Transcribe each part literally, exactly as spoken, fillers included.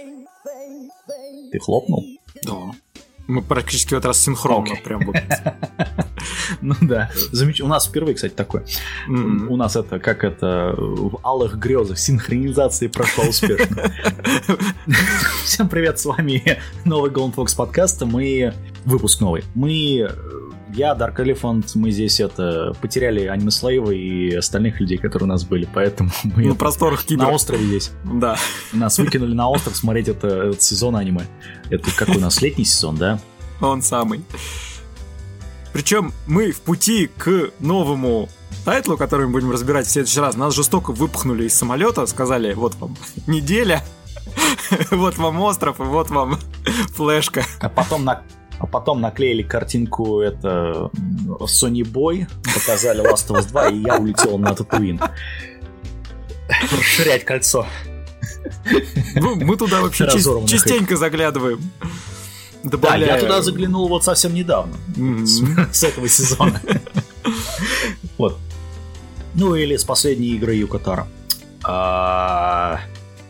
Ты хлопнул? Да. Мы практически в этот раз синхронно. Okay. Прям вот. Ну да. Замеч... У нас впервые, кстати, такое. Mm-hmm. У нас это, как это, в алых грезах синхронизация прошла успешно. Всем привет, с вами новый Golden Fox подкаст. Мы... Выпуск новый. Мы... Я, Dark Elephant, мы здесь это потеряли Аниме Слейва и остальных людей, которые у нас были, поэтому мы на просторах кибер. На острове здесь. Да. Нас выкинули на остров смотреть это, этот сезон аниме. Это какой у нас летний сезон, да? Он самый. Причем мы в пути к новому тайтлу, который мы будем разбирать в следующий раз. Нас жестоко выпахнули из самолета, сказали: вот вам неделя, вот вам остров и вот вам флешка. А потом на А потом наклеили картинку это Sony Boy, показали Last of Us два, и я улетел на Татуин. Расширять кольцо. Ну, мы туда вообще чис- частенько заглядываем. Добавляю... Да, я туда заглянул вот совсем недавно. Mm-hmm. С, с этого сезона. Вот. Ну или с последней игры Юко Таро. А...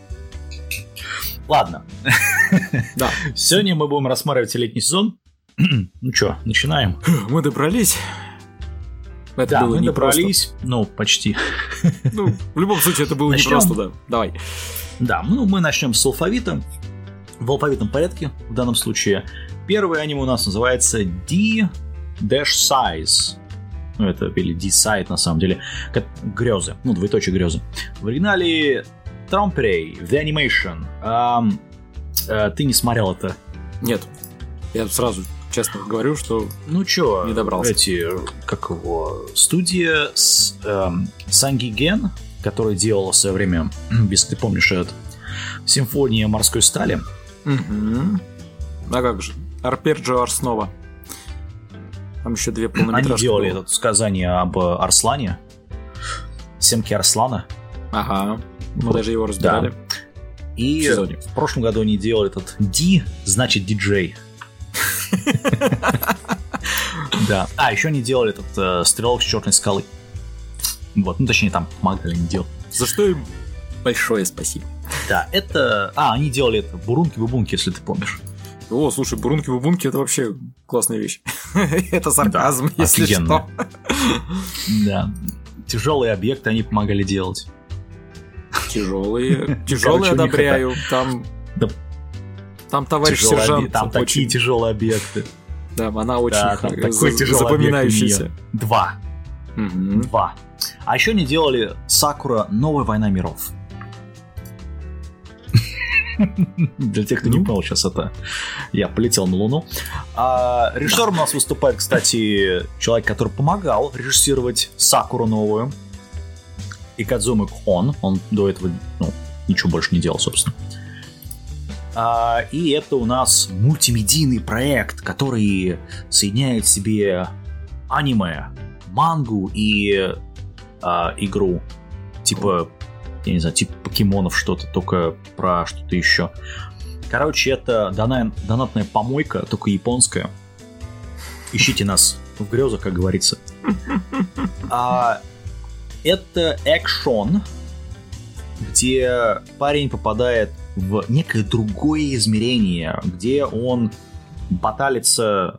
Ладно. Да. Сегодня мы будем рассматривать летний сезон. Ну что, начинаем. Мы добрались. Это да, было мы добрались. Просто. Ну, почти. Ну, в любом случае, это было начнем... непросто, да. Давай. Да, ну мы начнем с алфавита. В алфавитном порядке в данном случае. Первое аниме у нас называется D-Size. Ну, это или D-Side на самом деле. Как грезы. Ну, двоеточие грезы. В оригинале Trompery, The Animation. Um, uh, ты не смотрел это? Нет. Я сразу честно говорю, что ну чё, не добрался. Эти, как его, студия с, эм, Sangigen, которая делала в свое время, если ты помнишь, это Симфония морской стали. Угу. А как же? Арпеджио Арснова. Там еще две полнометражки. Они делали было. это сказание об Арслане. Семки Арслана. Ага. Мы вот. Даже его разбирали. Да. И в, в прошлом году они делали этот D, значит диджей. Да. А, еще они делали этот э, стрелок с черной скалы. Вот, ну точнее, там помогали они делать. За что им большое спасибо. Да, это. А, они делали это Бурунки-бубунки, если ты помнишь. О, слушай, Бурунки-бубунки это вообще классная вещь. Это сарказм, если что. Да. Тяжелые объекты они помогали делать. Тяжелые. Тяжелые одобряю. Там. Там товарищ тяжелый сержант. Оби... Там очень... такие тяжелые объекты. Да, она очень да, х... за... запоминающаяся. Два. Mm-hmm. Два. А еще они делали Сакура Новая война миров. Для тех, кто не понял, сейчас это я полетел на Луну. А, режиссером у нас выступает, кстати, человек, который помогал режиссировать Сакуру новую. Икадзуми Кон. Он до этого ну, ничего больше не делал, собственно. А, и это у нас мультимедийный проект, который соединяет в себе аниме, мангу и а, игру. Типа, я не знаю, типа покемонов что-то, только про что-то еще. Короче, это дона- донатная помойка, только японская. Ищите нас в грезах, как говорится. А, это экшон, где парень попадает в некое другое измерение, где он баталится,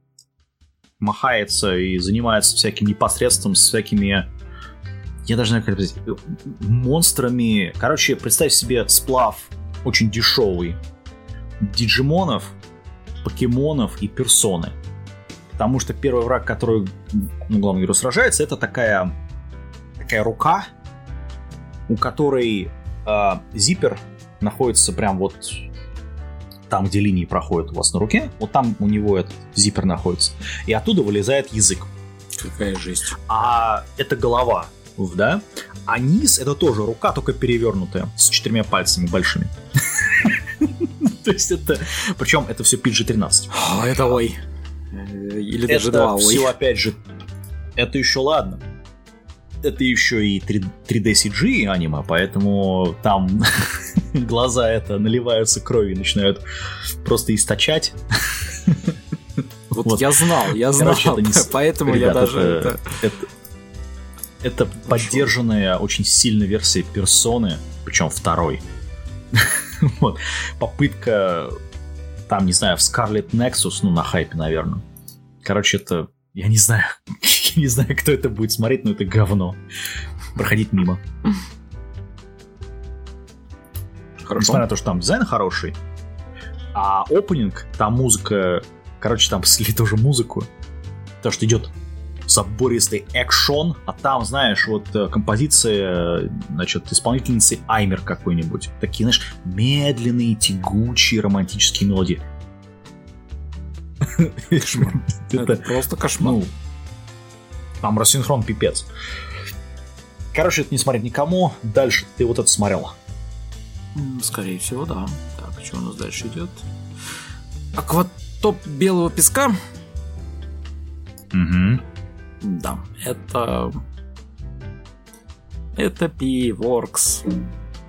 махается и занимается всяким непосредством, с всякими, я даже не знаю, как сказать, монстрами. Короче, представь себе сплав очень дешевый диджимонов, покемонов и персоны. Потому что первый враг, который, ну, главный герой сражается, это такая, такая рука, у которой э, зиппер находится прям вот там, где линии проходят у вас на руке. Вот там у него этот зиппер находится. И оттуда вылезает язык. Какая жесть. А это голова, да? А низ это тоже рука, только перевернутая, с четырьмя пальцами большими. То есть это... Причем это все пи джи тринадцать. Это ой. Или даже два ой. Это все опять же... Это еще ладно. Это еще и три дэ си джи аниме, поэтому там глаза это наливаются кровью и начинают просто источать. Вот, вот. я знал, я знал, Короче, это не... поэтому Ребят, я даже... Это, это, это поддержанная очень сильная версия персоны, причем второй. Вот. Попытка, там, не знаю, в Scarlet Nexus, ну, на хайпе, наверное. Короче, это, я не знаю, я не знаю, кто это будет смотреть, но это говно. Проходить мимо. Хорошо. Несмотря на то, что там дизайн хороший, а опенинг, там музыка, короче, там слили тоже музыку, потому что идет забористый экшон, а там, знаешь, вот композиция, значит, исполнительницы Аймер какой-нибудь. Такие, знаешь, медленные, тягучие, романтические мелодии. Кошмар. Это просто кошмар. Ну, там рассинхрон пипец. Короче, это не смотреть никому. Дальше ты вот это смотрел. Скорее всего, да. Так, что у нас дальше идет? Акватоп белого песка. Угу. Да, это... Это P-Works.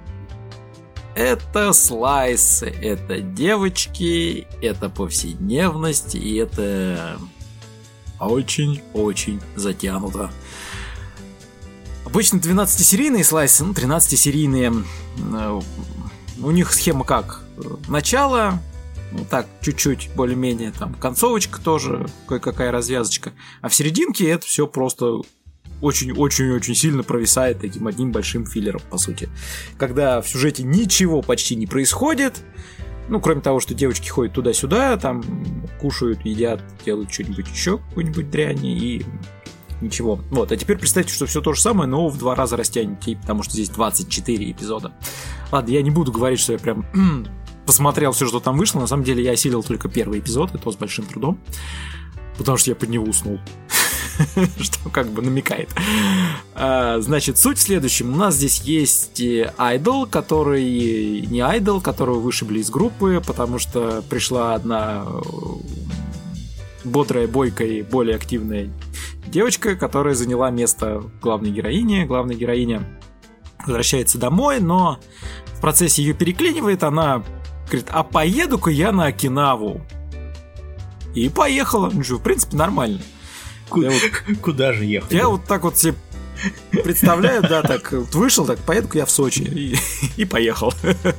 Это слайсы, это девочки, это повседневность, и это очень-очень затянуто. Обычно двенадцатисерийные слайсы, ну, тринадцатисерийные, у них схема как? Начало, ну так, чуть-чуть, более-менее, там, концовочка тоже, кое-какая развязочка, а в серединке это все просто очень-очень-очень сильно провисает этим одним большим филлером, по сути. Когда в сюжете ничего почти не происходит, ну, кроме того, что девочки ходят туда-сюда, там, кушают, едят, делают что-нибудь еще, какую-нибудь дрянь, и ничего. Вот, а теперь представьте, что все то же самое, но в два раза растянете, потому что здесь двадцать четыре эпизода. Ладно, я не буду говорить, что я прям посмотрел все, что там вышло. На самом деле я осилил только первый эпизод, и то с большим трудом, потому что я под него уснул. Что как бы намекает. А, значит, суть в следующем. У нас здесь есть айдол, который не айдол, которого вышибли из группы, потому что пришла одна бодрая, бойкая и более активная девочка, которая заняла место главной героини. Главная героиня возвращается домой, но в процессе ее переклинивает. Она говорит: а поеду-ка я на Окинаву. И поехала. Ну что, в принципе, нормально. Куда, вот, куда же ехать? Я вот так вот себе представляю, да, так вот вышел, так поеду-ка я в Сочи и, и поехал.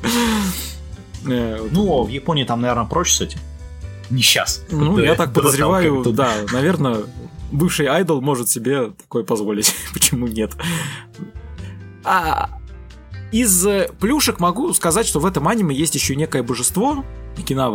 Ну, в Японии там, наверное, проще с этим. Не сейчас. Ну, я так подозреваю, да, наверное, бывший айдол может себе такое позволить. Почему нет? А из плюшек могу сказать, что в этом аниме есть еще некое божество Окинавы.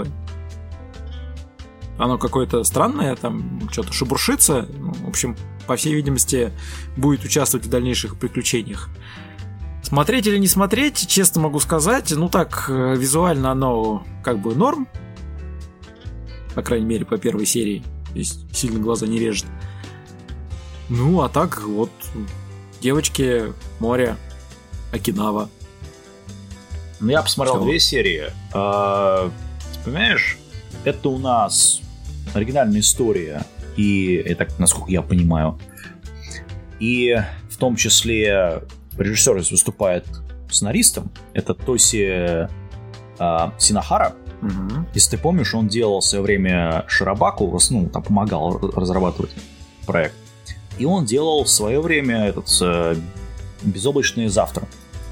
Оно какое-то странное, там что-то шебуршится. Ну, в общем, по всей видимости, будет участвовать в дальнейших приключениях. Смотреть или не смотреть, честно могу сказать, ну так, визуально оно как бы норм. По крайней мере, по первой серии. То есть сильно глаза не режет. Ну, а так, вот, девочки, море, Окинава. Ну, я посмотрел Все. две серии. А, понимаешь, это у нас оригинальная история, и это, насколько я понимаю, и в том числе режиссер выступает сценаристом. Это Тоси э, Синахара. Угу. Если ты помнишь, он делал в свое время Ширабаку, ну, там помогал разрабатывать проект. И он делал в свое время этот э, «Безоблачное завтра».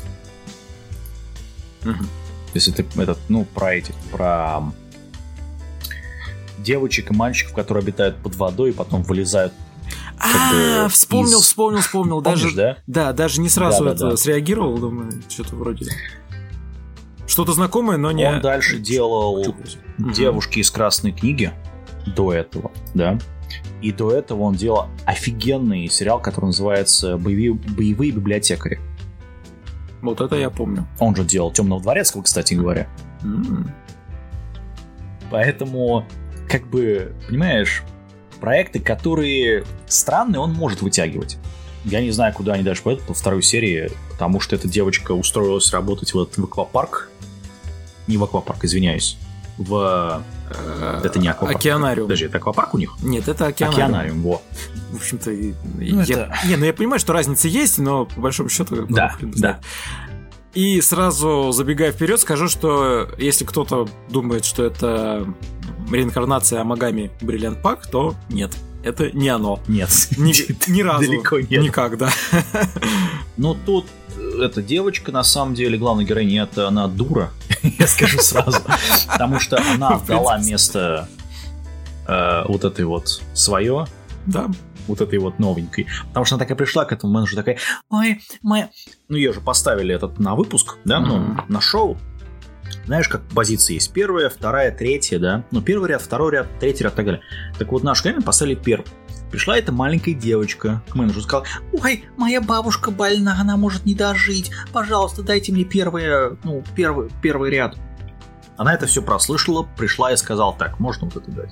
Угу. Если ты этот, ну, про эти, про девочек и мальчиков, которые обитают под водой и потом вылезают. А, вспомнил, из... вспомнил, вспомнил. Помнишь, даже, да? Да, даже не сразу да, это да, да. среагировал, думаю, что-то вроде. Что-то знакомое, но не. Он дальше делал угу. «Девушки из Красной книги» до этого, да. И до этого он делал офигенный сериал, который называется «Боевые, боевые библиотекари». Вот это я помню. Он же делал «Темного дворецкого», кстати говоря. Mm. Поэтому, как бы, понимаешь, проекты, которые странные, он может вытягивать. Я не знаю, куда они дальше пойдут во второй серии, потому что эта девочка устроилась работать в, в аквапарк. Не в аквапарк, извиняюсь. В... Это не аквапарк. Океанариум. Подожди, это аквапарк у них? Нет, это океанариум. Океанариум, во. В общем-то, ну, я... это... Не, ну я понимаю, что разница есть, но по большому счету... Да, ну, да. И сразу, забегая вперед, скажу, что если кто-то думает, что это реинкарнация Амагами Brilliant Pack, то нет, это не оно. Нет. Ни, ни разу. Далеко нет. Никак, да. Но тут эта девочка, на самом деле, главная героиня, это она дура. я скажу сразу. Потому что она дала место э, вот этой вот свое. Да. Вот этой вот новенькой. Потому что она такая пришла к этому менеджеру, такая, ой, моя... Ну, ее же поставили этот на выпуск, да, mm-hmm. ну, на шоу. Знаешь, как позиции есть. Первая, вторая, третья, да. Ну, первый ряд, второй ряд, третий ряд и так далее. Так вот, наш камень поставили первый. Пришла эта маленькая девочка к менеджеру и сказала, ой, моя бабушка больна, она может не дожить. Пожалуйста, дайте мне первый, ну, первый, первый ряд. Она это все прослышала, пришла и сказала, так, можно вот это дать?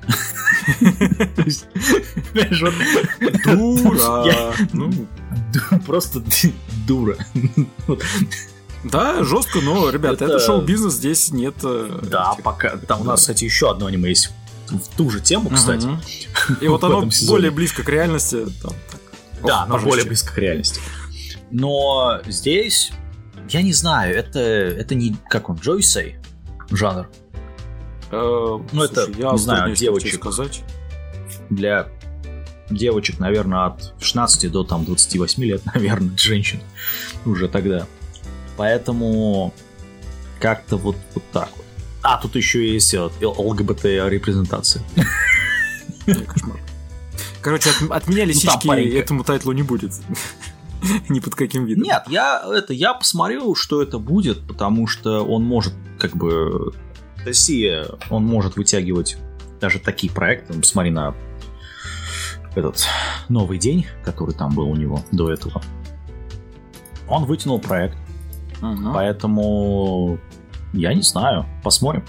Дура. Просто дура. Да, жестко, но, ребят, это шоу-бизнес, здесь нет... Да, пока. Там у нас, кстати, еще одно аниме есть в ту же тему, кстати. И вот оно более близко к реальности. Да, оно более близко к реальности. Но здесь, я не знаю, это это не, как он, Джойсей жанр. Ну, это, не знаю, девочек. Для девочек, наверное, от шестнадцати до там двадцати восьми лет, наверное, женщин уже тогда. Поэтому как-то вот, вот так вот. А, тут еще есть ЛГБТ-репрезентация. Кошмар. Короче, от, от меня лисички ну, этому тайтлу не будет. Ни под каким видом. Нет, я, это, я посмотрел, что это будет, потому что он может, как бы, Россия, он может вытягивать даже такие проекты. Посмотри на этот новый день, который там был у него до этого. Он вытянул проект. Угу. Поэтому я не знаю. Посмотрим.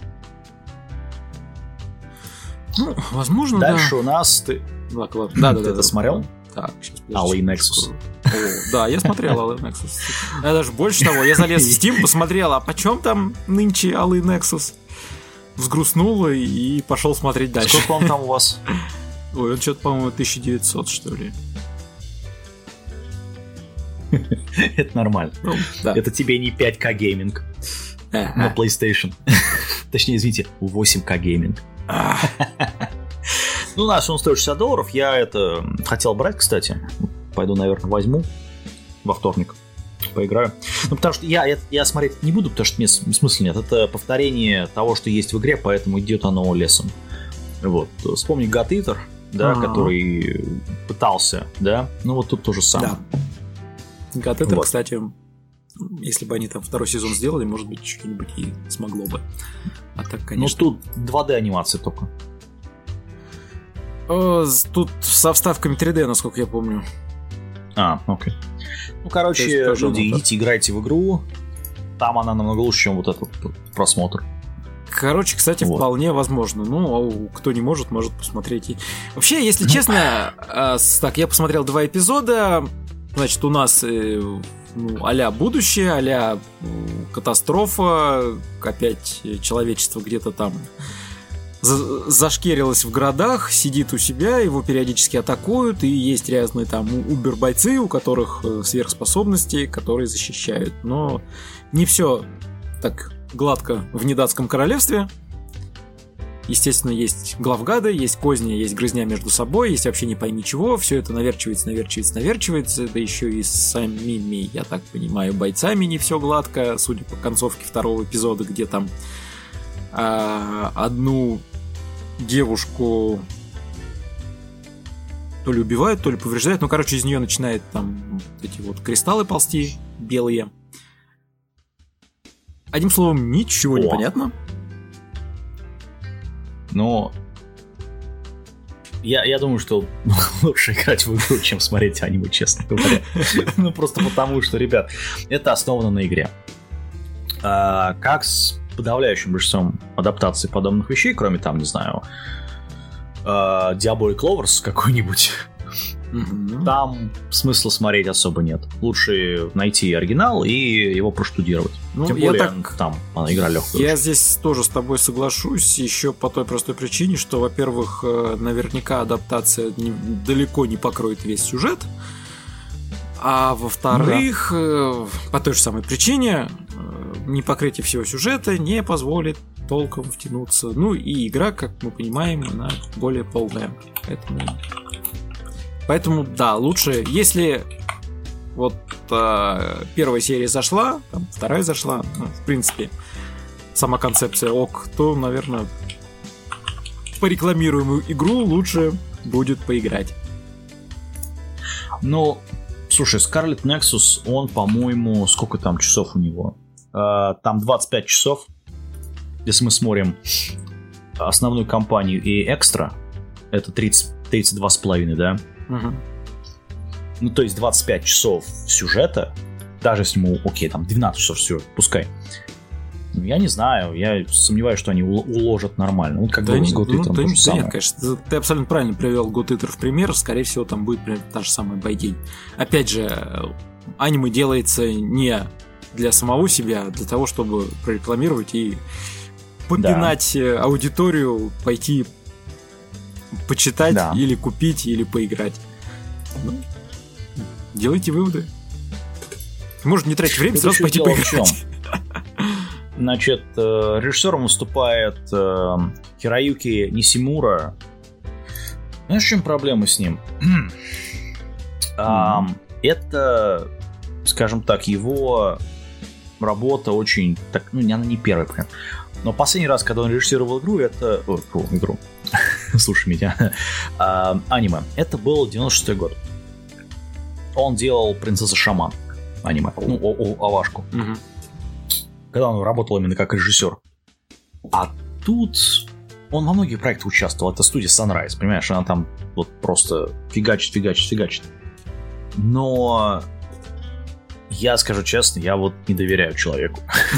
Ну, возможно, дальше да. у нас ты... Да, да, да, ты да, это да, смотрел? Так, сейчас Alien Nexus. О, да, я смотрел Alien Nexus. Я даже больше того, я залез в Steam, посмотрел, а почем там нынче Alien Nexus? Взгрустнул и пошел смотреть дальше. Сколько он там у вас? Ой, он что-то, по-моему, тысяча девятьсот, что ли. Это нормально. Ну, да. Это тебе не пять ка гейминг на PlayStation. Точнее, извините, восемь ка гейминг. Ну, наш он стоит шестьдесят долларов. Я это хотел брать, кстати. Пойду, наверное, возьму во вторник. Поиграю. Ну, потому что я, я, я смотреть не буду, потому что мне смысла нет. Это повторение того, что есть в игре, поэтому идет оно лесом. Вот. Вспомни God Eater, да, А-а-а. который пытался, да. Ну, вот тут то же самое. Да. God Eater, вот. Кстати, если бы они там второй сезон сделали, может быть, что-нибудь и смогло бы. А так, конечно... Ну, тут два дэ анимация только. Тут со вставками три дэ, насколько я помню. А, окей. Ну, короче, люди, идите, играйте в игру. Там она намного лучше, чем вот этот просмотр. Короче, кстати, вот. Вполне возможно. Ну, а кто не может, может посмотреть. И... Вообще, если честно, так, я посмотрел два эпизода. Значит, у нас ну, а-ля будущее, а-ля катастрофа. Опять человечество где-то там зашкерилось в городах, сидит у себя, его периодически атакуют, и есть разные там убер-бойцы, у которых сверхспособности, которые защищают. Но не все так гладко в недатском королевстве. Естественно, есть главгады, есть козни, есть грызня между собой, есть вообще не пойми чего, все это наверчивается, наверчивается, наверчивается, да еще и с самими, я так понимаю, бойцами не все гладко, судя по концовке второго эпизода, где там а, одну девушку то ли убивают, то ли повреждают, ну, короче, из нее начинают там эти вот кристаллы ползти белые. Одним словом, ничего О. не понятно. Ну, я, я думаю, что лучше играть в игру, чем смотреть аниме, честно говоря. Ну, просто потому, что, ребят, это основано на игре. Как с подавляющим большинством адаптаций подобных вещей, кроме там, не знаю, Diabolic Lovers какой-нибудь, mm-hmm. там смысла смотреть особо нет. Лучше найти оригинал и его проштудировать. Ну, Тем более, так... там она игра легкая. Я здесь тоже с тобой соглашусь, еще по той простой причине, что, во-первых, наверняка адаптация далеко не покроет весь сюжет, а во-вторых, ну, да. по той же самой причине, непокрытие всего сюжета не позволит толком втянуться. Ну и игра, как мы понимаем, она более полная. Поэтому, Поэтому да, лучше, если вот э, первая серия зашла, там, вторая зашла, ну, в принципе, сама концепция ок, то, наверное, по рекламируемую игру лучше будет поиграть. Ну, слушай, Scarlet Nexus, он, по-моему, сколько там часов у него? А, там двадцать пять часов. Если мы смотрим основную кампанию и экстра, это тридцать, тридцать два с половиной, да? Угу. Ну, то есть двадцать пять часов сюжета, даже если ему, окей, там двенадцать часов сюжета, пускай. Ну, я не знаю, я сомневаюсь, что они уложат нормально. Вот как да было не, с God Eater, ну, то да, же да самое. Нет, конечно, ты абсолютно правильно привел God Eater в пример. Скорее всего, там будет примерно та же самая байдень. Опять же, аниме делается не для самого себя, а для того, чтобы прорекламировать и попинать да. аудиторию, пойти почитать да. или купить, или поиграть. Ну, делайте выводы. Может, не тратить время, сразу пойти поиграть. Значит, режиссером выступает Хироюки Нисимура. Знаешь, в чем проблема с ним? Mm-hmm. Это, скажем так, его работа очень... Так, ну, она не первая прям. Но последний раз, когда он режиссировал игру, это... О, фу, игру. Слушай меня. а, аниме. Это был девяносто шестой год. Он делал «Принцесса Шаман» аниме. Ну, о, о, Овашку. Mm-hmm. Когда он работал именно как режиссер. А тут он во многих проектах участвовал. Это студия Sunrise, понимаешь? Она там вот просто фигачит, фигачит, фигачит. Но я скажу честно, я вот не доверяю человеку.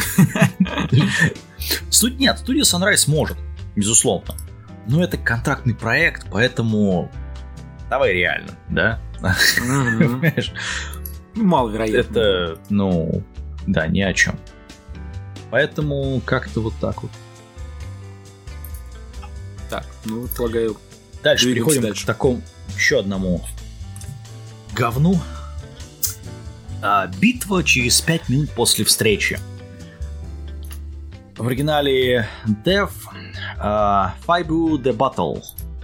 Нет, студия Sunrise может, безусловно. Но это контрактный проект, поэтому давай реально, да? Понимаешь? Маловероятно. Это, ну, да, ни о чем. Поэтому как-то вот так вот. Так, ну, полагаю. Дальше переходим дальше. К такому еще одному говну. А, битва через пять минут после встречи. В оригинале Dev uh, Faibu The Battle.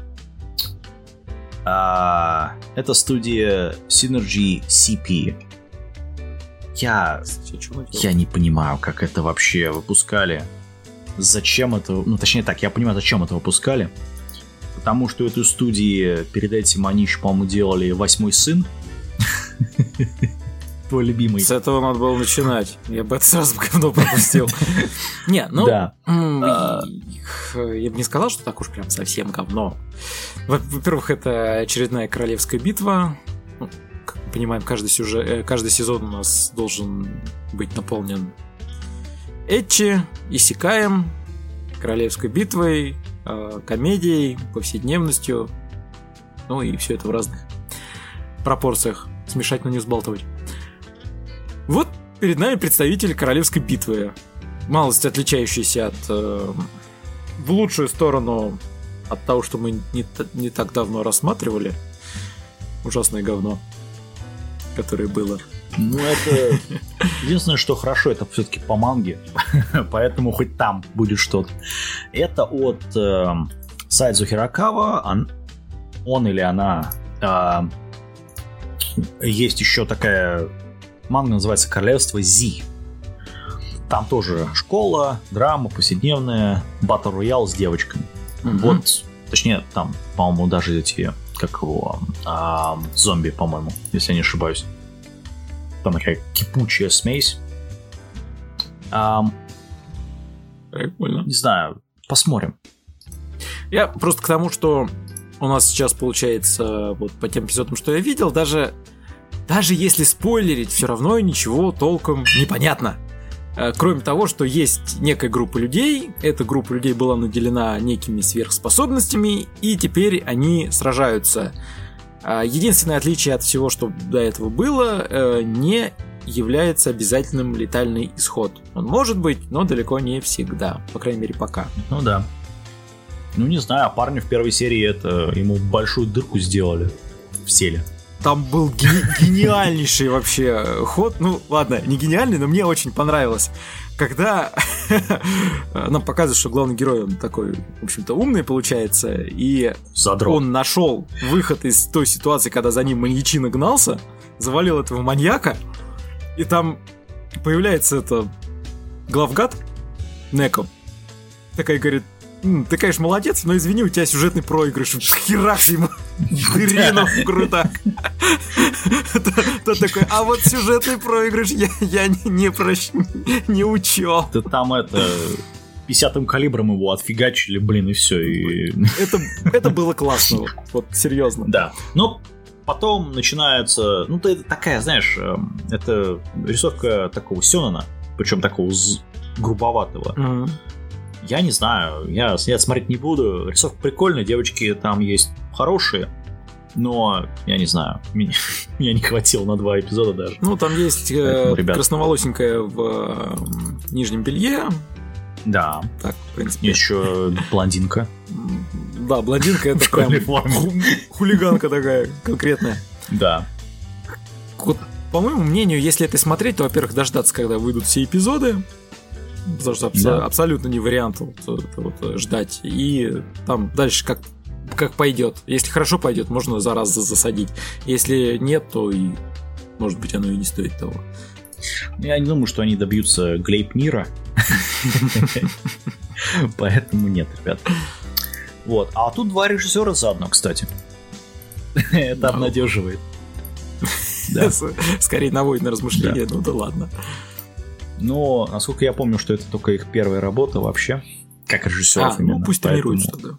Uh, это студия Synergy си пи. Я, я не понимаю, как это вообще выпускали. Зачем это... Ну, точнее так, я понимаю, зачем это выпускали. Потому что эту студию перед этим они еще, по-моему, делали «Восьмой сын». Твой любимый. С этого надо было начинать. Я бы это сразу говно пропустил. Не, ну... Я бы не сказал, что так уж прям совсем говно. Во-первых, это очередная королевская битва. Как мы понимаем, каждый, сюжет, каждый сезон у нас должен быть наполнен этчи, исекаем, королевской битвой, комедией, повседневностью. Ну и все это в разных пропорциях. Смешать, но не взбалтывать. Вот перед нами представитель королевской битвы. Малость отличающийся от... Э, в лучшую сторону от того, что мы не, не так давно рассматривали. Ужасное говно, которое было. Ну, это... Единственное, что хорошо, это все-таки по манге. Поэтому хоть там будет что-то. Это от э, Сайдзу Хирокава. Он, он или она... Э, есть еще такая... Манга называется «Королевство Зи». Там тоже школа, драма, повседневная, батл роял с девочками. Mm-hmm. Вот, точнее, там, по-моему, даже эти, как его, а, зомби, по-моему, если я не ошибаюсь. Там такая кипучая смесь. А, Прикольно. Не знаю, посмотрим. Я просто к тому, что у нас сейчас получается, вот по тем эпизодам, что я видел, даже... Даже если спойлерить, все равно ничего толком непонятно. Кроме того, что есть некая группа людей, эта группа людей была наделена некими сверхспособностями, и теперь они сражаются. Единственное отличие от всего, что до этого было, не является обязательным летальный исход. Он может быть, но далеко не всегда. По крайней мере, пока. Ну да. Ну не знаю, а парню в первой серии это ему большую дырку сделали в теле. Там был ге- гениальнейший вообще ход. Ну, ладно, не гениальный, но мне очень понравилось. Когда нам показывают, что главный герой, он такой, в общем-то, умный получается, и Задрот. Он нашел выход из той ситуации, когда за ним маньячина гнался, завалил этого маньяка, и там появляется это главгад, Неко. Такая говорит: ты, конечно, молодец, но извини, у тебя сюжетный проигрыш. Херак ему дырину в грудак. Тот такой: а вот сюжетный проигрыш я не учел. Ты там это... пятидесятым калибром его отфигачили, блин, и все. И... Это, это было классно, вот серьезно. Да. Но потом начинается, ну, это такая, знаешь, это рисовка такого сёнэна, причем такого грубоватого. Mm-hmm. Я не знаю, я, я смотреть не буду. Рисовка прикольная, девочки там есть хорошие, но я не знаю, меня, меня не хватило на два эпизода даже. Ну, там есть э, красноволосенькая в э, нижнем белье. Да. Так, в принципе. Еще блондинка. Да, блондинка — это прям хулиганка такая конкретная. Да. Вот, по моему мнению, если это смотреть, то, во-первых, дождаться, когда выйдут все эпизоды, потому что абс- да. абсолютно не вариант вот, вот, вот, ждать. И там дальше как, как пойдет. Если хорошо пойдет, можно за раз засадить. Если нет, то и, может быть, оно и не стоит того. Я не думаю, что они добьются Глейпнира. Поэтому нет, ребят. Вот. А тут два режиссера заодно, кстати. Это обнадеживает. Скорее наводит на размышления, ну да ладно. Но, насколько я помню, что это только их первая работа вообще. Как режиссеров именно. Ну пусть тренируются тогда.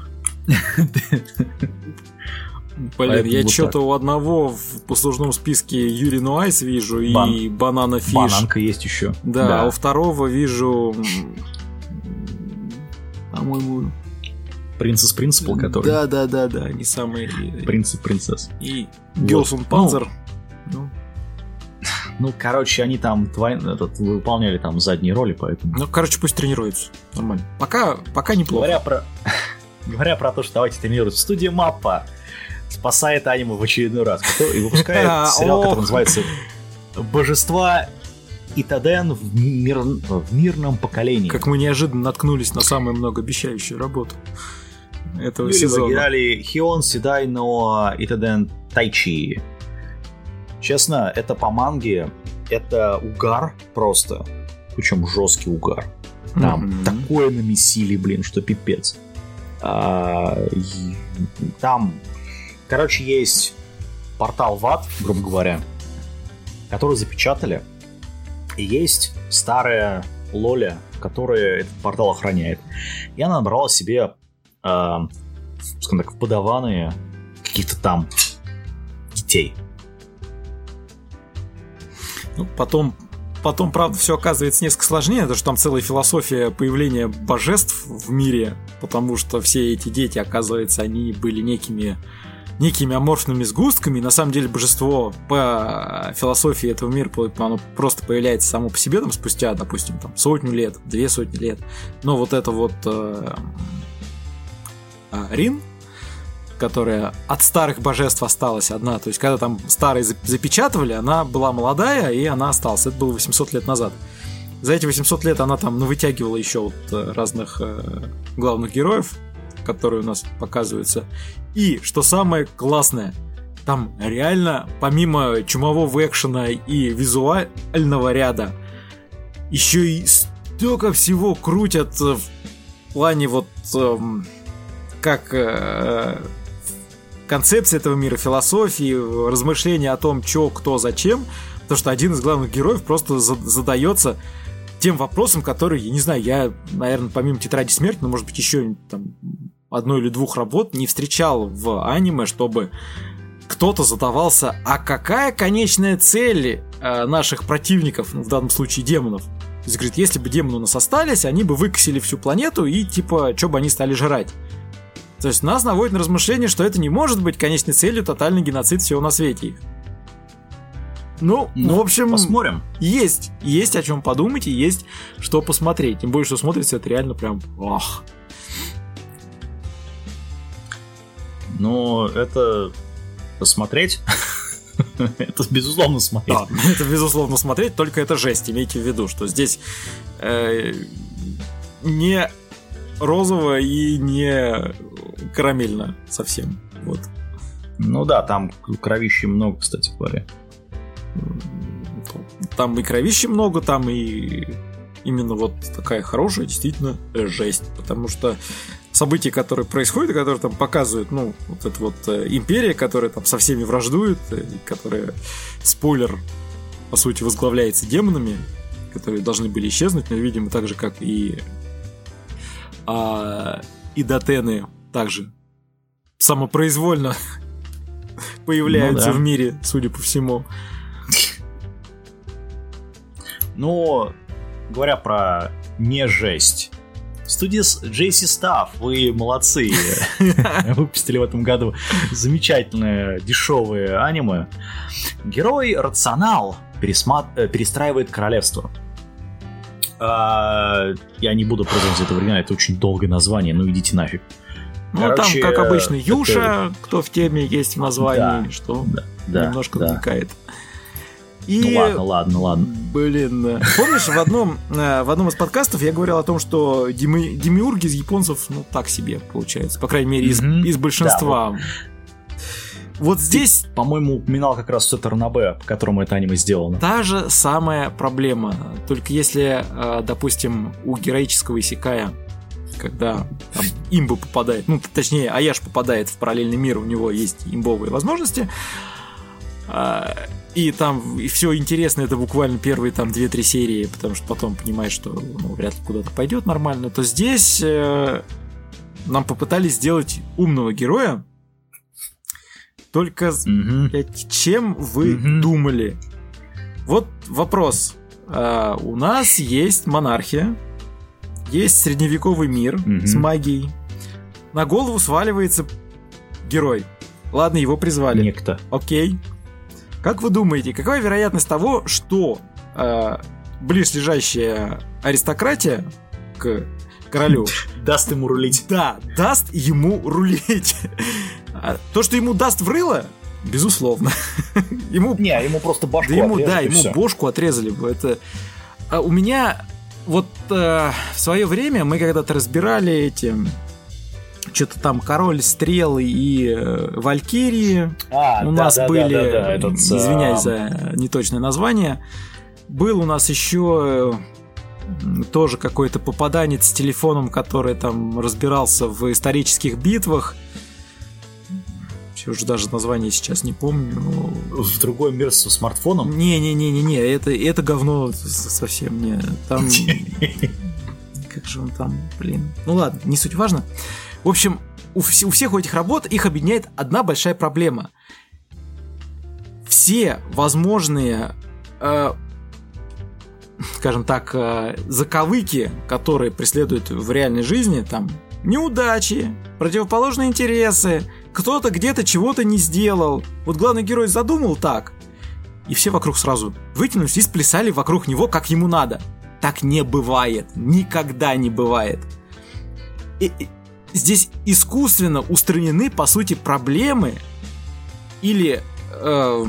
Блин, я что-то у одного в послужном списке Юрий Нуайс вижу и Бан... Банана Фиш. Бананка есть еще. Да, да, а у второго вижу, по-моему... Принцесс Принципл, который. Да, да, да, да, они самые. Принцип Принцесс. И Гелсон Панзер. Ну, ну, короче, они там твой... этот, выполняли там задние роли, поэтому. Ну, короче, пусть тренируются. Нормально. Пока, пока неплохо. Говоря про... Говоря про то, что давайте тренируются, студия Маппа спасает аниме в очередной раз и выпускает сериал, который называется «Божества Итаден в, мир... в мирном поколении». Как мы неожиданно наткнулись на самую многообещающую работу этого сезона. Оригинали Хион Сидай но Итаден Тайчи. Честно, это по манге, это угар просто, причем жесткий угар. Там mm-hmm. такое намесили, блин, что пипец. А, там, короче, есть портал в ад, грубо говоря, который запечатали, и есть старая Лоля, которая этот портал охраняет. И она набрала себе, э, скажем так, в подаваны каких-то там детей. Ну, потом, потом, правда, все оказывается несколько сложнее, потому что там целая философия появления божеств в мире, потому что все эти дети, оказывается, они были некими, некими аморфными сгустками. На самом деле божество по философии этого мира, оно просто появляется само по себе там, спустя, допустим, там, сотню лет, две сотни лет. Но вот это вот э, э, Рин, которая от старых божеств осталась одна. То есть, когда там старые запечатывали, она была молодая, и она осталась. Это было восемьсот лет назад. За эти восемьсот лет она там навытягивала еще вот разных э, главных героев, которые у нас показываются. И, что самое классное, там реально, помимо чумового экшена и визуального ряда, еще и столько всего крутят в плане вот э, как... Э, концепция этого мира, философии, размышления о том, что, кто, зачем. Потому что один из главных героев просто задается тем вопросом, который, я не знаю, я, наверное, помимо «Тетради смерти», но, может быть, еще там одной или двух работ не встречал в аниме, чтобы кто-то задавался, а какая конечная цель наших противников, ну, в данном случае демонов? То есть, говорит, если бы демоны у нас остались, они бы выкосили всю планету и, типа, что бы они стали жрать? То есть нас наводит на размышление, что это не может быть конечной целью тотальный геноцид всего на свете. Ну, ну, в общем, посмотрим. Есть, есть о чем подумать и есть что посмотреть. Тем более, что смотрится это реально прям... Ох. Ну, это посмотреть... Это безусловно смотреть. Да, это безусловно смотреть, только это жесть. Имейте в виду, что здесь э, не... розово и не карамельно совсем. Вот. Ну да, там кровищи много, кстати говоря. Там и кровищи много, там и, именно вот такая хорошая, действительно, жесть. Потому что события, которые происходят, которые там показывают, ну, вот эта вот э, империя, которая там со всеми враждует, э, которая, спойлер, по сути, возглавляется демонами, которые должны были исчезнуть, но, видимо, так же, как и а, и Дотены также самопроизвольно появляются ну, да. в мире, судя по всему. Но, говоря про не жесть, студия джей си Staff, вы молодцы. Выпустили в этом году замечательное дешевое аниме. Герой Рационал пересма- перестраивает королевство. А, я не буду произносить это время, это очень долгое название, ну идите нафиг. Ну Короче, там, как обычно, Юша, это... кто в теме есть в названии, да, что да, немножко да. намекает. И... Ну ладно, ладно, ладно. Блин, помнишь, в одном, в одном из подкастов я говорил о том, что деми... демиурги из японцев, ну, так себе получается. По крайней мере, из, mm-hmm. из большинства. Да, вот. Вот здесь... Ты, по-моему, упоминал как раз это ранобэ, по которому это аниме сделано. Та же самая проблема. Только если, допустим, у героического исекая, когда там, имба попадает, ну, точнее, Аяш попадает в параллельный мир, у него есть имбовые возможности, и там и все интересно, это буквально первые там две-три серии, потому что потом понимаешь, что ну, вряд ли куда-то пойдет нормально, то здесь э, нам попытались сделать умного героя. Только mm-hmm. блядь, чем вы mm-hmm. думали? Вот вопрос. А, у нас есть монархия, есть средневековый мир mm-hmm. с магией. На голову сваливается герой. Ладно, его призвали. Некто. Окей. Как вы думаете, какая вероятность того, что а, близлежащая аристократия к королю даст ему рулить? Да, даст ему рулить. То, что ему даст в рыло, безусловно. ему... Не, ему просто башку да ему, отрезали. Да, ему все. бошку отрезали. Это... А у меня вот э, в свое время мы когда-то разбирали эти... Что-то там Король Стрелы и э, Валькирии. А, у да, нас да, были... Да, да, да, этот, извиняюсь за неточное название. Был у нас еще... тоже какой-то попаданец с телефоном, который там разбирался в исторических битвах. Я уже даже название сейчас не помню. Но... В другой мир со смартфоном? Не-не-не-не-не, это, это говно совсем не. Там... Как же он там, блин. Ну ладно, не суть важно. В общем, у, вс- у всех у этих работ их объединяет одна большая проблема. Все возможные... Э- скажем так, заковыки, которые преследуют в реальной жизни, там, неудачи, противоположные интересы, кто-то где-то чего-то не сделал. Вот главный герой задумал так, и все вокруг сразу вытянулись и сплясали вокруг него, как ему надо. Так не бывает. Никогда не бывает. И, и, здесь искусственно устранены, по сути, проблемы или... Э,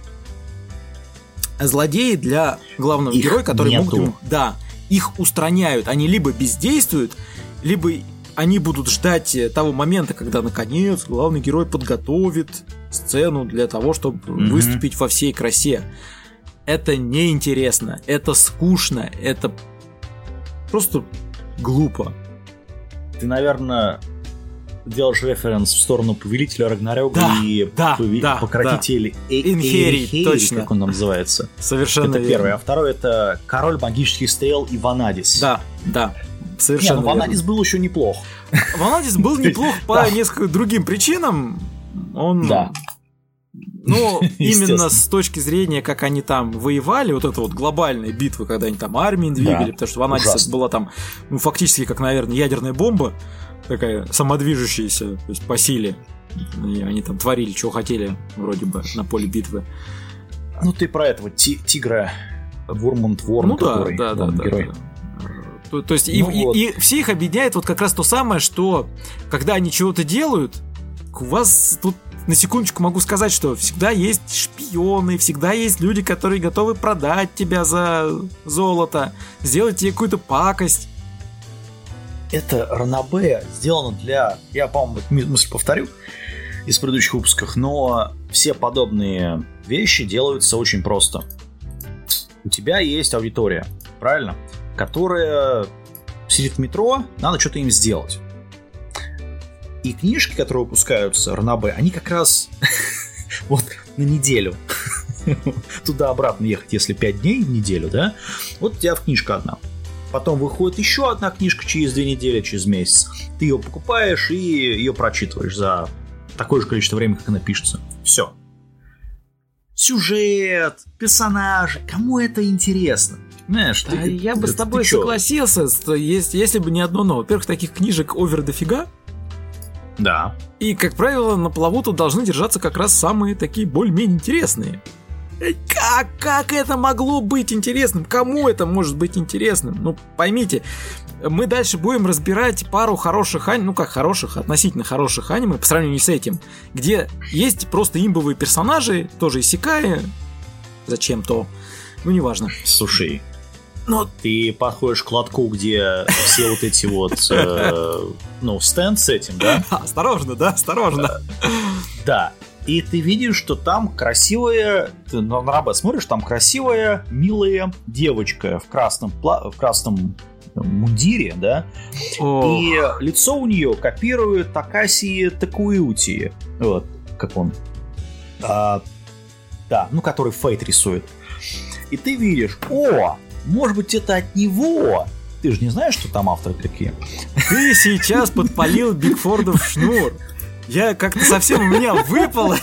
злодеи для главного их героя, которые нету. могут ему... Да, их устраняют. Они либо бездействуют, либо они будут ждать того момента, когда, наконец, главный герой подготовит сцену для того, чтобы mm-hmm. выступить во всей красе. Это неинтересно, это скучно, это просто глупо. Ты, наверное... делаешь референс в сторону Повелителя Рагнарёка да, и да, пове... да, Покровитель да. Инхерий, точно. Как он там называется. Совершенно это верно. первый. А второй это Король магических стрел и Ванадис. Да, да. Совершенно Не, ну, Ванадис был еще неплох. Ванадис был неплох по нескольким другим причинам. Он... Да. Но именно с точки зрения, как они там воевали, вот это вот глобальная битва, когда они там армии двигали, да, потому что Ванадис была там, ну, фактически, как, наверное, ядерная бомба, такая самодвижущаяся, то есть по силе. И они там творили, что хотели, вроде бы, на поле битвы. Ну, ты про этого ти- тигра Вурмунд Ворн, ну, который да, да, да, герой. Да, да. То, то есть ну, и, вот. и, и все их объединяет вот как раз то самое, что когда они чего-то делают, у вас тут на секундочку могу сказать, что всегда есть шпионы, всегда есть люди, которые готовы продать тебя за золото, сделать тебе какую-то пакость. Это ранобэ сделано для... Я, по-моему, мысль повторю из предыдущих выпусков, но все подобные вещи делаются очень просто. У тебя есть аудитория, правильно? которая сидит в метро, надо что-то им сделать. И книжки, которые выпускаются, ранобэ, они как раз вот на неделю. Туда-обратно ехать, если пять дней в неделю, да? Вот у тебя книжка одна. Потом выходит еще одна книжка через две недели, через месяц. Ты ее покупаешь и ее прочитываешь за такое же количество времени, как она пишется. Все. Сюжет, персонажи, кому это интересно? Знаешь, да, ты, я бы ты, с тобой согласился, что есть, если бы не одно, но, во-первых, таких книжек овер дофига. Да. И, как правило, на плаву тут должны держаться как раз самые такие более-менее интересные. Как, как это могло быть интересным? Кому это может быть интересным? Ну, поймите, мы дальше будем разбирать пару хороших аниме, ну как хороших, относительно хороших аниме, по сравнению с этим, где есть просто имбовые персонажи, тоже исекаи, зачем-то, ну неважно. Слушай, но... ты подходишь к лотку, где все вот эти вот, э, ну, стенд с этим, да? Осторожно, да, осторожно. Да. И ты видишь, что там красивая, ты на ранобэ смотришь, там красивая, милая девочка в красном, пла... в красном мундире, да? Ох. И лицо у нее копирует Такаси Такуити. Вот, как он. А, да, ну, который Фейт рисует. И ты видишь, о, может быть, это от него. Ты же не знаешь, что там авторы какие? Ты сейчас подпалил Бигфордов шнур. Я как-то совсем у меня выпало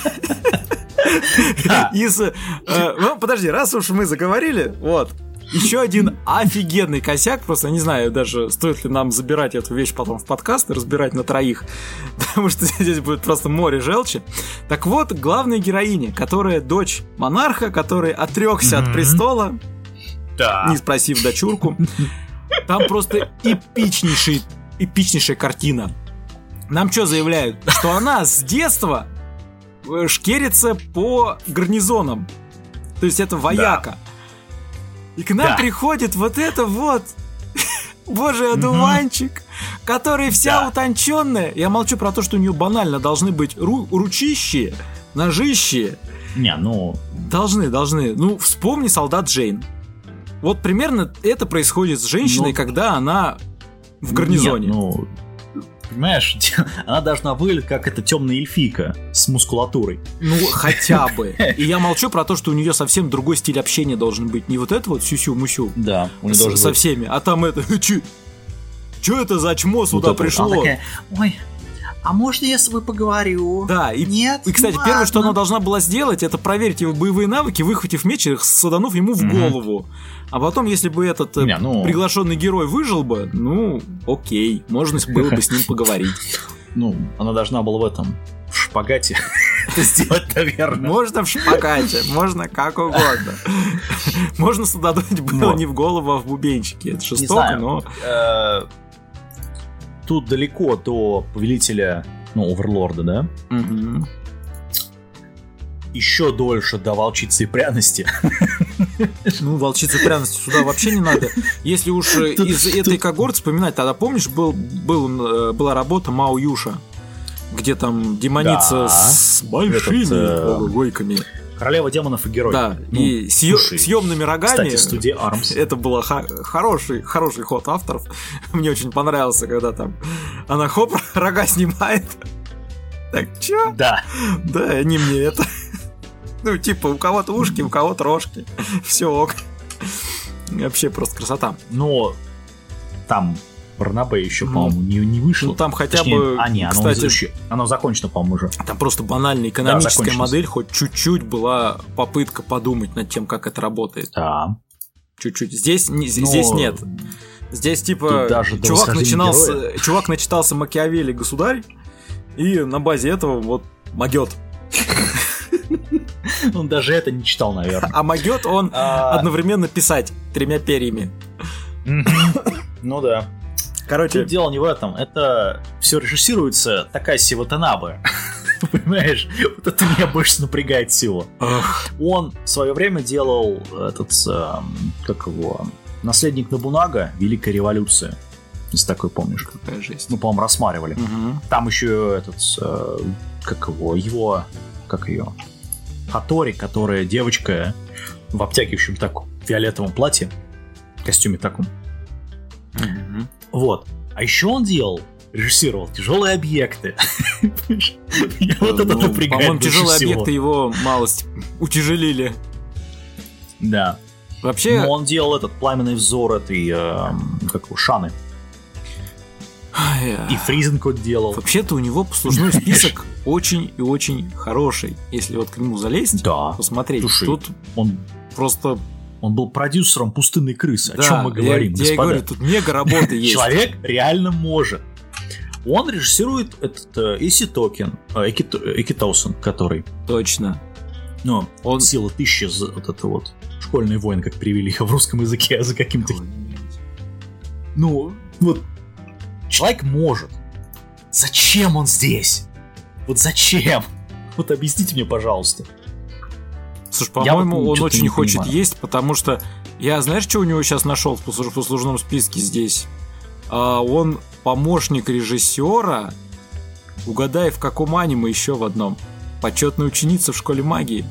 из... Ну, подожди, раз уж мы заговорили, вот, еще один офигенный косяк, просто не знаю даже, стоит ли нам забирать эту вещь потом в подкаст и разбирать на троих, потому что здесь будет просто море желчи. Так вот, главная героиня, которая дочь монарха, который отрекся от престола, не спросив дочурку, там просто эпичнейший, эпичнейшая картина. Нам что заявляют? Что она с детства шкерится по гарнизонам. То есть это вояка. Да. И к нам да. приходит вот это вот божий одуванчик, mm-hmm. который вся да. утонченная. Я молчу про то, что у нее банально должны быть ру- ручищи, ножищи. Не, ну... Должны, должны. Ну, вспомни «Солдат Джейн». Вот примерно это происходит с женщиной, ну, когда она в гарнизоне. Нет, ну... Понимаешь, она должна выглядеть как эта темная эльфийка с мускулатурой. Ну, хотя бы. И я молчу про то, что у нее совсем другой стиль общения должен быть. Не вот это вот сюсю-мусю. Да, у нее с, должен со быть. всеми. А там это... Че это за чмо сюда вот пришло? Такая, ой, а можно я с тобой поговорю? Да, и, Нет, и кстати, ладно. Первое, что она должна была сделать, это проверить его боевые навыки, выхватив меч и саданув ему в mm-hmm. голову. А потом, если бы этот Не, ну... приглашенный герой выжил бы, ну, окей, можно было бы с ним поговорить. Ну, она должна была в этом, в шпагате это сделать, наверное. Можно в шпагате, можно как угодно. Можно садануть было не в голову, а в бубенчике. Это жестоко, но... Тут далеко до повелителя, ну, оверлорда, да? Угу. Еще дольше до волчицы и пряности. Ну, волчицы и пряности сюда вообще не надо. Если уж тут, из тут... этой когорты вспоминать, тогда помнишь, был, был, была работа Мао Юша, где там демоница да. с большими Этот, гойками. Королева демонов и герой. Да, ну, и с съемными рогами. Кстати, студия Arms. Это был х- хороший, хороший ход авторов. Мне очень понравился, когда там она хоп, рога снимает. Так, чё? Да. Да, не мне это. Ну, типа, у кого-то ушки, у кого-то рожки. Все ок. Вообще просто красота. Но там ранобэ еще, ну, по-моему, не, не вышло. Ну, там хотя Точнее, бы... А, не, оно, кстати, еще, оно закончено, по-моему, уже. Там просто банальная экономическая да, модель, хоть чуть-чуть была попытка подумать над тем, как это работает. Да. Чуть-чуть. Здесь, не, Но... здесь нет. Здесь, типа, чувак, начинался, чувак начитался Макиавелли «Государь», и на базе этого вот могет. Он даже это не читал, наверное. А могет он одновременно писать тремя перьями. Ну да. Короче, тут дело не в этом. Это все режиссируется Такаси Ватанабе. Понимаешь? Вот это меня больше напрягает всего. Он в свое время делал этот, как его, «Наследник Нобунага. Великая революция». Если такой помнишь. Какая жесть. Ну, по-моему, рассматривали. Угу. Там еще этот, как его, его, как ее, Хатори, которая девочка в обтягивающем так фиолетовом платье, костюме таком. Вот. А еще он делал, режиссировал «Тяжелые объекты». Вот это напрягает. По-моему, «Тяжелые объекты» его малость утяжелили. Да. Вообще... Но он делал этот «Пламенный взор» этой, как его, Шаны. И Фризенкот делал. Вообще-то у него послужной список очень и очень хороший. Если вот к нему залезть, да. посмотреть. Слушай, тут он просто... Он был продюсером «Пустынной крысы». Да, о чем мы говорим, я, господа? Я говорю, тут мега работы есть. Человек реально может. Он режиссирует этот Иси Токен, Эки Тоусон, который... Точно. Ну, он... Сила тысячи, вот это вот. Школьный воин, как перевели в русском языке, за каким-то... Ну, вот... Человек может. Зачем он здесь? Вот зачем? Вот объясните мне, пожалуйста. Слушай, по-моему, вот он очень хочет понимаю. есть, потому что я, знаешь, что у него сейчас нашел в послужном списке здесь? А, он помощник режиссера, угадай, в каком аниме еще в одном. Почетная ученица в школе магии.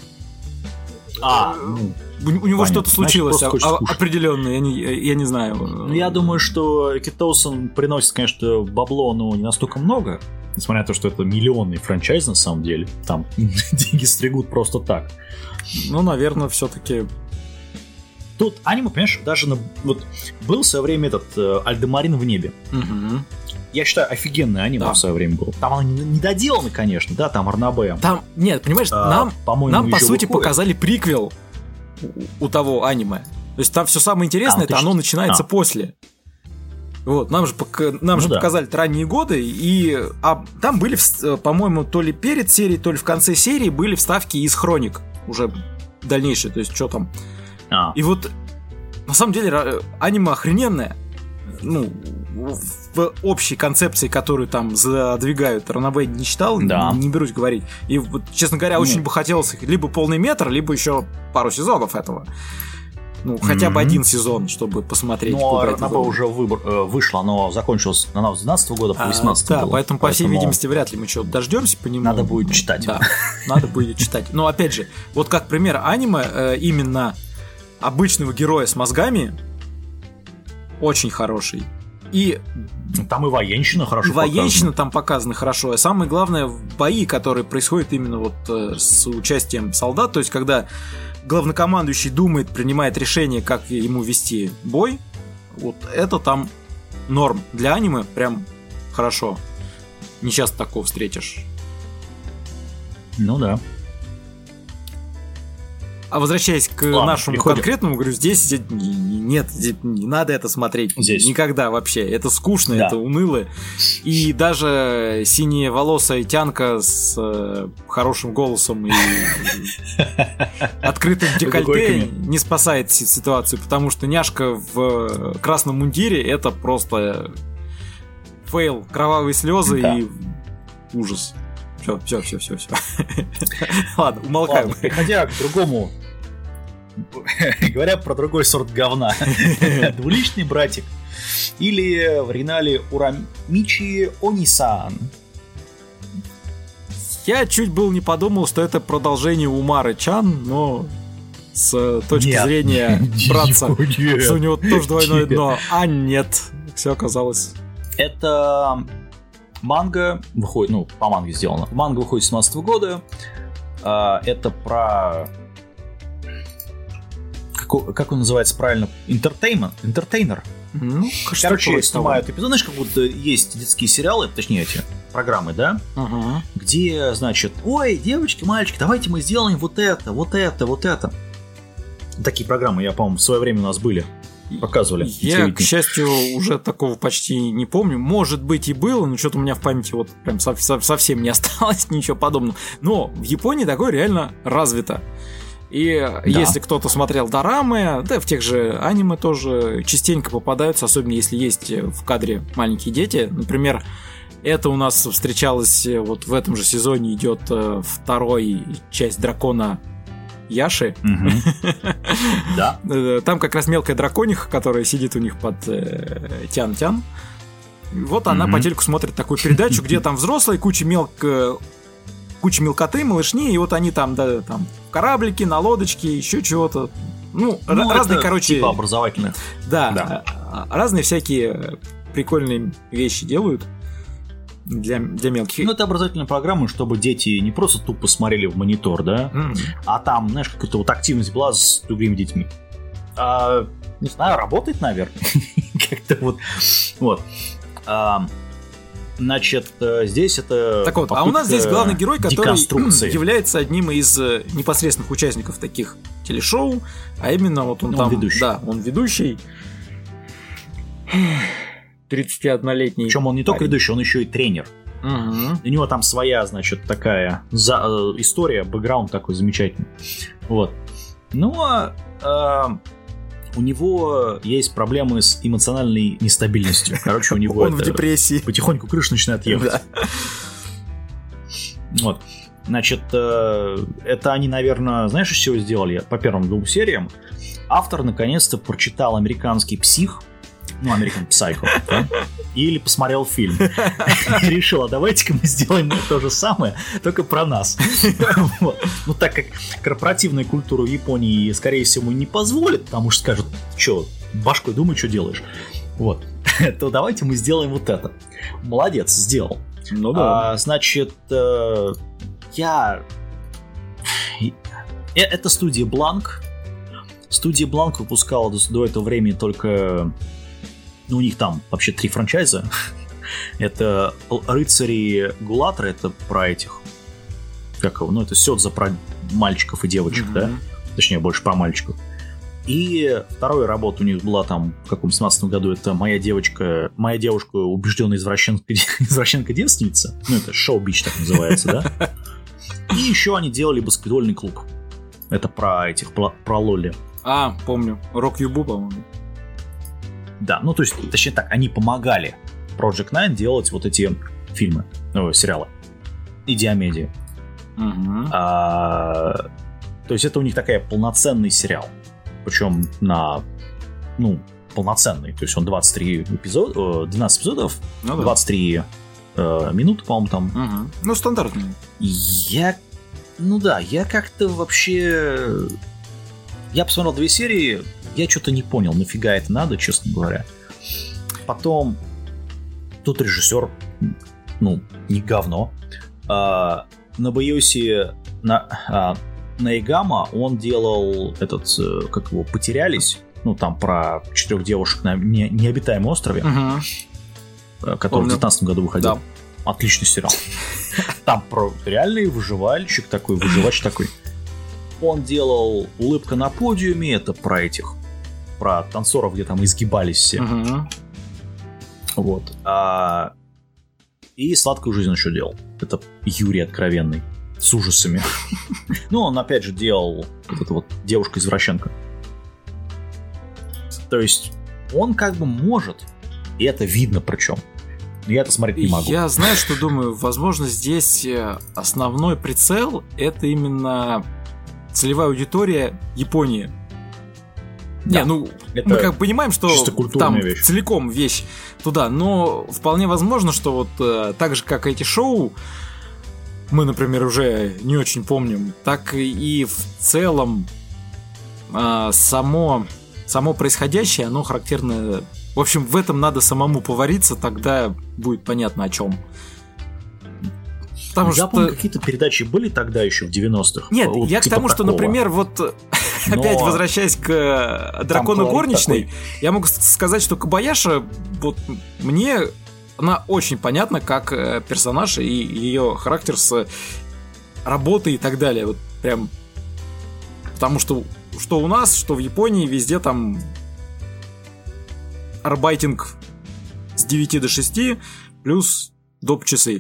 А, ну, у, у него что-то случилось Значит, а, определенное, я не, я не знаю. Ну, я думаю, что Эки Тоусон приносит, конечно, бабло, но не настолько много. Несмотря на то, что это миллионный франчайз на самом деле. Там деньги стригут просто так. Ну, наверное, все-таки... Тут аниме, понимаешь, даже на... вот был в свое время этот э, Альдемарин в небе. Угу. Я считаю, офигенное аниме да. в свое время было. Там оно не доделано, конечно, да, там Арнабе. Там, нет, понимаешь, а, нам, по-моему, нам по сути, выходит. показали приквел у, у того аниме. То есть там все самое интересное, а, это оно начинается а. после. Вот, нам же, нам ну же да. показали ранние годы, и а, там были, по-моему, то ли перед серией, то ли в конце серии были вставки из хроник уже дальнейшие, то есть что там. А. И вот, на самом деле, аниме охрененное. Ну, в общей концепции, которую там задвигают, Ранобэ не читал, да. не, не берусь говорить. И вот, честно говоря, очень Нет. бы хотелось либо полный метр, либо еще пару сезонов этого. Ну, хотя mm-hmm. бы один сезон, чтобы посмотреть. Но Ранобэ уже выбор, э, вышло, оно закончилось на с двенадцатого года по восемнадцатый. А, да, было. поэтому, по всей видимости, вряд ли мы чего-то дождемся по нему. Надо будет читать. Да, надо будет читать. Но, опять же, вот как пример аниме, э, именно обычного героя с мозгами очень хороший. И там и военщина хорошо и военщина там показана хорошо. А самое главное, бои, которые происходят именно вот э, с участием солдат, то есть когда главнокомандующий думает, принимает решение, как ему вести бой, вот это там норм. Для аниме прям хорошо. Не часто такого встретишь. Ну да. А возвращаясь к Ладно, нашему приходим. конкретному, говорю, здесь, здесь нет, здесь не надо это смотреть. Здесь. Никогда вообще. Это скучно, да. это уныло. И даже синеволосая тянка с э, хорошим голосом и открытым декольте не спасает ситуацию, потому что няшка в красном мундире — это просто фейл, кровавые слезы и ужас. Все, все, все, все, все. Ладно, умолкаем. Ладно, переходя к другому, говоря про другой сорт говна, двуличный братик или в оригинале Урамичи Онисан. Я чуть был не подумал, что это продолжение Умары-чан, но с точки нет, зрения братца, нет, что у него тоже двойное нет. дно, а нет, все оказалось. Это манга выходит, ну, по манге сделано. Манга выходит с семнадцатого года. Это про... Как, как он называется правильно? Entertainment? Entertainer? Ну, короче, снимают эпизоды. Знаешь, как будто есть детские сериалы, точнее, эти программы, да? Uh-huh. Где, значит, ой, девочки, мальчики, давайте мы сделаем вот это, вот это, вот это. Такие программы, я, по-моему, в свое время у нас были. Показывали. Я, к счастью, уже такого почти не помню. Может быть и было, но что-то у меня в памяти вот прям совсем не осталось ничего подобного. Но в Японии такое реально развито. И да. если кто-то смотрел дорамы, да, в тех же аниме тоже частенько попадаются, особенно если есть в кадре маленькие дети. Например, это у нас встречалось вот в этом же сезоне, идет второй часть дракона Яши. Да. Там как раз мелкая дракониха, которая сидит у них под э, Тян-Тян. Вот она по телеку смотрит такую передачу, где там взрослые, куча мелко... куча мелкоты, малышни, и вот они там, да, там кораблики, на лодочке, еще чего-то. Ну, ну разные, короче... Типа образовательные. Да, да, разные всякие прикольные вещи делают для, для мелких. Ну, это образовательная программа, чтобы дети не просто тупо смотрели в монитор, да, mm-hmm. а там, знаешь, какая-то вот активность была с другими детьми. А, не знаю, работает, наверное. Как-то вот. Вот. А, значит, здесь это... Так вот, а у нас здесь главный герой, который является одним из непосредственных участников таких телешоу, а именно вот он, он там... ведущий. Да, он ведущий. тридцатиоднолетний. Причем он не только ведущий, он еще и тренер. Угу. У него там своя, значит, такая за, э, история, бэкграунд такой замечательный. Вот. Ну, а э, у него есть проблемы с эмоциональной нестабильностью. Короче, у него он в депрессии. Потихоньку крыша начинает ехать. Вот. Значит, э, это они, наверное, знаешь, из чего сделали? По первым двум сериям автор наконец-то прочитал «Американский псих», ну, American Psycho, да? Или посмотрел фильм. И решил, а давайте-ка мы сделаем то же самое, только про нас. Вот. Ну, так как корпоративная культура в Японии, скорее всего, не позволит, потому что скажут, что, башкой думай, что делаешь. Вот. То давайте мы сделаем вот это. Молодец, сделал. Ну да. А, значит, э, я... Это студия Blank. Студия Blank выпускала до, до этого времени только... Ну, у них там вообще три франчайза. Это «Рыцари Гулатра», это про этих... Как его? Ну, это Сёдза про мальчиков и девочек, mm-hmm. да? Точнее, больше про мальчиков. И вторая работа у них была там в каком семнадцатом году. Это «Моя девочка... Моя девушка убежденная извращенка... извращенка-девственница». Ну, это «Шоу-бич» так называется, да? И еще они делали баскетбольный клуб. Это про этих... Про, про Лоли. А, помню. Рок-Юбу, по-моему. Да, ну то есть, точнее так, они помогали Project Nine делать вот эти фильмы, ну, сериалы и Диамедия. Uh-huh. А, то есть это у них такая полноценный сериал, причем на, ну, полноценный, то есть он двадцать три эпизода, двенадцать эпизодов, ну, да. двадцать три э, минуты, по-моему, там. Uh-huh. Ну, стандартный. Я, ну да, я как-то вообще... Я посмотрел две серии, я что-то не понял, нафига это надо, честно говоря. Потом тут режиссер, ну, не говно. А, на Боюсе, на, а, на Игама он делал этот, как его, «Потерялись», ну, там про четырех девушек на не, необитаемом острове, угу. который в девятнадцатом году выходил. Да. Отличный сериал. Там про реальный выживальщик такой, выживач такой. Он делал «Улыбка на подиуме», это про этих, про танцоров, где там изгибались все. Uh-huh. Вот. А... И «Сладкую жизнь» еще делал. Это Юрий откровенный, с ужасами. Ну, он опять же делал вот эту вот девушка-извращенка. То есть он как бы может, и это видно причем. Но я это смотреть не могу. Я знаю, что думаю, возможно, здесь основной прицел — это именно... целевая аудитория Японии. Да, не, ну, мы как понимаем, что там вещь. Целиком вещь туда, но вполне возможно, что вот э, так же, как эти шоу, мы, например, уже не очень помним, так и в целом э, само, само происходящее, оно характерно... В общем, в этом надо самому повариться, тогда будет понятно, о чем. Потому я что... помню, какие-то передачи были тогда еще в девяностых. Нет, вот, я типа к тому, такого. Что, например, вот Но... опять возвращаясь к «Дракону горничной», такой. Я могу сказать, что Кобаяши, вот мне она очень понятна как персонаж и ее характер с работой и так далее. Вот прям потому что что у нас, что в Японии, везде там арбайтинг с девяти до шести плюс доп. Часы.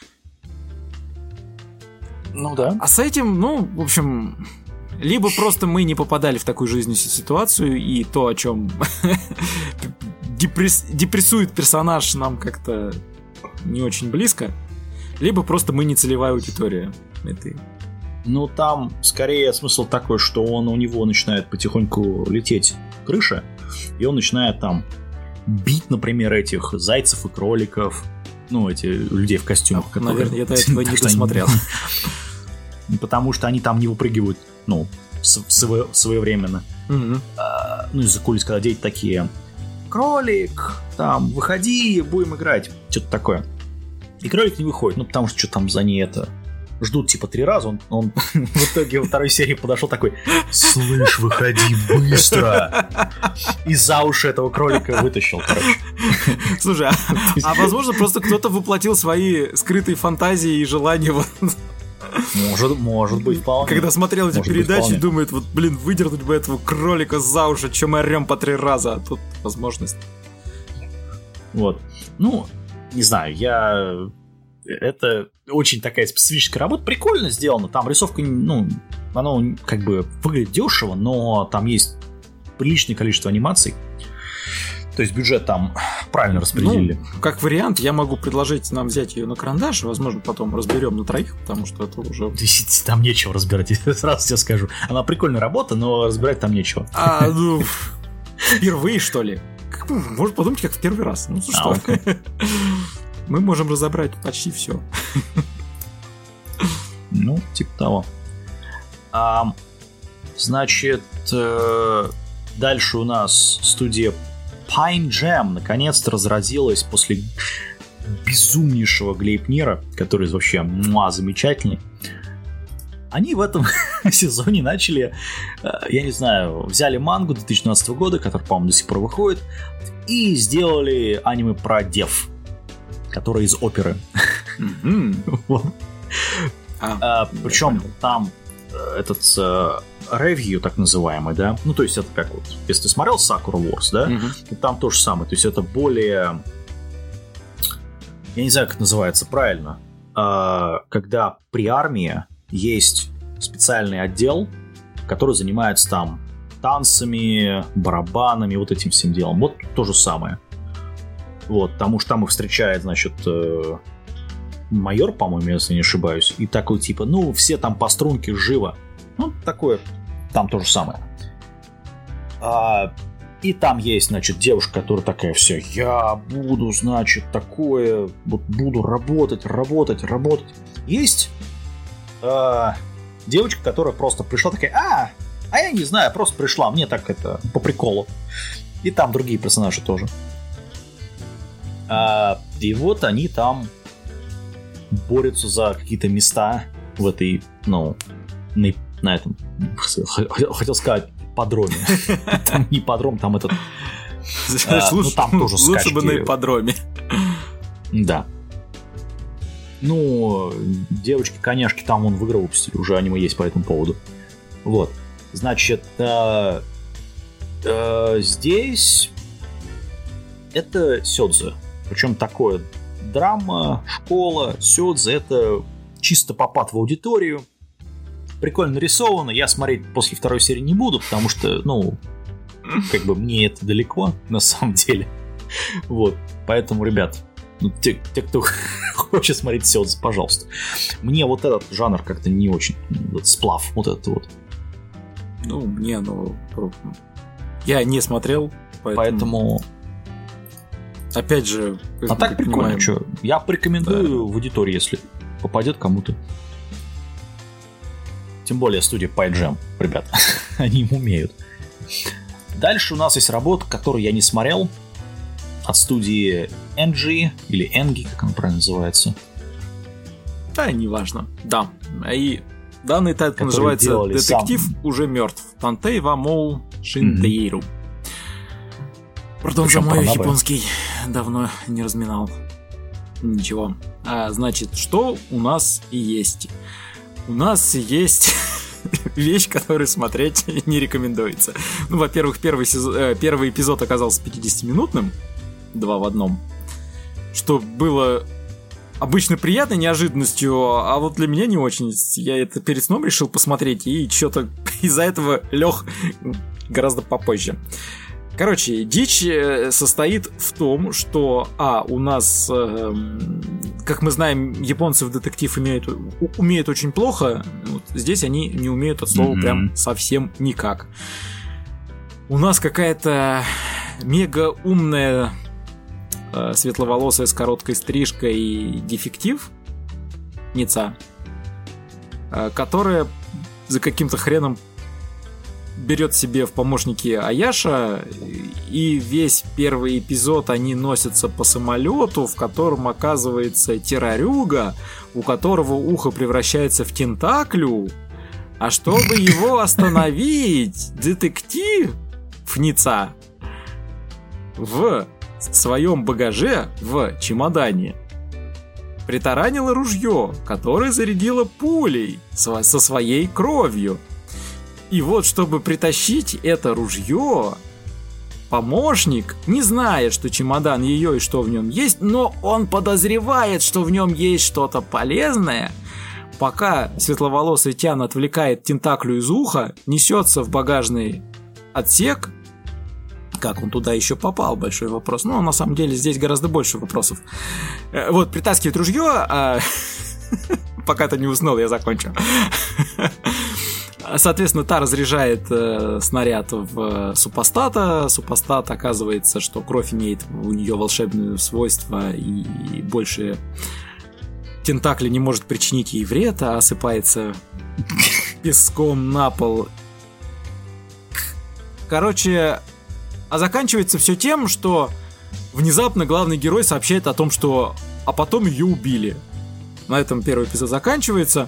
Ну да. А с этим, ну, в общем, либо просто мы не попадали в такую жизненную ситуацию, и то, о чем депресс... депрессует персонаж, нам как-то не очень близко, либо просто мы не целевая аудитория этой. Ну, там скорее смысл такой, что он у него начинает потихоньку лететь крыша, и он начинает там бить, например, этих зайцев и кроликов. Ну, эти людей в костюмах. А, которые... Наверное, я до этого не досмотрел. Потому что они там не выпрыгивают, ну, своевременно. Угу. А, ну, из-за кулис, когда дети такие: кролик, там, выходи, будем играть. Что-то такое. И кролик не выходит, ну, потому что что там за ней это... Ждут, типа, три раза, он, он в итоге во второй серии подошел такой: слышь, выходи быстро! И за уши этого кролика вытащил, короче. Слушай, а, а возможно, просто кто-то воплотил свои скрытые фантазии и желания вот... Может, может быть, вполне. Когда смотрел эти может передачи, думает, вот, блин, выдернуть бы этого кролика за уши, чем мы орем по три раза, а тут возможность. Вот. Ну, не знаю, я... Это очень такая специфическая работа, прикольно сделано, там рисовка, ну, оно как бы выглядит дешево, но там есть приличное количество анимаций, то есть бюджет там правильно распределили. Ну, как вариант, я могу предложить нам взять ее на карандаш, возможно, потом разберем на троих, потому что это уже... Там нечего разбирать, я сразу тебе скажу. Она прикольная работа, но разбирать там нечего. А, ну, впервые, что ли? Можно подумать, как в первый раз. Ну, что? Мы можем разобрать почти все. Ну, типа того. А, значит, э, дальше у нас студия Pine Jam наконец-то разразилась после безумнейшего Глейпнира, который вообще муа, замечательный. Они в этом сезоне начали, я не знаю, взяли мангу две тысячи двенадцатого года, который, по-моему, до сих пор выходит, и сделали аниме про дев, который из оперы. Причем там этот ревью, так называемый, да, ну, то есть это как вот, если ты смотрел Sakura Wars, да, там то же самое, то есть это более, я не знаю, как это называется правильно, когда при армии есть специальный отдел, который занимается там танцами, барабанами, вот этим всем делом. Вот то же самое. Вот, потому что там их встречает, значит, э, майор, по-моему, если не ошибаюсь, и такой типа, ну, все там по струнке живо. Ну, такое, там то же самое. А, и там есть, значит, девушка, которая такая вся, я буду, значит, такое, вот буду работать, работать, работать. Есть э, девочка, которая просто пришла такая, а, а я не знаю, просто пришла, мне так это, по приколу. И там другие персонажи тоже. А, и вот они там борются за какие-то места в этой, ну, на, на этом, хотел сказать, ипподроме. Там не ипподром, там этот... А, лучше, ну, там тоже лучше скачки. Бы на ипподроме. Да. Ну, девочки-коняшки там вон в игру выпустили, уже аниме есть по этому поводу. Вот. Значит, э, э, здесь это сёдзе. Причем такое драма, школа, сёдзе. Это чисто попад в аудиторию. Прикольно нарисовано. Я смотреть после второй серии не буду, потому что, ну, как бы мне это далеко, на самом деле. Вот. Поэтому, ребят, ну, те, те, кто хочет смотреть сёдзе, пожалуйста. Мне вот этот жанр как-то не очень, вот, сплав, вот этот вот. Ну, не, ну, я не смотрел, поэтому... поэтому... Опять же... А так прикольно, что? Я порекомендую да. в аудитории, если попадет кому-то. Тем более студия Pine Jam, ребят, они им умеют. Дальше у нас есть работа, которую я не смотрел, от студии Engi, или Engi, как она правильно называется. Да, неважно. Да, и... Данный тайтл называется «Детектив сам... уже мертв». Тантей ва моу шинтейру. Mm-hmm. Пардон за мой японский. Давно не разминал. Ничего. А, значит, что у нас есть? У нас есть вещь, которую смотреть не рекомендуется. Ну, во-первых, первый, сезон, э, первый эпизод оказался пятидесятиминутным. Два в одном. Что было... обычно приятной неожиданностью, а вот для меня не очень. Я это перед сном решил посмотреть, и что-то из-за этого лег гораздо попозже. Короче, дичь состоит в том, что, а, у нас, э, как мы знаем, японцы в детектив умеют, умеют очень плохо, вот здесь они не умеют от слова mm-hmm. прям совсем никак. У нас какая-то мега умная светловолосая с короткой стрижкой дефектив Ница, которая за каким-то хреном берет себе в помощники Аяша, и весь первый эпизод они носятся по самолету, в котором оказывается террорюга, у которого ухо превращается в тентаклю, а чтобы его остановить, детектив Фница в своем багаже в чемодане притаранила ружье, которое зарядило пулей со своей кровью. И вот, чтобы притащить это ружье, помощник не знает, что чемодан ее и что в нем есть, но он подозревает, что в нем есть что-то полезное. Пока светловолосый Тян отвлекает тентаклю из уха, несется в багажный отсек. Как он туда еще попал, большой вопрос. Но на самом деле здесь гораздо больше вопросов. Вот, притаскивает ружье, а... пока ты не уснул, я закончу. Соответственно, та разряжает э, снаряд в супостата. Супостат, оказывается, что кровь имеет у нее волшебное свойство, и больше тентакли не может причинить ей вред, а осыпается песком на пол. Короче, а заканчивается все тем, что внезапно главный герой сообщает о том, что а потом ее убили. На этом первый эпизод заканчивается.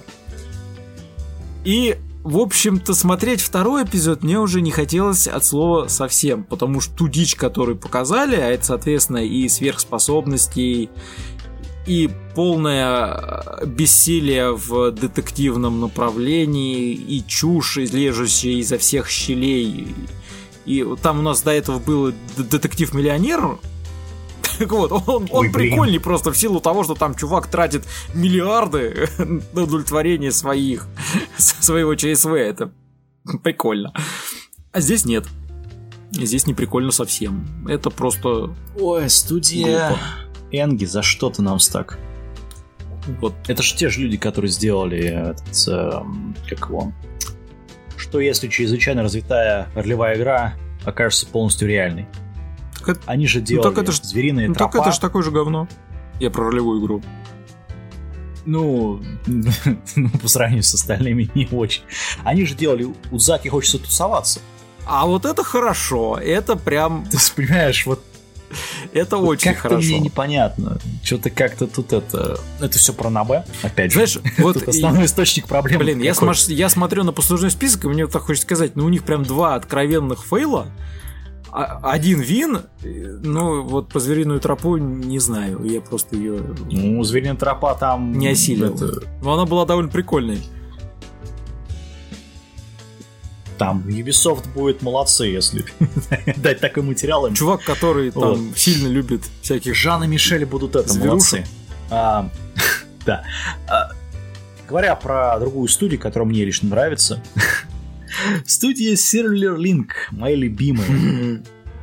И, в общем-то, смотреть второй эпизод мне уже не хотелось от слова совсем, потому что ту дичь, которую показали, а это, соответственно, и сверхспособности, и полное бессилие в детективном направлении, и чушь, лезущая изо всех щелей. И там у нас до этого был детектив-миллионер. Так вот, он, он прикольный просто в силу того, что там чувак тратит миллиарды на удовлетворение своих, своего ЧСВ. Это прикольно. А здесь нет. Здесь не прикольно совсем. Это просто... Ой, студия глупо. Энги, за что ты нам так? Вот. Это же те же люди, которые сделали этот, э, как его... Что если чрезвычайно развитая ролевая игра окажется полностью реальной? Это, Они же делали ну, так это ж, звериные ну, тропа. Так это же такое же говно. Я про ролевую игру. Ну, по сравнению с остальными не очень. Они же делали у Заки хочется тусоваться. А вот это хорошо. Это прям... Ты понимаешь, вот это вот очень как-то хорошо. Мне непонятно. Что-то как-то тут это... Это все про НАБ, опять Знаешь, же. вот тут основной и... источник проблем. Блин, я, см... я смотрю на послужной список, и мне вот так хочется сказать, ну у них прям два откровенных фейла. Один вин, ну вот по звериную тропу не знаю, я просто ее... Ну, звериная тропа там... Не осилил. Это... Но она была довольно прикольной. Там Ubisoft будет молодцы, если дать такой материал им. Чувак, который там вот. Сильно любит всяких... Жан и Мишель будут это, зверушек. Молодцы. А, да. А, говоря про другую студию, которая мне лично нравится... Студия Silver Link, моя любимая.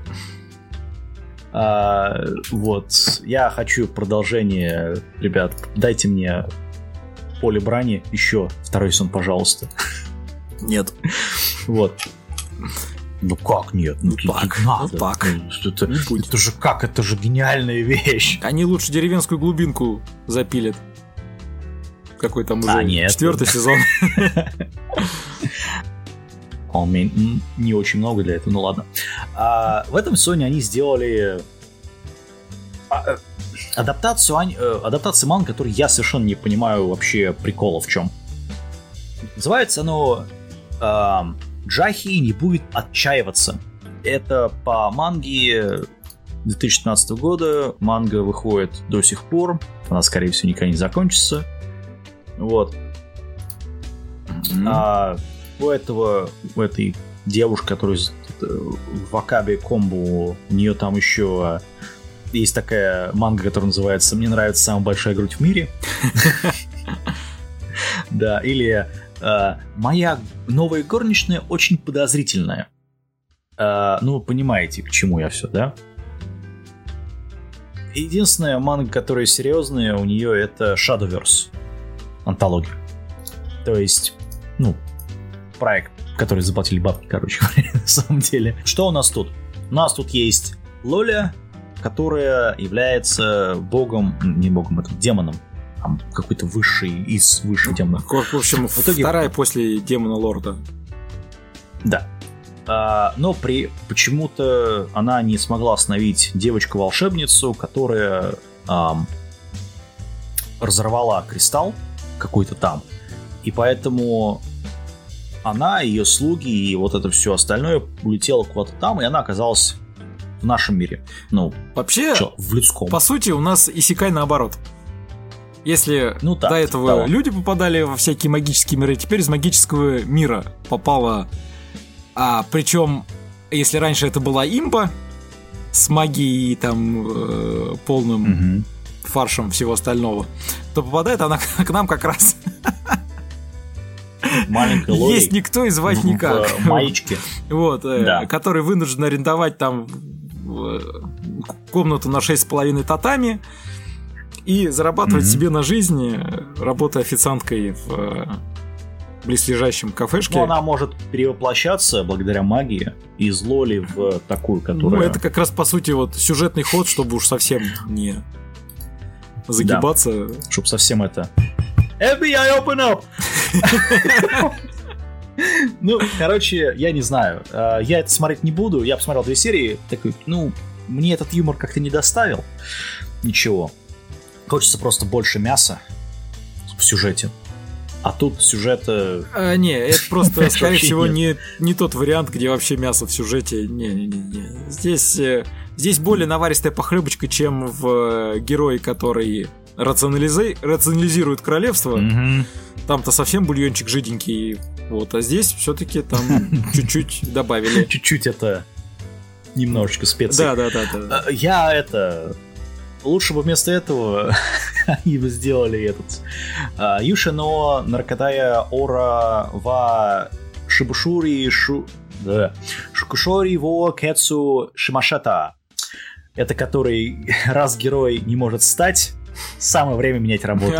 а, вот. Я хочу продолжение. Ребят, дайте мне поле брани еще второй сезон, пожалуйста. Нет. Вот. Ну как нет? Ну, ну так, надо. Ну, так. Это, это же как? Это же гениальная вещь. Они лучше деревенскую глубинку запилят. Какой там уже а, нет. четвертый сезон. Он не очень много для этого, ну ладно. А, в этом сезоне они сделали адаптацию, адаптацию манги, которую я совершенно не понимаю вообще прикола в чем. Называется оно э, «Джахи не будет отчаиваться». Это по манге две тысячи шестнадцатого года. Манга выходит до сих пор. Она, скорее всего, никогда не закончится. Вот. Mm-hmm. А у этого, у этой девушки, которая в Вакабе Комбу, у нее там еще есть такая манга, которая называется «Мне нравится самая большая грудь в мире». Да, или «Моя новая горничная очень подозрительная». Ну, вы понимаете, к чему я все, да? Единственная манга, которая серьезная, у нее это Shadowverse. Антология. То есть, ну, проект, который заплатили бабки, короче говоря, на самом деле. Что у нас тут? У нас тут есть Лоля, которая является богом, не богом, это демоном. Там какой-то высший из высших демонов. В общем, в итоге... вторая после демона лорда. Да. А, но при почему-то она не смогла остановить девочку-волшебницу, которая ам, разорвала кристалл какой-то там. И поэтому она, ее слуги и вот это все остальное улетело куда-то там, и она оказалась в нашем мире. Ну, вообще, чё, в людском. По сути, у нас исекай наоборот. Если ну, так, до этого того. люди попадали во всякие магические миры, теперь из магического мира попала... А, причем, если раньше это была имба с магией там э, полным угу. фаршем всего остального, то попадает она к нам как раз... Маленькая Лори. Есть никто и звать никак. В маечке. Вот, да. который вынужден арендовать там комнату на шесть с половиной татами и зарабатывать mm-hmm. себе на жизнь, работая официанткой в близлежащем кафешке. Ну, она может перевоплощаться благодаря магии из Лоли в такую, которая... Ну, это как раз, по сути, вот сюжетный ход, чтобы уж совсем не загибаться. Да. Чтобы совсем это... эф би ай, open up! Ну, короче, я не знаю. Я это смотреть не буду. Я посмотрел две серии. Такой, ну, мне этот юмор как-то не доставил. Ничего. Хочется просто больше мяса в сюжете. А тут сюжета... А, не, это просто, скорее всего, не, не тот вариант, где вообще мясо в сюжете. Не-не-не. Здесь, здесь более наваристая похлебочка, чем в герое, который... Рационализи... рационализирует королевство. Mm-hmm. Там-то совсем бульончик жиденький. Вот, а здесь все-таки там чуть-чуть добавили. Чуть-чуть это немножечко специй. Да, да, да, да. Я это. Лучше бы вместо этого они бы сделали этот. Юшино наркотая ора ва шибушури шу. Да. Шукушори во кэцу шимашата. Это который раз герой не может встать. Самое время менять работу.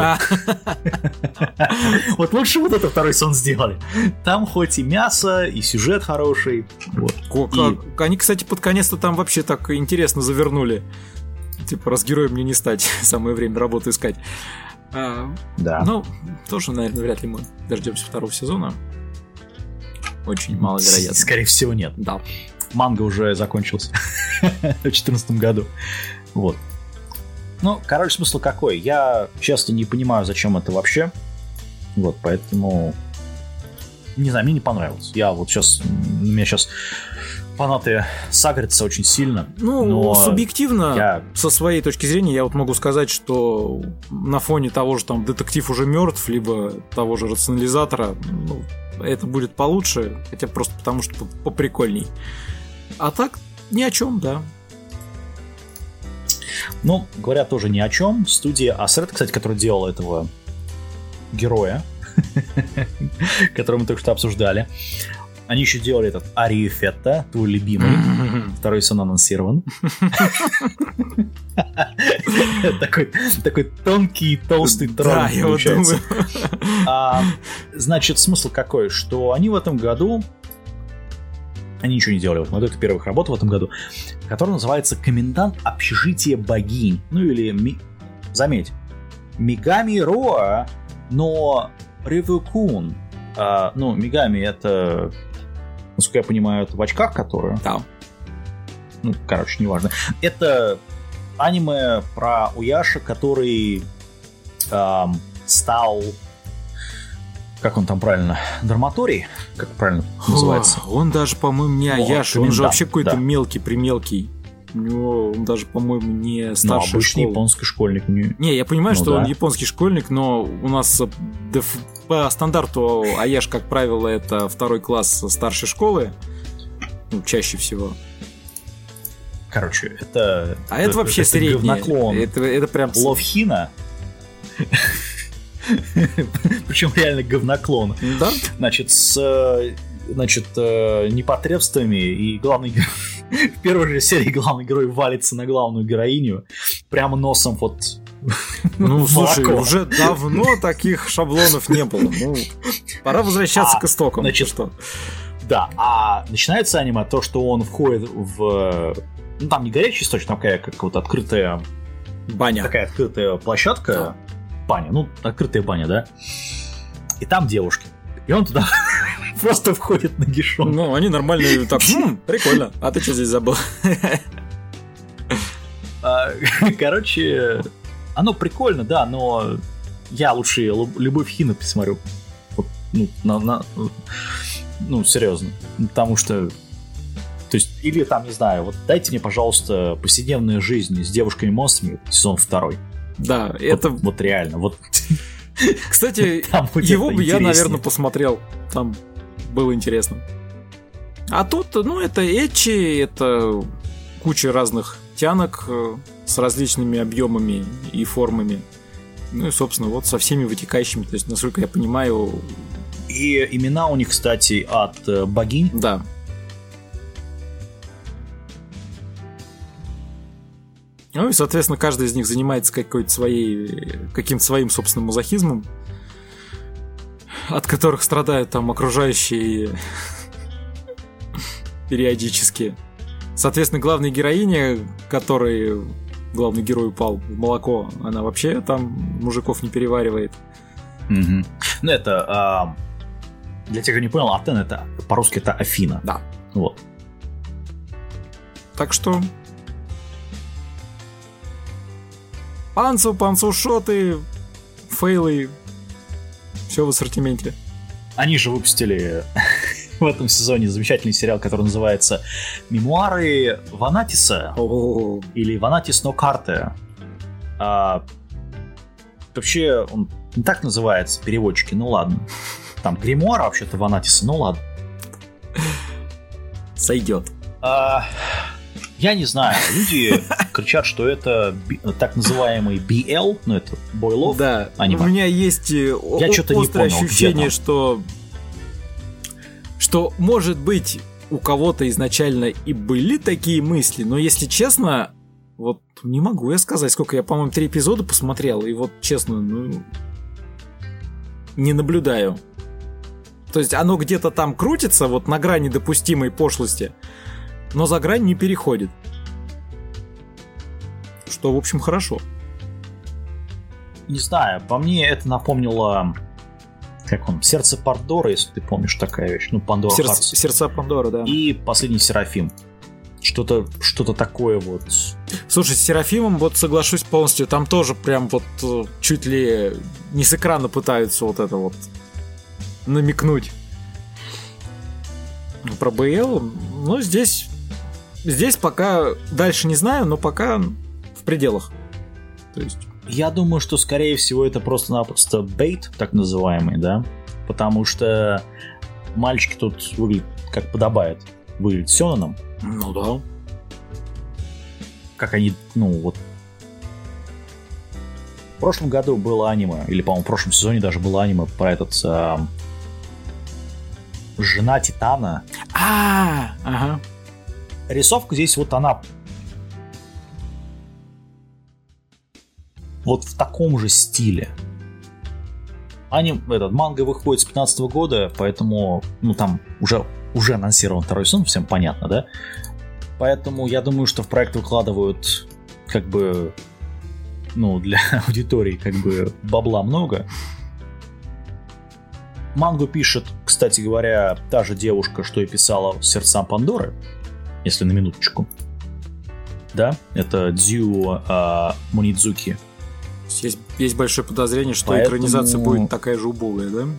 Вот лучше вот это второй сон сделали. Там хоть и мясо, и сюжет хороший. Они, кстати, под конец-то там вообще так интересно завернули. Типа, раз героем мне не стать, самое время работу искать. Да. Ну, тоже, наверное, вряд ли мы дождемся второго сезона. Очень маловероятно. Скорее всего, нет. Да. Манга уже закончился в две тысячи четырнадцатом году. Вот. Ну, короче, смысл какой? Я, честно, не понимаю, зачем это вообще. Вот, поэтому... Не знаю, мне не понравилось. Я вот сейчас... У меня сейчас фанаты сагрятся очень сильно. Ну, субъективно, я... со своей точки зрения, я вот могу сказать, что на фоне того же там детектив уже мертв, либо того же рационализатора, ну, это будет получше, хотя просто потому, что поприкольней. А так, ни о чем, да. Ну, говоря тоже ни о чем, студия Асред, кстати, которая делала этого героя, которого мы только что обсуждали, они еще делали этот Арию Фетта, твой любимый, второй сон анонсирован. Такой тонкий, толстый трон получается. Значит, смысл какой, что они в этом году... Они ничего не делали в этом году, это первая их работа в этом году, которая называется «Комендант общежития богинь». Ну или, ми... заметь, Мигами Роа, но Ревукун. А, ну, Мигами это, насколько я понимаю, это в очках, которые... Да. Ну, короче, неважно. Это аниме про Уяша, который эм, стал... Как он там правильно? Драматорий? Как правильно называется? О, он даже, по-моему, не Аяши, он же вообще какой-то да. мелкий-примелкий. У него он даже, по-моему, не старший. Ну, обычный японский школьник. Не, не я понимаю, ну, что да. он японский школьник, но у нас по стандарту Аяш, как правило, это второй класс старшей школы. Ну, чаще всего. Короче, это... А это, это вообще это средний. Говноклон. Это, это прям... Ловхина. Причем реально говноклон. Да? Значит, с значит, непотребствами, и главный герой... в первой же серии главный герой валится на главную героиню прямо носом вот... Ну, слушай, уже давно таких шаблонов не было. Ну, пора возвращаться а, к истокам. Значит, что? Да, а начинается аниме то, что он входит в... Ну, там не горячий источник, там такая как вот открытая... Баня. Такая открытая площадка. Да. Баня, ну, открытая баня, да? И там девушки. И он туда просто входит нагишом. Ну, они нормально так, «Хм, прикольно, а ты что здесь забыл?» Короче, оно прикольно, да, но я лучше «Любовь Хина» посмотрю. Вот, ну, на, на, ну, серьезно. Потому что... То есть, или там, не знаю, вот дайте мне, пожалуйста, «Повседневная жизнь с девушками-монстрами», сезон второй. Да, вот, это... Вот реально, вот... Кстати, его бы я, наверное, посмотрел. Там было интересно. А тут, ну, это эчи, это куча разных тянок с различными объемами и формами. Ну и, собственно, вот со всеми вытекающими. То есть, насколько я понимаю... И имена у них, кстати, от богинь. Да. Ну и, соответственно, каждый из них занимается какой-то своей, каким-то своим собственным мазохизмом, от которых страдают там окружающие периодически. Соответственно, главная героиня, которой главный герой упал в молоко, она вообще там мужиков не переваривает. Угу. Ну это, а, для тех, кто не понял, Атен это по-русски это Афина. Да. Вот. Так что... Панцу, панцушоты, фейлы, все в ассортименте. Они же выпустили в этом сезоне замечательный сериал, который называется «Мемуары Ванатиса» О-о-о. или «Ванатис но карте». А, вообще он не так называется, переводчики, ну ладно. Там гримуар вообще-то Ванатиса, ну ладно. Сойдет. А, я не знаю, люди кричат, что это би, так называемый би эл, ну это Boy Love. Да, аниме. У меня есть Я о- что-то не острое понял, ощущение, что что может быть у кого-то изначально и были такие мысли, но если честно, вот не могу я сказать, сколько я, по-моему, три эпизода посмотрел, и вот честно, ну не наблюдаю. То есть оно где-то там крутится, вот на грани допустимой пошлости, но за грань не переходит. Что, в общем, хорошо. Не знаю, по мне это напомнило, как он, «Сердце Пандоры», если ты помнишь, такая вещь. Ну, Пандора Сердце, Хартс. сердца Пандоры, да. И «Последний Серафим». Что-то, что-то такое вот. Слушай, с Серафимом вот соглашусь полностью. Там тоже прям вот чуть ли не с экрана пытаются вот это вот намекнуть. Про БЛ, ну, здесь здесь пока дальше не знаю, но пока в пределах. То есть... Я думаю, что, скорее всего, это просто-напросто бейт, так называемый, да? Потому что мальчики тут выглядят, как подобает, выглядят сёнэном. Ну да. Как они, ну, вот... В прошлом году было аниме, или, по-моему, в прошлом сезоне даже было аниме про этот... А... Жена Титана. А, ага. Рисовка здесь вот она вот в таком же стиле. Аним, этот, манга выходит с пятнадцатого года, поэтому, ну, там уже, уже анонсирован второй сезон, всем понятно, да? Поэтому я думаю, что в проект выкладывают, как бы, ну, для аудитории, как бы, бабла много. Мангу пишет, кстати говоря, та же девушка, что и писала «Сердца Пандоры», если на минуточку. Да, это Дзю а, Монидзуки. Есть, есть большое подозрение, что Поэтому... экранизация будет такая же убогая, да?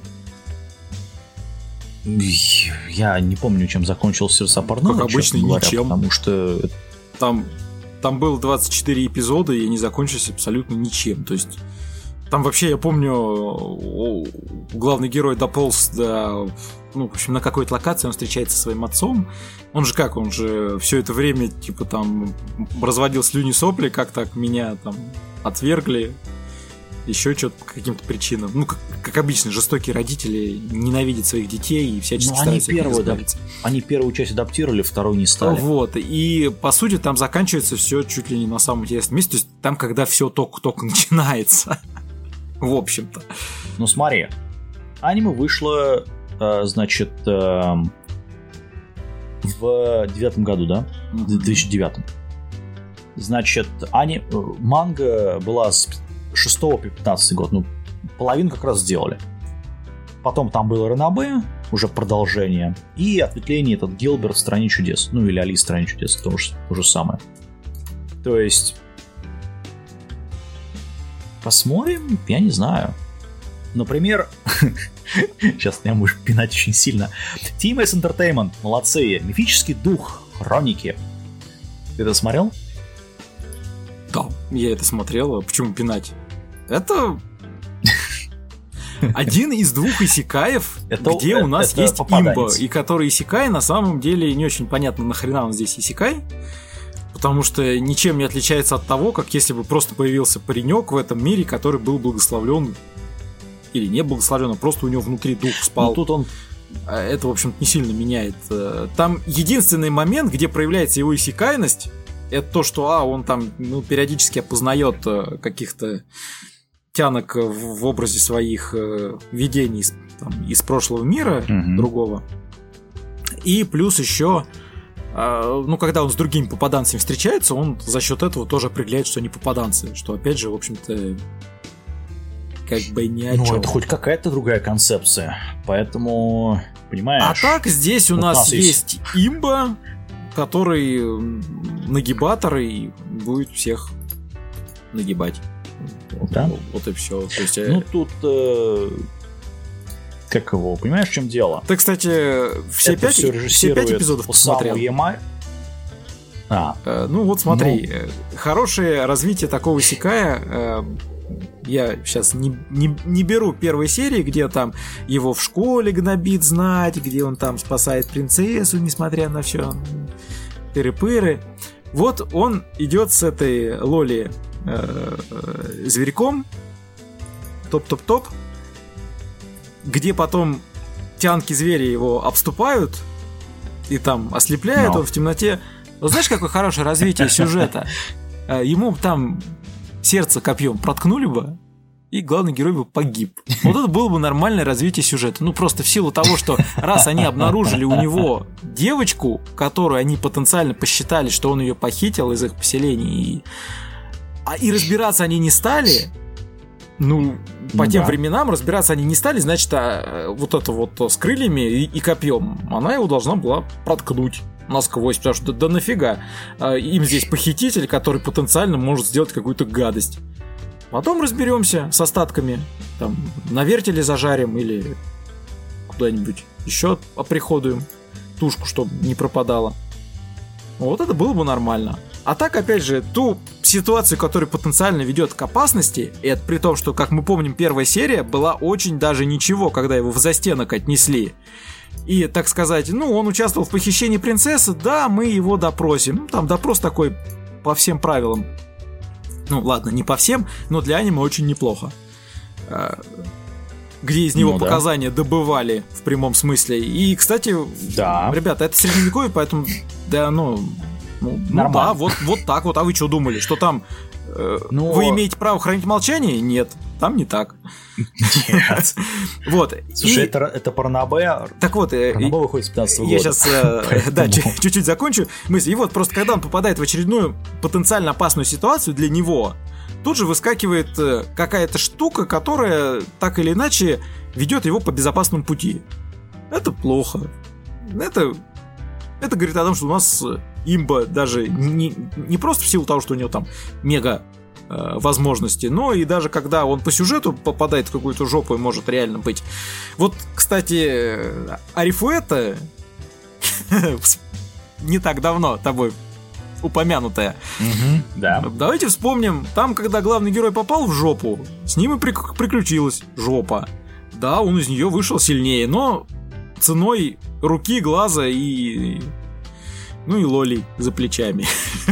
Я не помню, чем закончился «Сердца Пандоры», как обычно, говоря, ничем. потому что... Там, там было двадцать четыре эпизода, и они закончились абсолютно ничем. То есть... Там вообще, я помню, главный герой дополз до, ну, в общем, на какой-то локации, он встречается со своим отцом. Он же как, он же все это время, типа, там, разводил слюни сопли, как так меня там отвергли, еще что-то по каким-то причинам. Ну, как, как обычно, жестокие родители ненавидят своих детей и всячески ну, они стараются их избавиться. Они первую часть адаптировали, вторую не стали. Вот, и, по сути, там заканчивается все чуть ли не на самом интересном месте, то есть там, когда все только-только начинается. В общем-то. Ну смотри, аниме вышло, э, значит, э, в девятом году, да? В две тысячи девятом. Значит, ани... манга была с шестого по пятнадцатый год. Ну, половину как раз сделали. Потом там было Ранобэ, уже продолжение. И ответвление этот Гилберт в «Стране чудес». Ну или Али в «Стране чудес», то же, то же самое. То есть... Посмотрим, я не знаю. Например, сейчас меня будешь пинать очень сильно. ти эм эс Entertainment, молодцы. «Мифический дух. Хроники». Ты это смотрел? Да, я это смотрел. Почему пинать? Это один из двух исекаев, это, где у нас есть имба, и который исекай на самом деле не очень понятно, нахрена он здесь исекай. Потому что ничем не отличается от того, как если бы просто появился паренек в этом мире, который был благословлен или не благословлен, а просто у него внутри дух спал. Но тут он... Это, в общем-то, не сильно меняет. Там единственный момент, где проявляется его исекайность, это то, что а, он там ну, периодически опознает каких-то тянок в образе своих видений там, из прошлого мира mm-hmm. другого. И плюс еще... Ну, когда он с другими попаданцами встречается, он за счет этого тоже определяет, что они попаданцы. Что, опять же, в общем-то, как бы ни о чем. Ну, это хоть какая-то другая концепция. Поэтому, понимаешь... А так, здесь у, у нас, нас есть имба, который нагибатор и будет всех нагибать. Да? Вот, вот и все. То есть, ну, тут... Э... Как его, понимаешь, в чем дело? Ты, кстати, все, пять, все пять эпизодов посмотрел. Яма... А. Э, ну вот смотри, ну... хорошее развитие такого исекая. Э, я сейчас не, не, не беру первой серии, где там его в школе гнобит знать, где он там спасает принцессу, несмотря на все тыры-пыры. Вот он идет с этой Лоли э, э, зверьком, топ-топ-топ, где потом тянки-звери его обступают и там ослепляют, no. он в темноте. Ну, знаешь, какое хорошее развитие сюжета? Ему там сердце копьем проткнули бы, и главный герой бы погиб. Вот это было бы нормальное развитие сюжета. Ну, просто в силу того, что раз они обнаружили у него девочку, которую они потенциально посчитали, что он ее похитил из их поселений, и, а, и разбираться они не стали... Ну, по тем да. временам разбираться они не стали, значит, а, вот это вот с крыльями и, и копьем, она его должна была проткнуть насквозь, потому что да нафига, а, им здесь похититель, который потенциально может сделать какую-то гадость. Потом разберемся с остатками, там, на вертеле зажарим или куда-нибудь еще оприходуем тушку, чтобы не пропадала. Вот это было бы нормально. А так, опять же, ту ситуацию, которая потенциально ведет к опасности, и это при том, что, как мы помним, первая серия была очень даже ничего, когда его в застенок отнесли. И, так сказать, ну, он участвовал в похищении принцессы, да, мы его допросим. Ну, там допрос такой по всем правилам. Ну, ладно, не по всем, но для аниме очень неплохо. Где из него ну, показания да. добывали в прямом смысле. И, кстати, да. ребята, это средневековье, поэтому, да, ну... Ну, ну да, вот, вот так вот. А вы что думали, что там э, Но... вы имеете право хранить молчание? Нет, там не так. Нет. Вот. Слушай, и... это, это по Ранобэ. Так вот, Ранобэ выходит с пятнадцатого года. Я сейчас э, да, чуть-чуть закончу мысль. И вот просто когда он попадает в очередную потенциально опасную ситуацию для него, тут же выскакивает какая-то штука, которая так или иначе ведет его по безопасному пути. Это плохо. Это, это говорит о том, что у нас имба даже не, не просто в силу того, что у него там мега э, возможности, но и даже когда он по сюжету попадает в какую-то жопу и может реально быть. Вот, кстати, Арифуэта не так давно тобой упомянутая. Угу, да. Давайте вспомним, там, когда главный герой попал в жопу, с ним и прик- приключилась жопа. Да, он из нее вышел сильнее, но ценой руки, глаза и... Ну и лоли за плечами.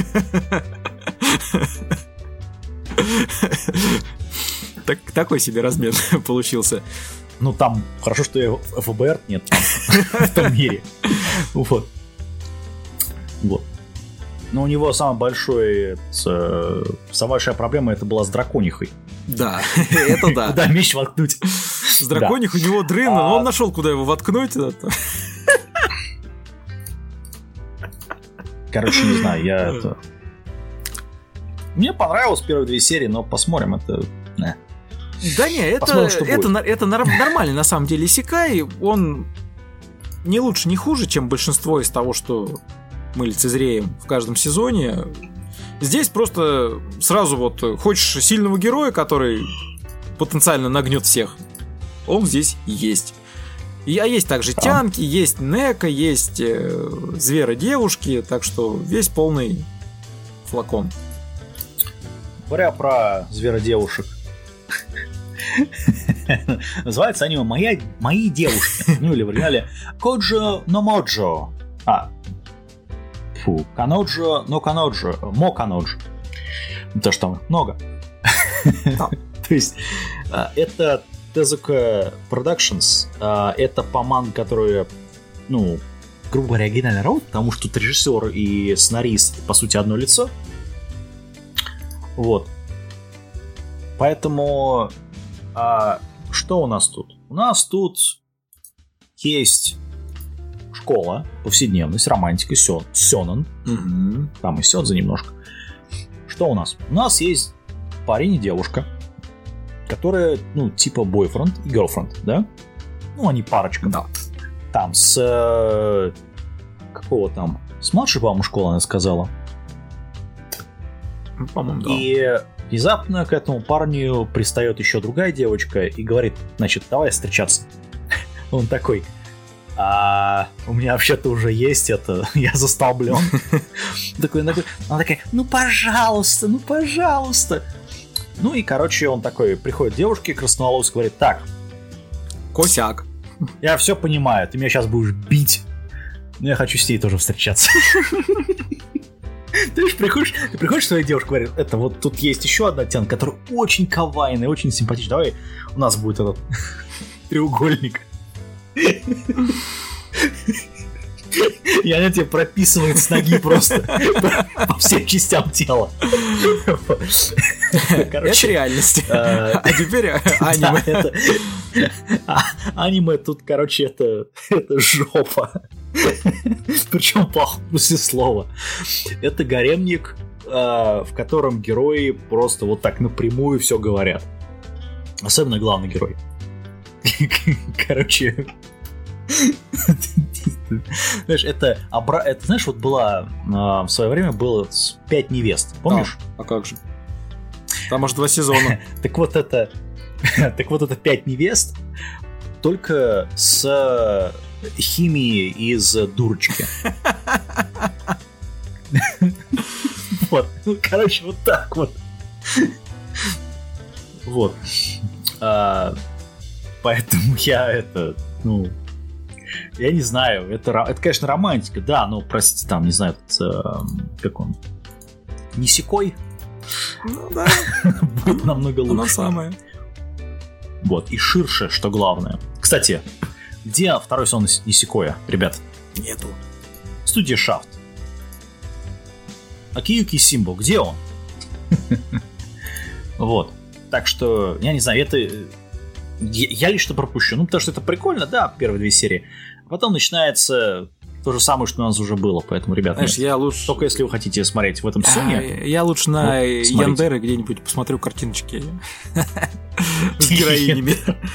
Так, такой себе размен получился. Ну там, хорошо, что эф бэ эр нет в том мире. Вот. Вот. Но у него самая большая, самая большая проблема это была с драконихой. Да, это да. Куда меч воткнуть? С драконих у него дрын, но он нашел, куда его воткнуть. Короче, не знаю, я это... Мне понравилось первые две серии, но посмотрим, это... Не. Да не, это, это, это нормальный на самом деле исекай. Он не лучше, не хуже, чем большинство из того, что мы лицезреем в каждом сезоне. Здесь просто сразу вот хочешь сильного героя, который потенциально нагнет всех, он здесь есть. А есть также тянки, есть Нека, есть э, зверодевушки, так что весь полный флакон. Говоря про зверодевушек, называется аниме «Моя, «Мои девушки». Ну или в оригинале «Коджо но Моджо». А, фу, «Каноджо но Каноджо», «Мо Каноджо». То, что там много. То есть, это Tezuka Productions, это по манге, которые, ну, грубо говоря, оригинальный род, потому что тут режиссер и сценарист, по сути, одно лицо. Вот. Поэтому а, что у нас тут? У нас тут есть школа, повседневность, романтика, сё, сёнэн. Угу. Там и сёдзе немножко. Что у нас? У нас есть парень и девушка, которые, ну, типа бойфренд и girlfriend, да? Ну, они парочка. Да. Там с... Э, какого там? С младшей, по-моему, школы, она сказала. По-моему, да. И внезапно к этому парню пристает еще другая девочка и говорит, значит, давай встречаться. Он такой, а у меня вообще-то уже есть это, я застолблен. Такой, она такая, ну пожалуйста, ну пожалуйста. Ну и, короче, он такой, приходит к девушке красноволосой, говорит, так, косяк. Я все понимаю, ты меня сейчас будешь бить, но я хочу с ней тоже встречаться. Ты же приходишь, ты приходишь к своей девушке, говорит, это вот тут есть еще одна тянка, которая очень кавайная, очень симпатичная. Давай у нас будет этот треугольник. И она тебе прописывает с ноги просто по всем частям тела. Это реальность. А теперь аниме. Аниме тут, короче, это жопа. Причем в плохом смысле слова. Это гаремник, в котором герои просто вот так напрямую все говорят. Особенно главный герой. Короче... Знаешь, это, обра... это, знаешь, вот была э, в свое время было пять невест, помнишь? А, а как же? Там аж два сезона. Так вот это, так вот это пять невест, только с химией из дурочки. Вот, ну, короче, вот так вот. Вот. Поэтому я это, ну... Я не знаю, это, это, конечно, романтика, да, но, простите, там, не знаю, это, как он, Нисекой? Ну, да. Будет намного лучше. Оно самое. Вот, и ширше, что главное. Кстати, где второй сон Нисекоя, ребят? Нету. Студия Shaft. Акиюки Симбо, где он? Вот, так что, я не знаю, это... Я лично пропущу, ну потому что это прикольно, да, первые две серии. А потом начинается то же самое, что у нас уже было, поэтому, ребята, знаешь, я лучше... только если вы хотите смотреть в этом сезоне. Я лучше на Яндере где-нибудь посмотрю картиночки с героинями.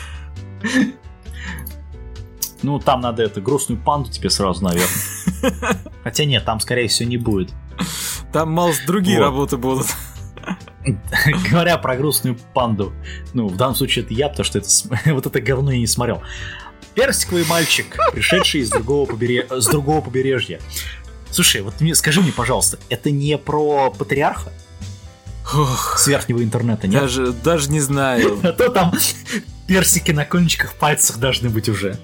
Ну, там надо это, грустную панду тебе сразу, наверное. Хотя нет, там, скорее всего, не будет. Там, мало, другие работы будут. Говоря про грустную панду, ну, в данном случае это я, потому что это, вот это говно я не смотрел. Персиковый мальчик, пришедший из другого, побере... с другого побережья. Слушай, вот мне, скажи мне, пожалуйста, это не про патриарха? Ох, с верхнего интернета, нет? Даже, даже не знаю. А то там персики на кончиках пальцев должны быть уже.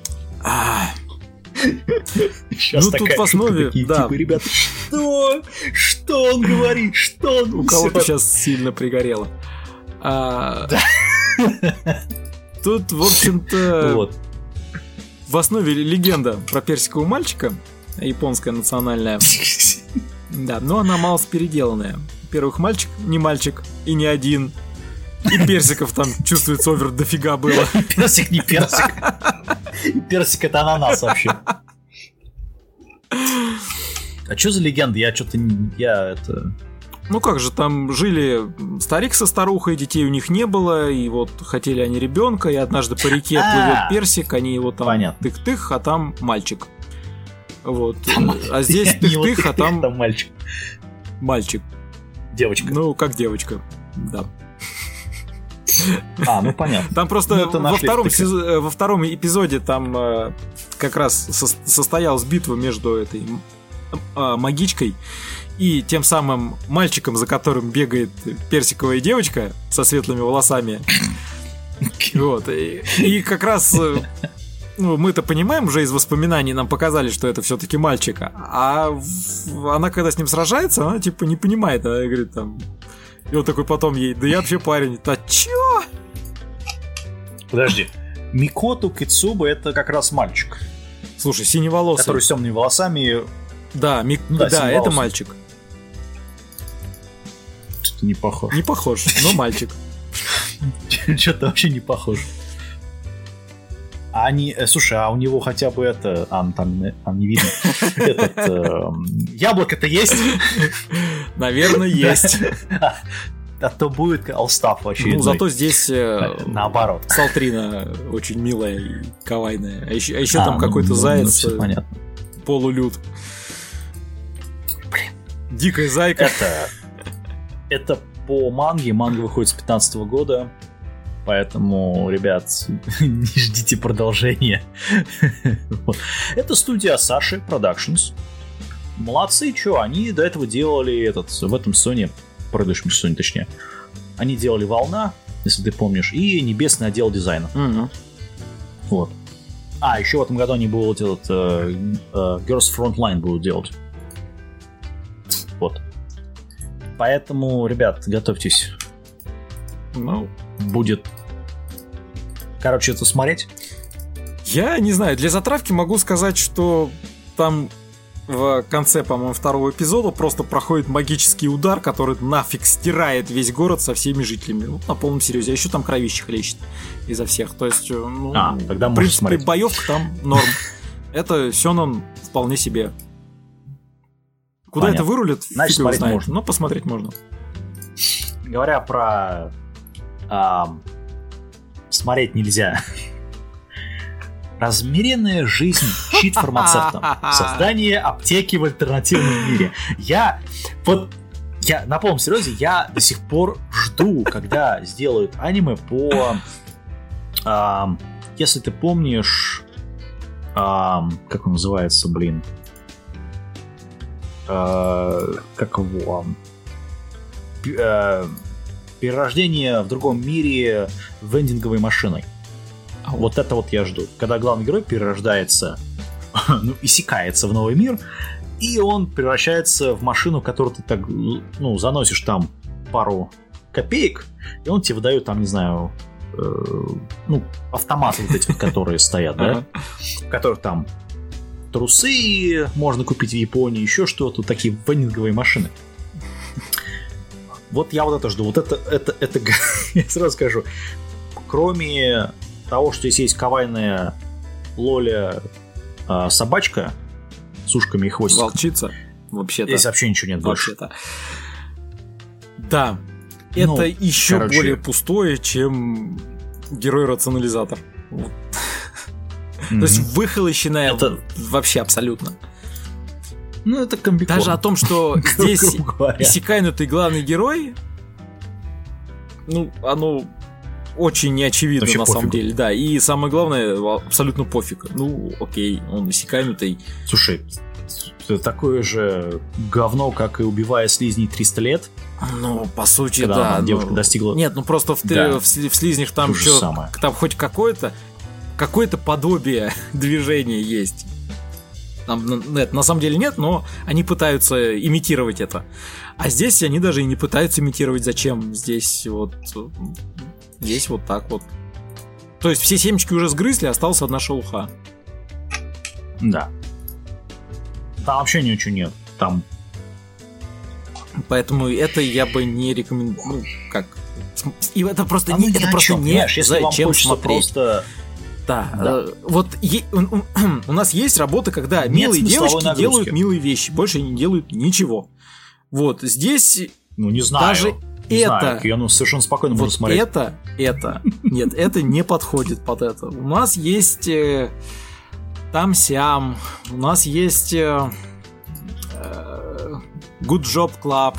Сейчас ну, тут в основе, такие, да. Типа, ребята, что? Что он говорит? Что он У кого-то сейчас сильно пригорело. А... Да. Тут, в общем-то, вот. В основе легенда про персикового мальчика, японская национальная. Да, но она мало переделанная. Во-первых, мальчик не мальчик и не один. И персиков там, чувствуется, овер дофига было. Персик не персик. Персик это ананас вообще. А что за легенда? Я что-то... Я это... Ну как же, там жили старик со старухой, детей у них не было, и вот хотели они ребенка, и однажды по реке плывет персик, они его там тых-тых, а там мальчик. Вот. А здесь тых-тых, а там мальчик. Мальчик. Девочка. Ну, как девочка, да. А, ну понятно. Там просто ну, во, втором сезон, во втором эпизоде там э, как раз со- состоялась битва между этой э, магичкой и тем самым мальчиком, за которым бегает персиковая девочка со светлыми волосами. Вот. И, и как раз э, ну, мы-то понимаем уже из воспоминаний, нам показали, что это все-таки мальчик. А в, она, когда с ним сражается, она типа не понимает. Она говорит там... И он такой потом ей, да я вообще парень. Да чё? Подожди. Микото Кицуба это как раз мальчик. Слушай, синеволосый. Который с темными волосами. Да, ми... да, да это мальчик. Что-то не похож. Не похож, но мальчик. Что-то вообще не похож. А они, э, слушай, а у него хотя бы это, а, там, там не видно, этот, э, яблоко-то есть? Наверное, есть. А то будет Алстаф вообще. Ну, зато здесь наоборот. Салтрина очень милая и кавайная. А еще, а еще а, там ну, какой-то ну, заяц ну, понятно. Полулюд. Блин. Дикая зайка. Это, это по манге. Манга выходит с пятнадцатого года. Поэтому, ребят, не ждите продолжения. Вот. Это студия Asahi Productions. Молодцы, что, они до этого делали этот, в этом сезоне, в предыдущем сезоне точнее, они делали «Волна», если ты помнишь, и «Небесный отдел дизайна». Mm-hmm. Вот. А, еще в этом году они будут этот э, э, Girls Frontline будут делать. Вот. Поэтому, ребят, готовьтесь. Ну, будет, короче, это смотреть. Я не знаю, для затравки могу сказать, что там в конце, по-моему, второго эпизода просто проходит магический удар, который нафиг стирает весь город со всеми жителями. Вот на полном серьезе. А еще там кровище хлещет изо всех. То есть, ну, а, тогда в принципе, смотреть. Боевка там норм. Это сёнэн вполне себе. Куда Понятно. Это вырулит, значит, фиг его знает. Можно. Но посмотреть можно. Говоря про а, смотреть нельзя. Размеренная жизнь щит-фармацевтом. Создание аптеки в альтернативном мире. Я вот я на полном серьезе, я до сих пор жду, когда сделают аниме по а, если ты помнишь а, как он называется, блин а, как его а, перерождение в другом мире вендинговой машиной. Вот это вот я жду. Когда главный герой перерождается, ну, иссякается в новый мир, и он превращается в машину, которую ты так, ну, заносишь там пару копеек, и он тебе выдает там, не знаю, э, ну, автоматы вот эти, которые стоят, да, в которых там трусы можно купить в Японии, еще что-то, такие вендинговые машины. Вот я вот это жду. Вот это, это, это, я сразу скажу, кроме того, что здесь есть кавайная лоля э, собачка с ушками и хвостиком. Волчица, вообще-то. Здесь вообще ничего нет больше. Вообще-то. Да, ну, это еще короче... более пустое, чем герой-рационализатор. Вот. Mm-hmm. То есть выхолощенная это... вообще абсолютно. Ну, это комбикорн. Даже о том, что здесь иссякайнутый главный герой, ну, оно очень неочевидно вообще на пофигу. Самом деле. Да, и самое главное, абсолютно пофиг. Ну, окей, он иссякайнутый. Слушай, такое же говно, как и убивая слизней триста лет. Ну, по сути, когда да. девушка ну, достигла... Нет, ну просто в, да. в, в слизнях там что, там хоть какое-то какое-то подобие движения есть. Там, нет, на самом деле нет, но они пытаются имитировать это. А здесь они даже и не пытаются имитировать. Зачем? Здесь вот... Здесь вот так вот. То есть все семечки уже сгрызли, осталась одна шелуха. Да. Там вообще ничего нет. Там... Поэтому это я бы не рекомендую. Ну, как... И это просто, не, это просто не если зачем смотреть. Просто... Да. да. Вот е- у нас есть работы, когда нет милые девочки нагрузки. Делают милые вещи, больше не делают ничего. Вот здесь Ну, не знаю. Даже не это... знаю, я ну, совершенно спокойно вот буду смотреть. это, это... Нет, это не подходит под это. У нас есть э, там-сям, у нас есть э, э, Good Job Club.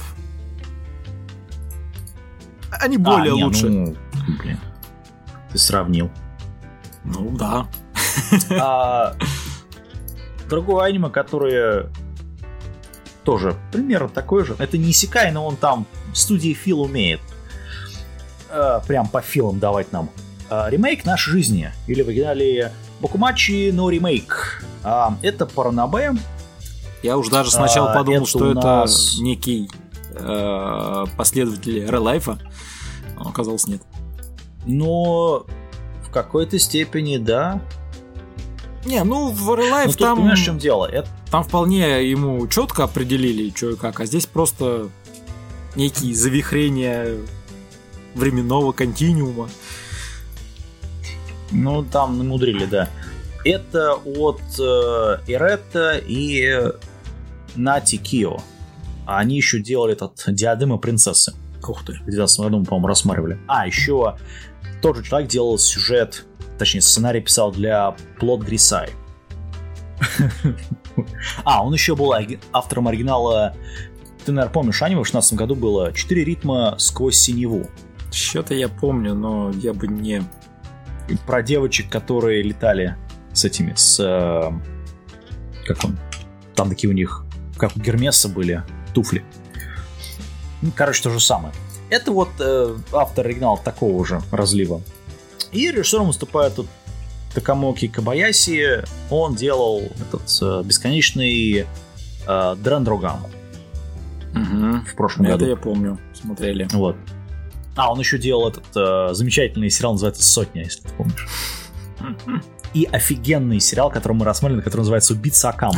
Они более а, не, лучше. Ну, блин, ты сравнил. Ну, да. А, другое аниме, которое тоже примерно такое же. Это не Исекай, но он там в студии Фил умеет а, прям по филам давать нам. А, ремейк нашей жизни. Или в оригинале Бокумачи но ремейк. А, это Паранобэ. Я уж даже сначала а, подумал, это что нас... это некий э, последователь Релайфа. Но оказалось, нет. Но в какой-то степени, да. Не, ну в Релайф ну, тут, там... понимаешь, в чем дело? Это... Там вполне ему четко определили, что и как, а здесь просто некие завихрения временного континуума. Ну, там намудрили, да. Это от э, Иретта и Нати Кио. А они еще делали этот «Диадема принцессы». Ух ты. В две тысячи девятнадцатом году мы, по-моему, рассматривали. А, еще тот же человек делал сюжет, точнее, сценарий писал для Плот Грисай. А, он еще был автором оригинала. Ты, наверное, помнишь, аниме в шестнадцатом году было «Четыре ритма сквозь синеву». Что-то я помню, но я бы не... Про девочек, которые летали с этими, с... Э, как он? Там такие у них, как у Гермеса были, туфли. Ну, короче, то же самое. Это вот э, автор оригинала такого же разлива. И режиссером выступает тут Такамоки Кабаяси. Он делал этот э, бесконечный э, Дрендроган угу. в прошлом Это году. я помню, смотрели. Вот. А, он еще делал этот э, замечательный сериал, называется «Сотня», если ты помнишь. И офигенный сериал, который мы рассмотрели, который называется «Убийца Акама».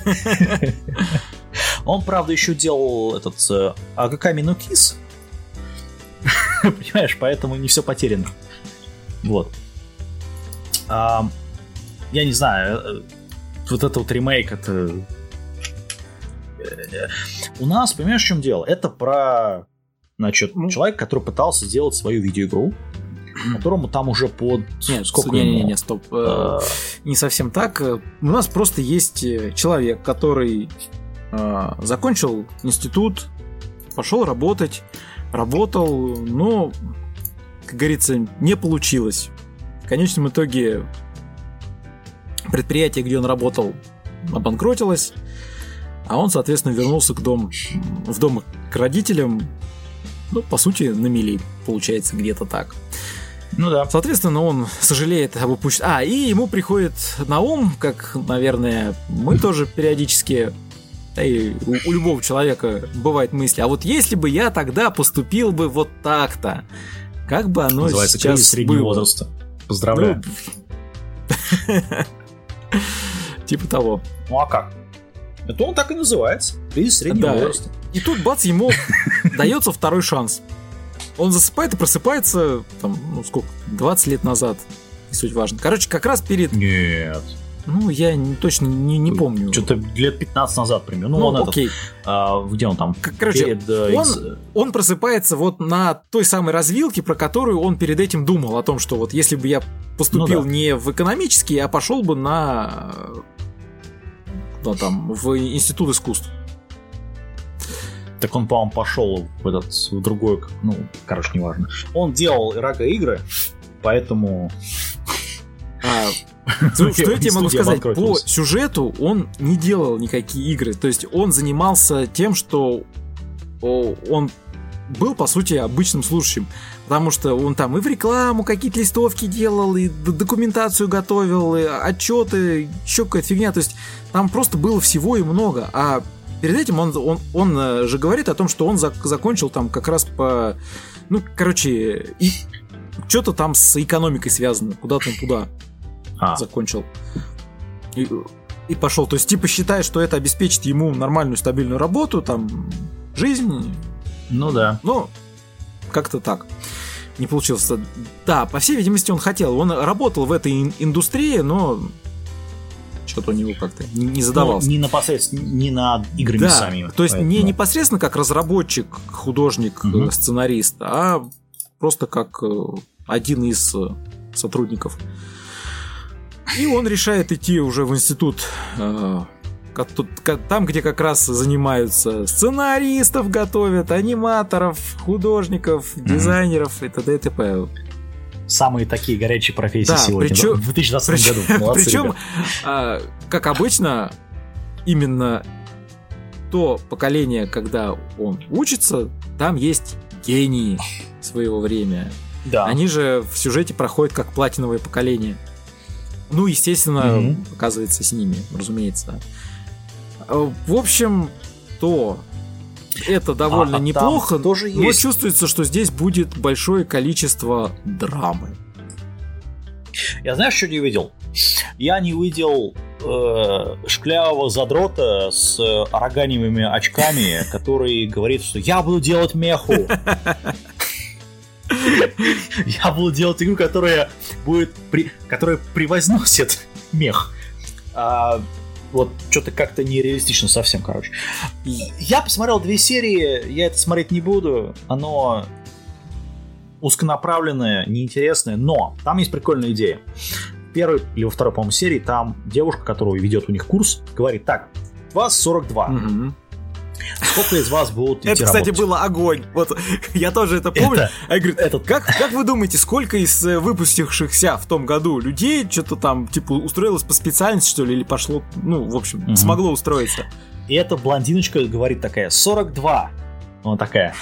Он, правда, еще делал этот э, Агаками но Кис. Понимаешь, поэтому не все потеряно. Вот. А, я не знаю, вот это вот ремейк, это... У нас, понимаешь, в чем дело? Это про, значит, ну, человека, который пытался сделать свою видеоигру, которому там уже под... Нет, сколько не, ему? не, не, стоп. А... Не совсем так. У нас просто есть человек, который а, закончил институт, пошел работать, работал, но, как говорится, не получилось. В конечном итоге предприятие, где он работал, обанкротилось, а он, соответственно, вернулся к дому, в дом к родителям, ну, по сути, на мели, получается, где-то так. Ну да. Соответственно, он сожалеет об упущенном. А, и ему приходит на ум, как, наверное, мы тоже периодически, да и у, у любого человека бывают мысли, а вот если бы я тогда поступил бы вот так-то, как бы оно называется сейчас кризис среднего было? возраста. Поздравляю. Типа того. Ну а как? Это он так и называется. Кризис среднего возраста. И тут, бац, ему дается второй шанс. Он засыпает и просыпается, там, ну сколько, двадцать лет назад. Не суть важно. Короче, как раз перед... Нет. Ну, я не, точно не, не помню. Что-то лет пятнадцать назад примерно. Ну, ну он окей. Этот, а, где он там? Короче, перед, он, из... он просыпается вот на той самой развилке, про которую он перед этим думал. О том, что вот если бы я поступил ну, да. не в экономический, а пошел бы на... Ну, там, в институт искусств. Так он, по-моему, пошел в этот, в другой, ну, короче, неважно. Он делал эраго-игры, поэтому... А, что я тебе могу сказать? По сюжету он не делал никакие игры. То есть он занимался тем, что он был, по сути, обычным слушающим. Потому что он там и в рекламу какие-то листовки делал, и документацию готовил, и отчеты, еще какая-то фигня. То есть там просто было всего и много. А перед этим он, он, он же говорит о том, что он зак- закончил там как раз по... Ну, короче, и что-то там с экономикой связано. Куда-то он туда а. закончил. И, и пошел. То есть типа считает, что это обеспечит ему нормальную стабильную работу, там, жизнь. Ну да. Ну, как-то так. Не получилось. Да, по всей видимости, он хотел. Он работал в этой индустрии, но что-то у него как-то не задавался. Ну, не непосредственно, не над играми да, самими. То есть поэтому... не непосредственно как разработчик, художник, угу. сценарист, а просто как один из сотрудников. И он решает идти уже в институт, там, где как раз занимаются сценаристов, готовят, аниматоров, художников, дизайнеров и т.д. и т.п. Самые такие горячие профессии да, сегодня, причем, в две тысячи двадцатом году. Молодцы, причем, а, как обычно, именно то поколение, когда он учится, там есть гении своего времени. Да. Они же в сюжете проходят как платиновое поколение. Ну, естественно, mm-hmm. оказывается с ними, разумеется. В общем, то это довольно а, неплохо, тоже но есть. Чувствуется, что здесь будет большое количество драмы. Я знаешь, что не увидел? Я не увидел э, шклявого задрота с ороганевыми очками, который говорит, что я буду делать меху. Я буду делать игру, которая будет, при... которая превозносит мех. А, вот что-то как-то нереалистично совсем, короче. Я посмотрел две серии, я это смотреть не буду. Оно узконаправленное, неинтересное, но там есть прикольная идея. В первой или во второй, по-моему, серии там девушка, которая ведет у них курс, говорит: так, вас сорок два. Угу. Сколько из вас будут идти Это, кстати, работать? было огонь. Вот я тоже это помню. Это, а я говорю, этот... как, как вы думаете, сколько из выпустившихся в том году людей что-то там, типа, устроилось по специальности, что ли, или пошло, ну, в общем, угу. смогло устроиться? И эта блондиночка говорит такая: сорок два. Он такая: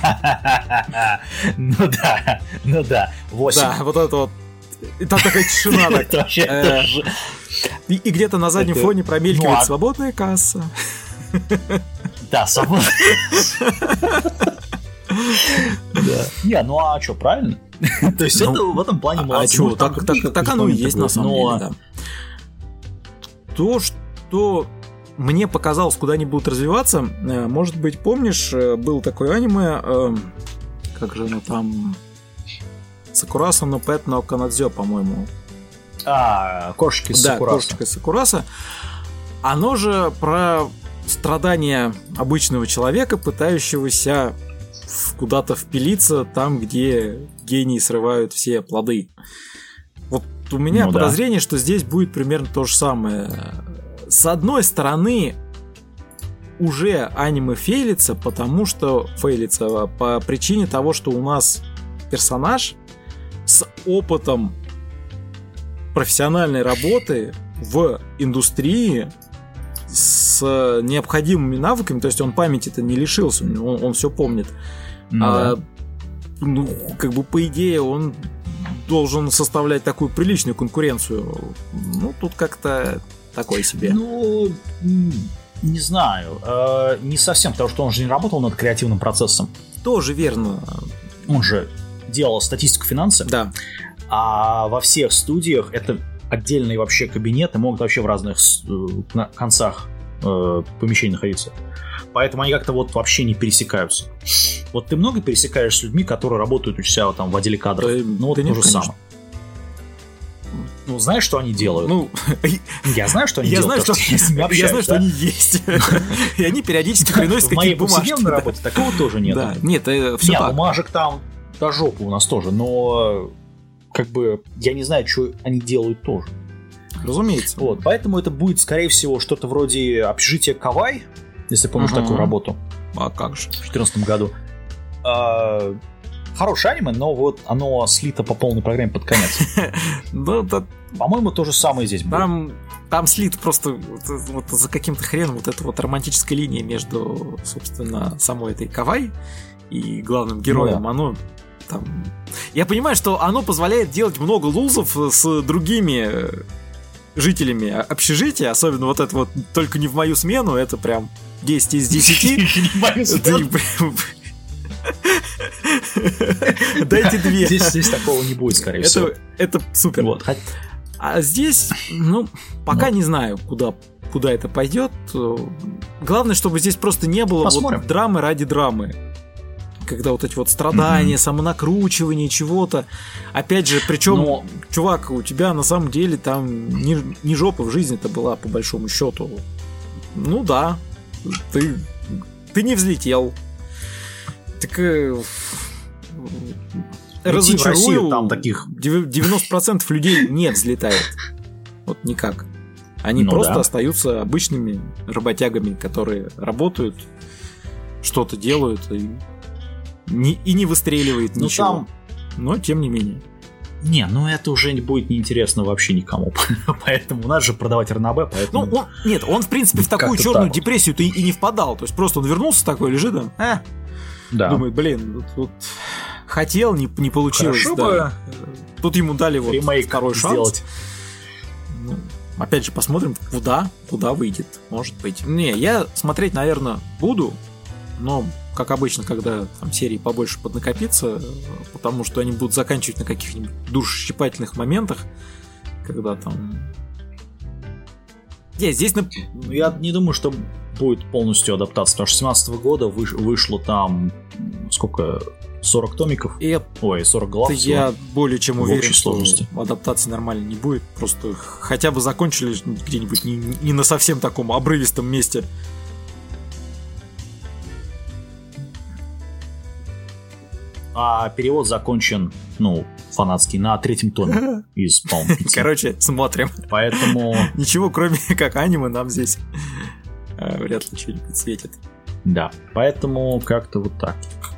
ну да, ну да, восемь. Да, вот это вот. И там такая тишина. И где-то на заднем фоне промелькивает свободная касса. Да, свободная. Не, ну а что, правильно? То есть это в этом плане молодцы. А что, так оно и есть на самом деле. То, что мне показалось, куда они будут развиваться, может быть, помнишь, был такое аниме, как же оно там, Сакураса но Пэт но Канадзё, по-моему. А, кошечки Сакураса. Да, кошечка Сакураса. Оно же про страдания обычного человека, пытающегося куда-то впилиться там, где гении срывают все плоды. Вот у меня ну, подозрение, да. что здесь будет примерно то же самое. С одной стороны, уже аниме фейлится, потому что фейлится по причине того, что у нас персонаж с опытом профессиональной работы в индустрии, с необходимыми навыками, то есть он памяти-то не лишился, он, он все помнит. Ну, а, да. ну, как бы по идее он должен составлять такую приличную конкуренцию. Ну, тут как-то такое себе. Ну, не знаю. Э, не совсем, потому что он же не работал над креативным процессом. Тоже верно. Он же делал статистику финансов. Да. А во всех студиях это отдельные вообще кабинеты, могут вообще в разных э, концах э, помещений находиться. Поэтому они как-то вот вообще не пересекаются. Вот ты много пересекаешься с людьми, которые работают у себя вот, там в отделе кадров. Да, ну вот то же самое. Ну, знаешь, что они делают? Ну, я знаю, что они я делают. Знаю, что, я, общаюсь, я знаю, да? что они есть. И они периодически приносят какие-то бумажки. В моей повседневной работе такого тоже нет. Нет, все так. Бумажек там до жопы у нас тоже, но как бы я не знаю, что они делают тоже. Разумеется. Вот, поэтому это будет, скорее всего, что-то вроде общежития Кавай, если помнишь uh-huh. такую работу. А как же? В две тысячи четырнадцатом году. А, хорошее аниме, но вот оно слито по полной программе под конец. По-моему, то же самое здесь будет. Там слит просто за каким-то хреном вот эта вот романтическая линия между, собственно, самой этой Кавай и главным героем. Оно там... Я понимаю, что оно позволяет делать много лузов с другими жителями общежития, особенно вот это вот «только не в мою смену», это прям десять из десяти. Дайте две. Здесь такого не будет, скорее всего. Это супер. А здесь, ну, пока не знаю, куда куда это пойдет. Главное, чтобы здесь просто не было вот драмы ради драмы. Когда вот эти вот страдания, mm-hmm. самонакручивание чего-то. Опять же, причем Но... чувак, у тебя на самом деле там не, не жопа в жизни-то была, по большому счету. Ну да, ты, ты не взлетел. Так э, разочарую, там таких девяносто процентов людей не взлетает. Вот никак. Они ну, просто да. остаются обычными работягами, которые работают, что-то делают и не, и не выстреливает ну, ничего. Там... Но тем не менее. Не, ну это уже будет неинтересно вообще никому. Поэтому надо же продавать РНБ. Поэтому... Ну, он, нет, он в принципе в такую черную так. депрессию-то и, и не впадал. То есть просто он вернулся такой, лежит там. А? Да. Думает, блин, тут, тут хотел, не, не получилось. Хорошо да. бы тут ему дали вот ремейк второй шанс. Сделать. Ну, опять же, посмотрим, куда, куда выйдет. Может быть. Не, я смотреть, наверное, буду. Но, как обычно, когда там серии побольше поднакопится, потому что они будут заканчивать на каких-нибудь душещипательных моментах, когда там... Я здесь... На... Я не думаю, что будет полностью адаптация, потому что с семнадцатого года выш... вышло там... Сколько? сорок томиков? И Ой, сорок глав. Я более чем уверен, что сложности. адаптации нормально не будет. Просто хотя бы закончили где-нибудь не, не на совсем таком обрывистом месте. А перевод закончен, ну, фанатский, на третьем томе из, по-моему, пяти. Короче, смотрим. Поэтому... Ничего, кроме как аниме, нам здесь э, вряд ли что-нибудь светит. Да, поэтому как-то вот так.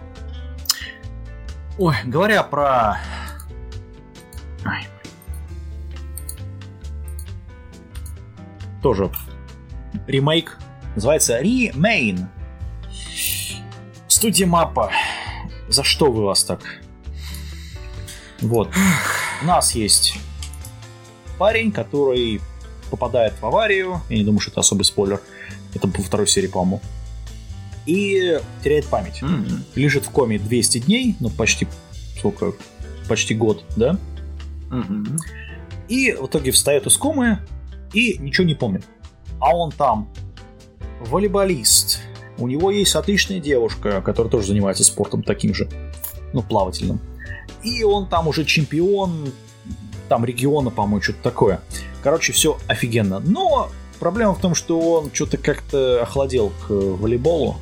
Ой, говоря про... Ай. Тоже ремейк. Называется Remain. Студия Маппа. За что вы вас так? Вот. У нас есть парень, который попадает в аварию. Я не думаю, что это особый спойлер. Это по второй серии, по-моему. И теряет память. Mm-hmm. Лежит в коме двести дней, ну почти сколько? Почти год, да? Mm-hmm. И в итоге встает из комы и ничего не помнит. А он там волейболист. У него есть отличная девушка, которая тоже занимается спортом таким же, ну, плавательным. И он там уже чемпион, там региона, по-моему, что-то такое. Короче, все офигенно. Но проблема в том, что он что-то как-то охладел к волейболу.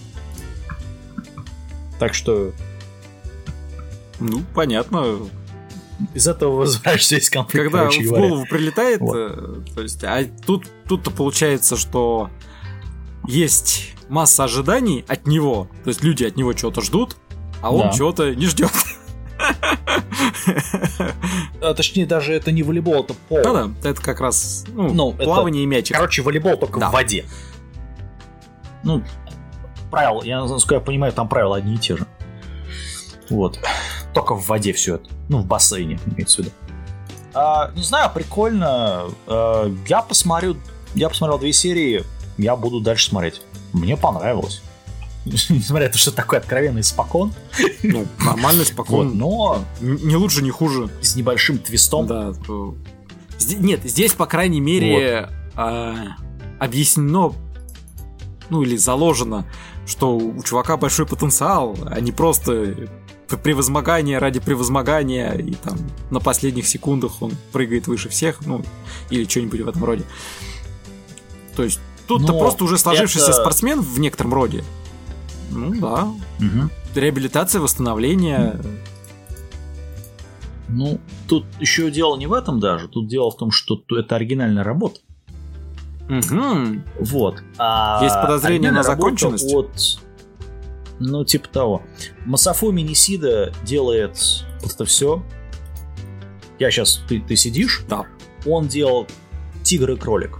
Так что... Ну, понятно. Из этого возвращаешься из конфликта. Когда в говоря. голову прилетает, вот. то есть, а тут, тут-то получается, что есть масса ожиданий от него. То есть люди от него чего-то ждут, а он да. чего-то не ждет. А, точнее, даже это не волейбол, это пол. Да-да, это как раз ну, ну, плавание это, и мячик. Короче, волейбол только да. в воде. Ну, правила, я, насколько я понимаю, там правила одни и те же. Вот. Только в воде все это. Ну, в бассейне, имеется в виду. А, не знаю, прикольно. А, я посмотрю. Я посмотрел две серии. Я буду дальше смотреть. Мне понравилось. Несмотря на то, что такой откровенный спокон. Ну, нормальный спокон. Вот, но не лучше, не хуже. С небольшим твистом. Да. Нет, здесь, по крайней мере, вот. а, объяснено, ну или заложено, что у чувака большой потенциал, а не просто превозмогание ради превозмогания, и там на последних секундах он прыгает выше всех, ну, или что-нибудь в этом роде. То есть тут-то но просто уже сложившийся это... спортсмен в некотором роде. Ну да. Угу. Реабилитация, восстановление. Ну, тут еще дело не в этом даже. Тут дело в том, что это оригинальная работа. Угу. Вот. А есть подозрение на законченность? От... Ну, типа того. Масафуми Нисида делает вот это все. Я сейчас... Ты, ты сидишь? Да. Он делал «Тигр и кролик».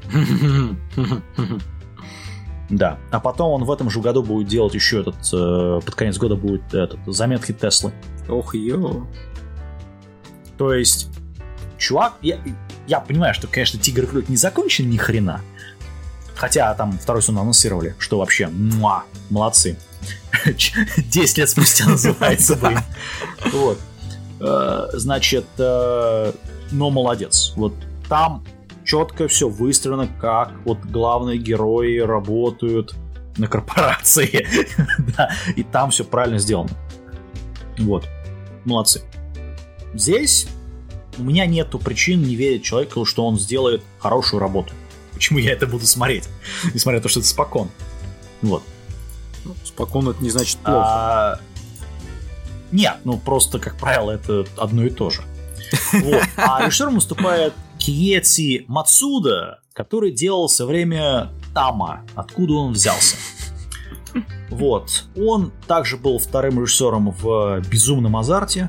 Да. А потом он в этом же году будет делать еще этот... Э, под конец года будет этот «Заметки Теслы». Ох, ё. То есть, чувак... Я, я понимаю, что, конечно, «Тигр и кролик» не закончен ни хрена. Хотя там второй сезон анонсировали, что вообще... Муа, молодцы. десять лет спустя называется, блин. Вот. Значит, но молодец. Вот там четко все выстроено, как вот главные герои работают на корпорации. Да, и там все правильно сделано. Вот. Молодцы. Здесь у меня нету причин не верить человеку, что он сделает хорошую работу. Почему я это буду смотреть? Несмотря на то, что это спокон. Вот. Ну, спокон это не значит плохо. А... Нет, ну просто, как правило, это одно и то же. Вот. А режиссером выступает Киэци Мацуда, который делал со время Тама, откуда он взялся. Вот. Он также был вторым режиссером в «Безумном азарте».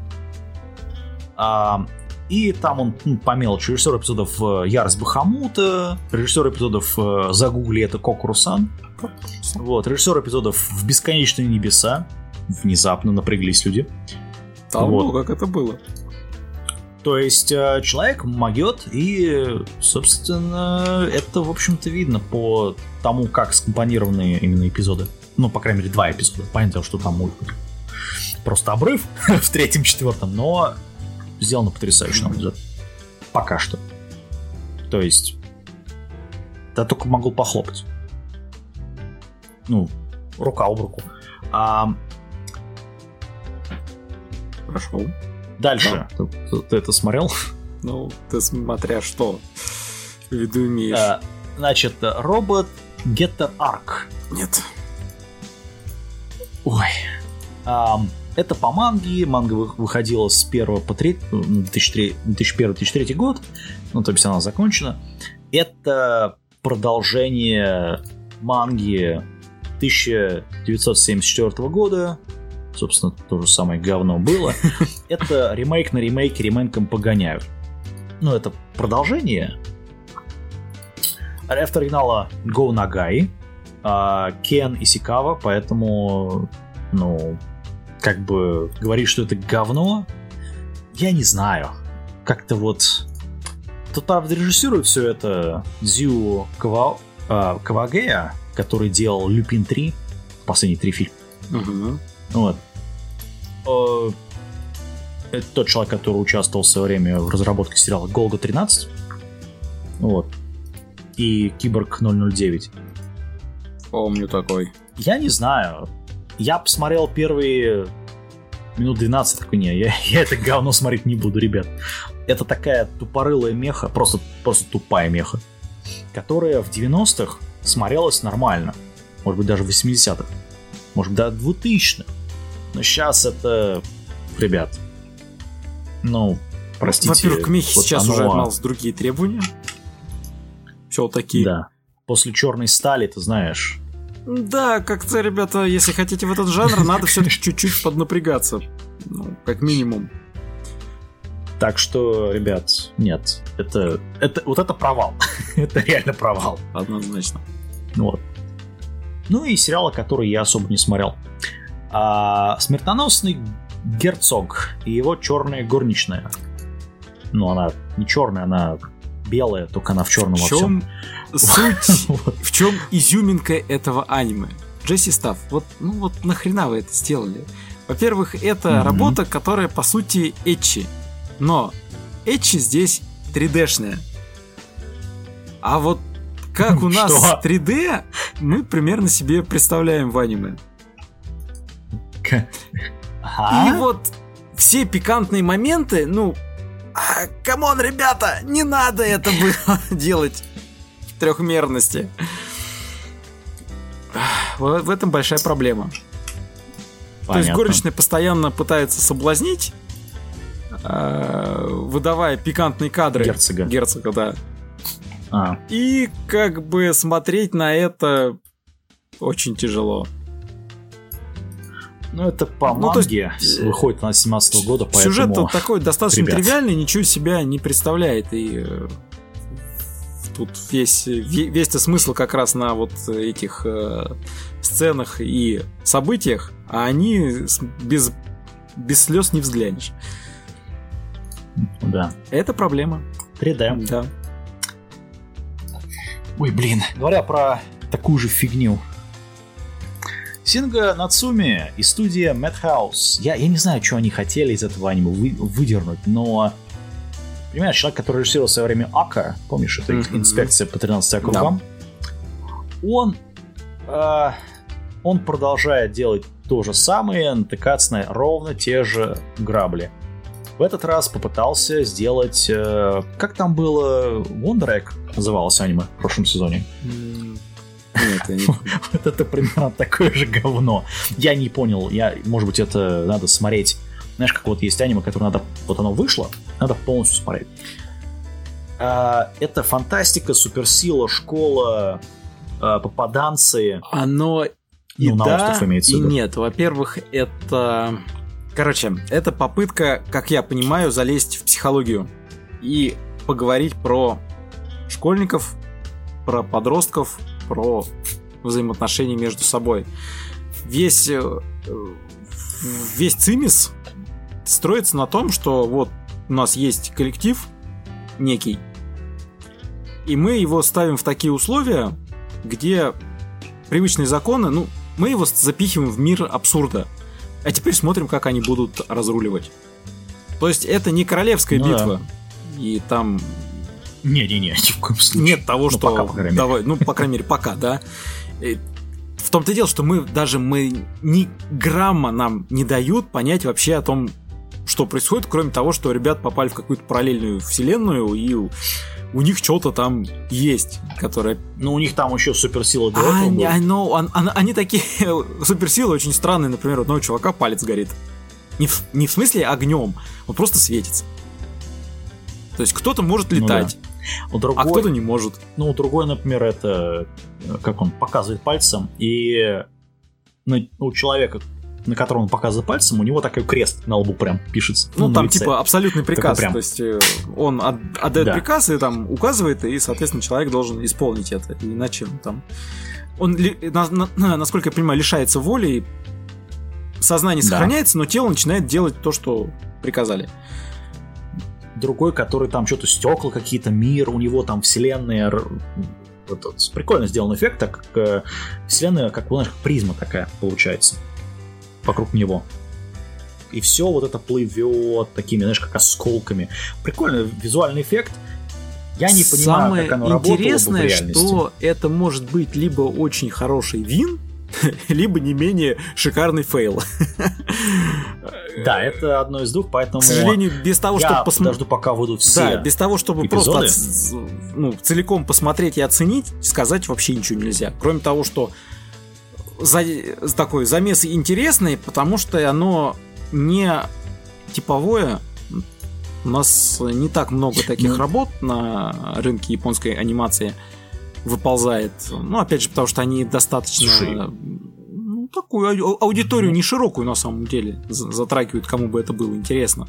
А, и там он, ну, по мелочи, режиссер эпизодов «Ярость Бахамута», режиссер эпизодов «Загугли, это Кокуру-сан». Вот. Режиссер эпизодов «В бесконечные небеса». Внезапно напряглись люди. Там, вот. Ну, как это было. То есть человек могет, и, собственно, это, в общем-то, видно по тому, как скомпонированы именно эпизоды. Ну, по крайней мере, два эпизода. Понятно, что там может быть просто обрыв в третьем, четвертом, но сделано потрясающе, на мой взгляд. Пока что. То есть, да только могу похлопать. Ну, рука об руку. А... Хорошо. Дальше. Да. Ты, ты это смотрел? Ну, ты смотря что в виду имеешь. А, значит, робот Getter Arc. Нет. Ой. А, это по манге. Манга выходила с первого по третий, две тысячи первый - две тысячи третий год. Ну, то есть она закончена. Это продолжение манги тысяча девятьсот семьдесят четвёртого года. Собственно, то же самое говно было. Это ремейк на ремейке ремейком погоняют. Ну, это продолжение. Автор оригинала Го Нагай, Кен Исикава, поэтому, ну, как бы говорить, что это говно, я не знаю. Как-то вот... Тут, правда, режиссирует все это Дзю Кава... Кавагея, который делал Люпин три, последние три фильма. Угу. Вот. Это тот человек, который участвовал в свое время в разработке сериала Голго тринадцать. Вот. И Киборг ноль ноль девять. Помню такой. Я не знаю. Я посмотрел первые минут двенадцать, такой, не, я, я это говно смотреть не буду, ребят. Это такая тупорылая меха, просто, просто тупая меха, которая в девяностых смотрелась нормально. Может быть, даже в восьмидесятых. Может быть, даже в двухтысячных. Но сейчас это... Ребят, ну, простите. Во-первых, к мехе вот сейчас оно... уже отмалось другие требования. Все такие. Да. После черной стали, ты знаешь... Да, как-то, ребята, если хотите в этот жанр, надо все-таки чуть-чуть поднапрягаться. Ну, как минимум. Так что, ребят, нет. Это, это, вот это провал. Это реально провал. Однозначно. Вот. Ну и сериалы, которые я особо не смотрел. А, «Смертоносный герцог» и его «Черная горничная». Ну, она не черная, она белая, только она в черном во всем. В чем суть, в чем изюминка этого аниме? Джесси Стафф, вот, ну вот нахрена вы это сделали? Во-первых, это mm-hmm. работа, которая по сути эчи. Но эчи здесь три дэ-шная. А вот как у нас Что? три дэ, мы примерно себе представляем в аниме. Ага. И вот все пикантные моменты, ну, камон, ребята, не надо это было делать в трехмерности. В, в этом большая проблема. Понятно. То есть горничная постоянно пытается соблазнить, выдавая пикантные кадры герцога. Герцога, да. А. И как бы смотреть на это очень тяжело. Ну, это по ну, манге есть, выходит на семнадцатого года, поэтому... Сюжет такой достаточно ребят. тривиальный, ничего себя не представляет. И э, тут весь, весь смысл как раз на вот этих э, сценах и событиях, а они без, без слез не взглянешь. Да. Это проблема. три дэ. Да. Ой, блин. Говоря про такую же фигню. Синга Нацуми и студия Madhouse. Я, я не знаю, что они хотели из этого аниме вы, выдернуть, но... Понимаешь, человек, который режиссировал в свое время Ака, помнишь, это mm-hmm. инспекция по тринадцати округам, да. он, э, он продолжает делать то же самое, натыкаться на ровно те же грабли. в этот раз попытался сделать... Э, как там было? Wonder Egg называлось аниме в прошлом сезоне. Нет, я не... Вот это примерно такое же говно. Я не понял. Я, может быть, это надо смотреть. Знаешь, как вот есть аниме, которое надо... Вот оно вышло, надо полностью смотреть. А, это фантастика, суперсила, школа, а, попаданцы. Оно и ну, да, и нет. Во-первых, это... Короче, это попытка, как я понимаю, залезть в психологию и поговорить про школьников, про подростков, про взаимоотношения между собой. Весь, весь цимис строится на том, что вот у нас есть коллектив некий, и мы его ставим в такие условия, где привычные законы, ну, мы его запихиваем в мир абсурда. А теперь смотрим, как они будут разруливать. То есть это не королевская ну битва. Да. И там... Не-не-не, ни в коем случае. Нет того, ну, что... Пока, по крайней мере. Давай, ну, по крайней мере, пока, да. И в том-то и дело, что мы даже мы ни грамма нам не дают понять вообще о том, что происходит, кроме того, что ребят попали в какую-то параллельную вселенную, и у них что-то там есть, которое... Ну, у них там еще суперсила до этого была. I know, он, он, они такие... суперсилы очень странные, например, у одного чувака палец горит. Не в, не в смысле огнем, он просто светится. То есть кто-то может летать, ну, да. другой, а кто-то не может. Ну, другой, например, это... Как он показывает пальцем, и ну, у человека, на которого он показывает пальцем, у него такой крест на лбу прям пишется. Ну, ну там типа абсолютный приказ. Прям... То есть он от, отдает да. приказ и там указывает, и, соответственно, человек должен исполнить это. Иначе там... Он, на, на, насколько я понимаю, лишается воли, и сознание да. сохраняется, но тело начинает делать то, что приказали. Другой, который там что-то стекла какие-то, мир, у него там вселенная... Вот, прикольно сделан эффект, так как э, вселенная, как, знаешь, как призма такая получается вокруг него. И все вот это плывет такими, знаешь, как осколками. Прикольный визуальный эффект. Я не понимаю, Самое как оно работало бы в реальности. Самое интересное, что это может быть либо очень хороший вин, либо не менее шикарный фейл. Да, это одно из двух, поэтому... К сожалению, без того, я чтобы посмотреть... подожду, пока выйдут все Да, без того, чтобы эпизоды. Просто ну, целиком посмотреть и оценить, сказать вообще ничего нельзя. Кроме того, что за... такой замес интересный, потому что оно не типовое. У нас не так много таких ну... работ на рынке японской анимации выползает. Ну, опять же, потому что они достаточно... Слушай. Ну, такую аудиторию не широкую, на самом деле, затрагивают, кому бы это было интересно.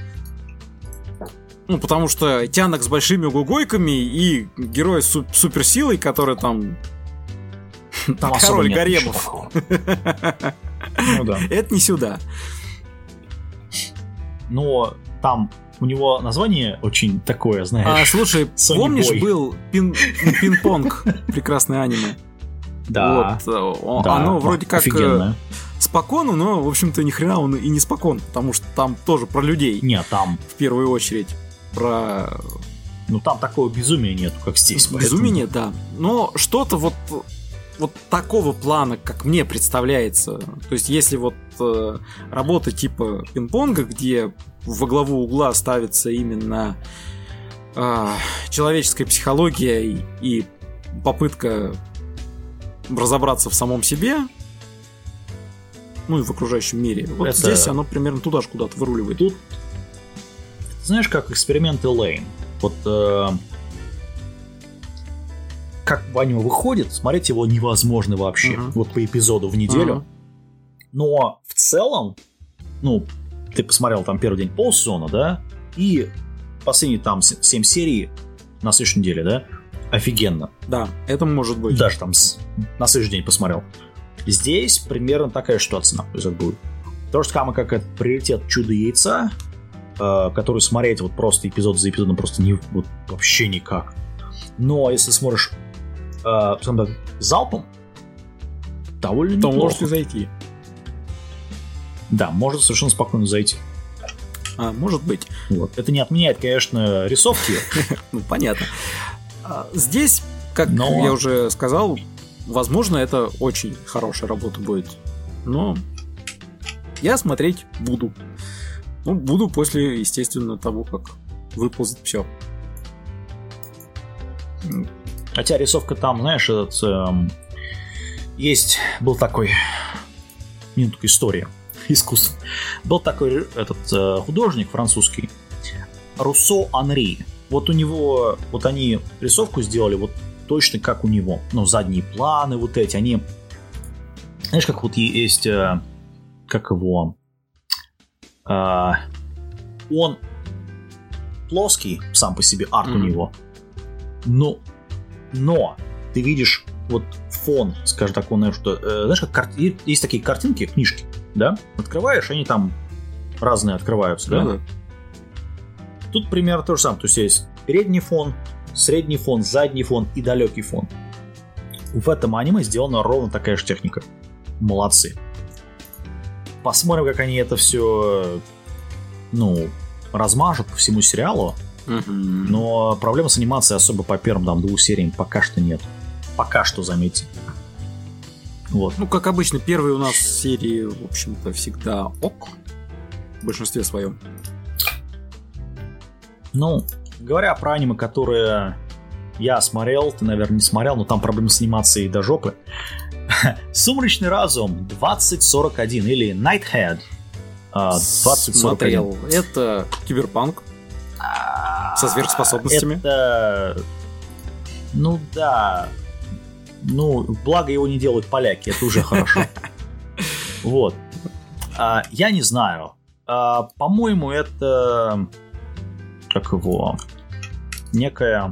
Ну, потому что тянок с большими угугойками и герой с суперсилой, который там... Там король гаремов. Ну да. Это не сюда. Но там у него название очень такое, знаешь. А, слушай, Sony помнишь, Boy. был пин, пинг-понг, прекрасное аниме? Да. Вот, да. Оно вроде как офигенно. спокойно, но, в общем-то, ни хрена он и не спокон, потому что там тоже про людей. Нет, там... В первую очередь. Про... Ну, там такого безумия нету, как здесь. Безумия нет, да. Но что-то вот... вот такого плана, как мне представляется. То есть, если вот э, работа типа пинг-понга, где во главу угла ставится именно э, человеческая психология и, и попытка разобраться в самом себе, ну и в окружающем мире. Вот это... здесь оно примерно туда же куда-то выруливает. Тут, знаешь, как эксперименты Лейн. Вот э, как аниме выходит, смотреть его невозможно вообще. Uh-huh. Вот по эпизоду в неделю. Uh-huh. Но в целом, ну, ты посмотрел там первый день полсезона, да, и последние там семь серий на следующей неделе, да, офигенно. Да, это может быть. Даже там с... на следующий день посмотрел. Здесь примерно такая ситуация, на мой взгляд, будет. То же самое, как этот приоритет Чудо-яйца, э, который смотреть вот просто эпизод за эпизодом просто не, вот, вообще никак. Но если смотришь э, залпом, довольно неплохо. То можете зайти. Да, можно совершенно спокойно зайти. А, может быть. Вот. Это не отменяет, конечно, рисовки. Ну, понятно. Здесь, как но... я уже сказал, возможно, это очень хорошая работа будет. Но я смотреть буду. Ну, буду после, естественно, того, как выползет все. Хотя рисовка там, знаешь, этот, эм, есть, был такой, минутка истории, искусства. Был такой этот э, художник французский, Руссо Анри. Вот у него, вот они рисовку сделали вот точно как у него. Ну, задние планы вот эти, они, знаешь, как вот есть, э, как его, э, он плоский сам по себе, арт mm-hmm. у него, но Но ты видишь вот фон, скажем так, он, что, э, знаешь, как кар... есть такие картинки, книжки, да? Открываешь, они там разные открываются, да? Mm-hmm. Тут примерно то же самое. То есть есть передний фон, средний фон, задний фон и далекий фон. В этом аниме сделана ровно такая же техника. Молодцы. Посмотрим, как они это все, ну, размажут по всему сериалу. Mm-hmm. Но проблем с анимацией особо по первым там двум сериям пока что нет. Пока что, заметьте. Вот. Ну, как обычно, первые у нас серии, в общем-то, всегда ок. В большинстве своем. Ну, говоря про аниме, которые я смотрел, ты, наверное, не смотрел, но там проблемы с анимацией до жопы. Сумрачный разум двадцать сорок один или Nighthead двадцать сорок один. Смотрел. Это киберпанк. Со сверхспособностями. Это... Ну да. Ну, благо его не делают поляки, это уже хорошо. Вот. А, я не знаю. А, по-моему, это... Как его... Некая...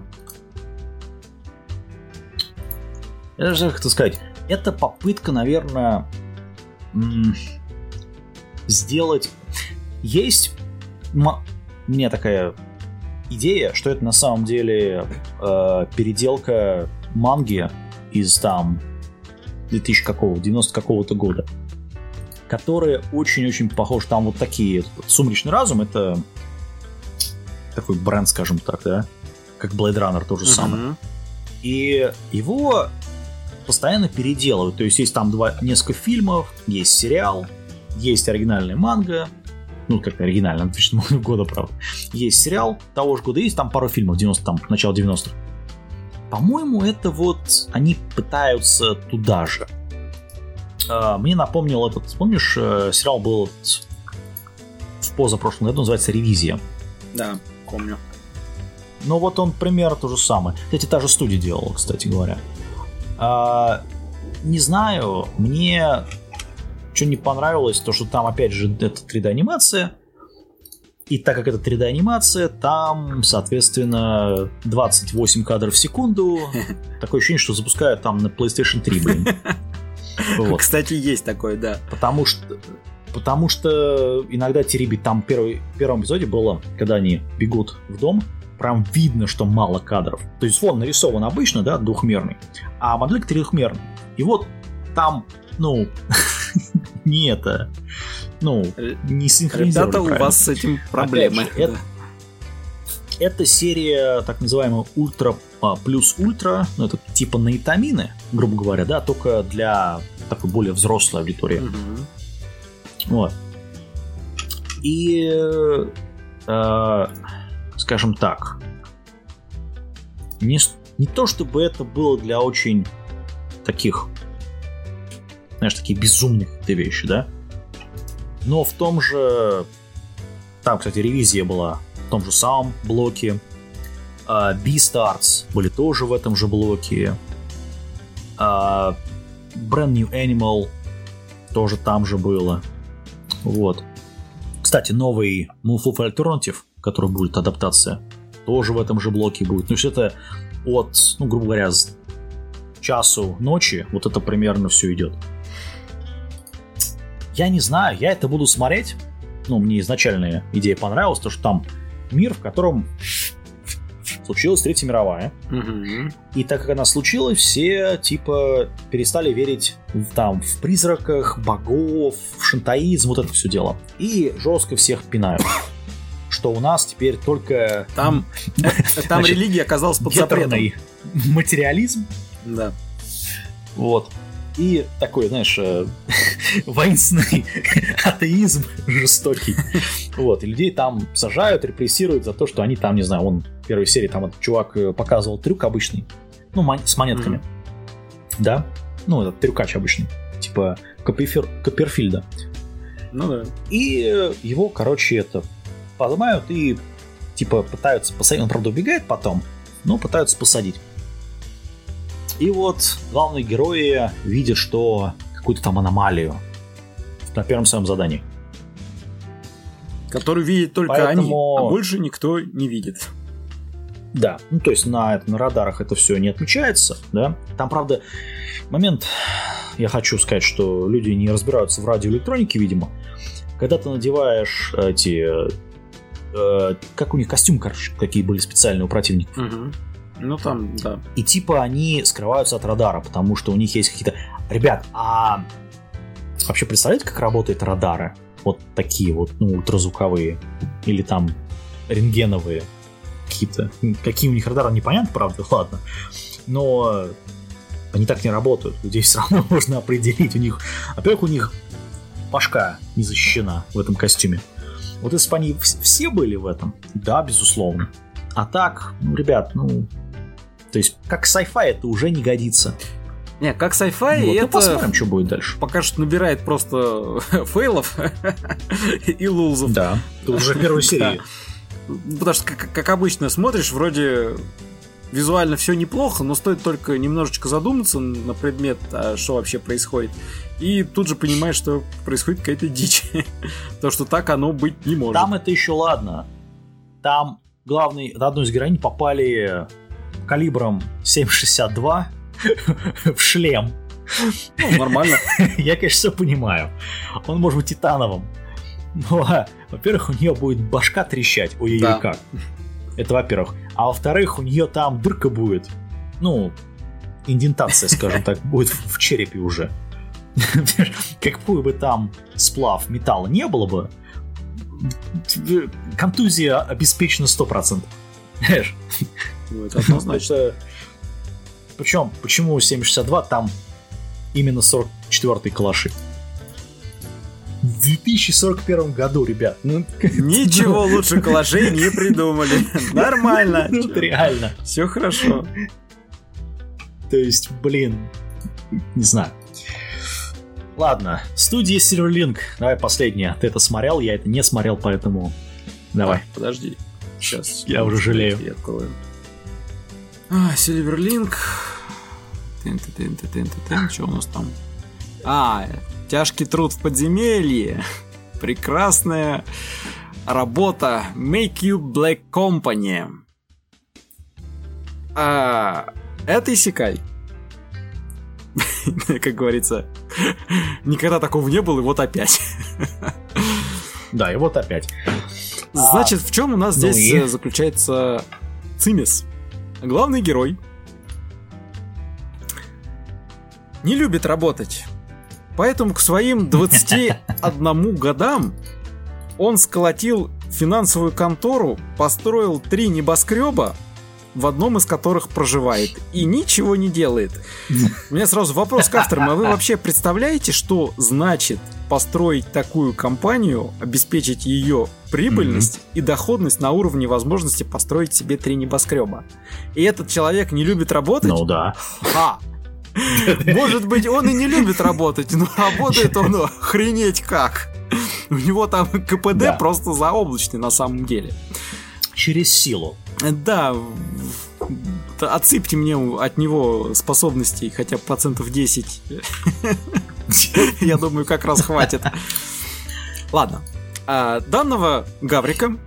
Я даже знаю, как это сказать. Это попытка, наверное, м- сделать... Есть... М- у меня такая... идея, что это на самом деле э, переделка манги из там две тысячи какого, девяносто какого-то года, которые очень-очень похожи. Там вот такие. Сумрачный разум — это такой бренд, скажем так, да, как Blade Runner, то же uh-huh. самое. И его постоянно переделывают. То есть есть там два, несколько фильмов, есть сериал, есть оригинальная манга. Ну, как оригинально, две тысячи седьмого года, правда. Есть сериал того же года, есть там пару фильмов девяностых, там, начало девяностых. По-моему, это вот они пытаются туда же. А, мне напомнил этот, помнишь, сериал был в позапрошлом году, называется «Ревизия». Да, помню. Ну, вот он примерно то же самое. Кстати, та же студия делала, кстати говоря. А, не знаю, мне... Что не понравилось, то что там, опять же, это три дэ-анимация. И так как это три дэ-анимация, там, соответственно, двадцать восемь кадров в секунду. Такое ощущение, что запускают там на PlayStation три, блин. Вот. Кстати, есть такое, да. Потому что, потому что иногда теребит. Там первый, в первом эпизоде было, когда они бегут в дом, прям видно, что мало кадров. То есть фон нарисован обычно, да, двухмерный, а моделька трехмерная. И вот там, ну... не это, ну, не синхронизировали. Ребята, у вас с этим проблемы. Же, это, это серия, так называемая ультра плюс ультра, ну, это типа наитамины, грубо говоря, да, только для такой более взрослой аудитории. Mm-hmm. Вот. И, э, скажем так, не, не то чтобы это было для очень таких, знаешь, такие безумные какие-то вещи, да? Но в том же... Там, кстати, ревизия была в том же самом блоке. Uh, Beastars были тоже в этом же блоке. Uh, Brand New Animal тоже там же было. Вот. Кстати, новый Moonful Alternative, который будет адаптация, тоже в этом же блоке будет. Ну, все это от, ну, грубо говоря, с часу ночи вот это примерно все идет. Я не знаю, я это буду смотреть. Ну, мне изначальная идея понравилась, то что там мир, в котором случилась Третья мировая. Mm-hmm. И так как она случилась, все типа перестали верить в, там, в призраках, богов, в шантаизм, вот это все дело. И жестко всех пинают. Что у нас теперь только... Там, там религия оказалась под запретом. Материализм. Да. Вот. И такой, знаешь, воинственный атеизм жестокий. Вот, и людей там сажают, репрессируют за то, что они там, не знаю, он в первой серии там этот чувак показывал трюк обычный, ну, мон- с монетками. Mm-hmm. Да? Ну, этот трюкач обычный. Типа Копперфир- Копперфильда. Ну да. И его, короче, это поднимают и типа пытаются посадить. Он, правда, убегает потом, но пытаются посадить. И вот главные герои видят, что какую-то там аномалию на первом своем задании. Которую видят только Поэтому... они, а больше никто не видит. Да, ну то есть на, на радарах это все не отмечается, да. Там, правда, момент, я хочу сказать, что люди не разбираются в радиоэлектронике, видимо. Когда ты надеваешь эти, э, как у них костюмы, короче, какие были специальные у противников. Угу. Ну там, да. И типа они скрываются от радара, потому что у них есть какие-то... Ребят, а вообще представляете, как работают радары? Вот такие вот, ну, ультразвуковые. Или там рентгеновые какие-то. Какие у них радары, непонятно, правда, ладно. Но они так не работают. Людей все равно можно определить. У них, во-первых, у них башка не защищена в этом костюме. Вот если бы они все были в этом, да, безусловно. А так, ну, ребят, ну... То есть, как sci-fi это уже не годится. Не, как sci-fi вот, это... Ну, посмотрим, что будет дальше. Пока что набирает просто фейлов и лузов. Да, это уже в первой серии. Потому что, как, как обычно, смотришь, вроде визуально все неплохо, но стоит только немножечко задуматься на предмет, а что вообще происходит. И тут же понимаешь, что происходит какая-то дичь. То, что так оно быть не может. Там это еще ладно. Там главный, на одну из героинь попали калибром семь шестьдесят два в шлем. Ну, нормально. Я, конечно, все понимаю. Он может быть титановым. Но, во-первых, у нее будет башка трещать. Ой-ой-ой, да. Как. Это во-первых. А во-вторых, у нее там дырка будет. Ну, индентация, скажем так, будет в черепе уже. Какой бы там сплав металла не было бы, контузия обеспечена сто процентов. Знаешь? Ну, это однозначно. Причем, почему семь шестьдесят два, там именно сорок четвёртый калаши? В две тысячи сорок первом году, ребят. Ну, ничего ну... лучше калашей не придумали. Нормально. Ну, реально. Все хорошо. То есть, блин, не знаю. Ладно, студия Silverlink. Давай последнее. Ты это смотрел, я это не смотрел, поэтому давай. А, подожди. Сейчас. Я уже жалею. Я открою. А, Silverlink. Тын-тын-тын-тын-тын. Что у нас там? А, тяжкий труд в подземелье. Прекрасная работа. Make You Black Company. А, это Исекай. Как говорится, никогда такого не было, и вот опять. Да, и вот опять. Значит, в чем у нас ну здесь и... заключается цимис? Главный герой не любит работать. Поэтому к своим двадцати одному годам он сколотил финансовую контору, построил три небоскреба, в одном из которых проживает, и ничего не делает. У меня сразу вопрос к авторам. А вы вообще представляете, что значит построить такую компанию, обеспечить ее прибыльность mm-hmm. и доходность на уровне возможности построить себе три небоскреба? И этот человек не любит работать? Ну да. А, может быть, он и не любит работать, но работает он охренеть как. У него там КПД да. просто заоблачный на самом деле. Через силу. Да, отсыпьте мне от него способностей хотя бы процентов десять. Я думаю, как раз хватит. Ладно. Данного Гаврика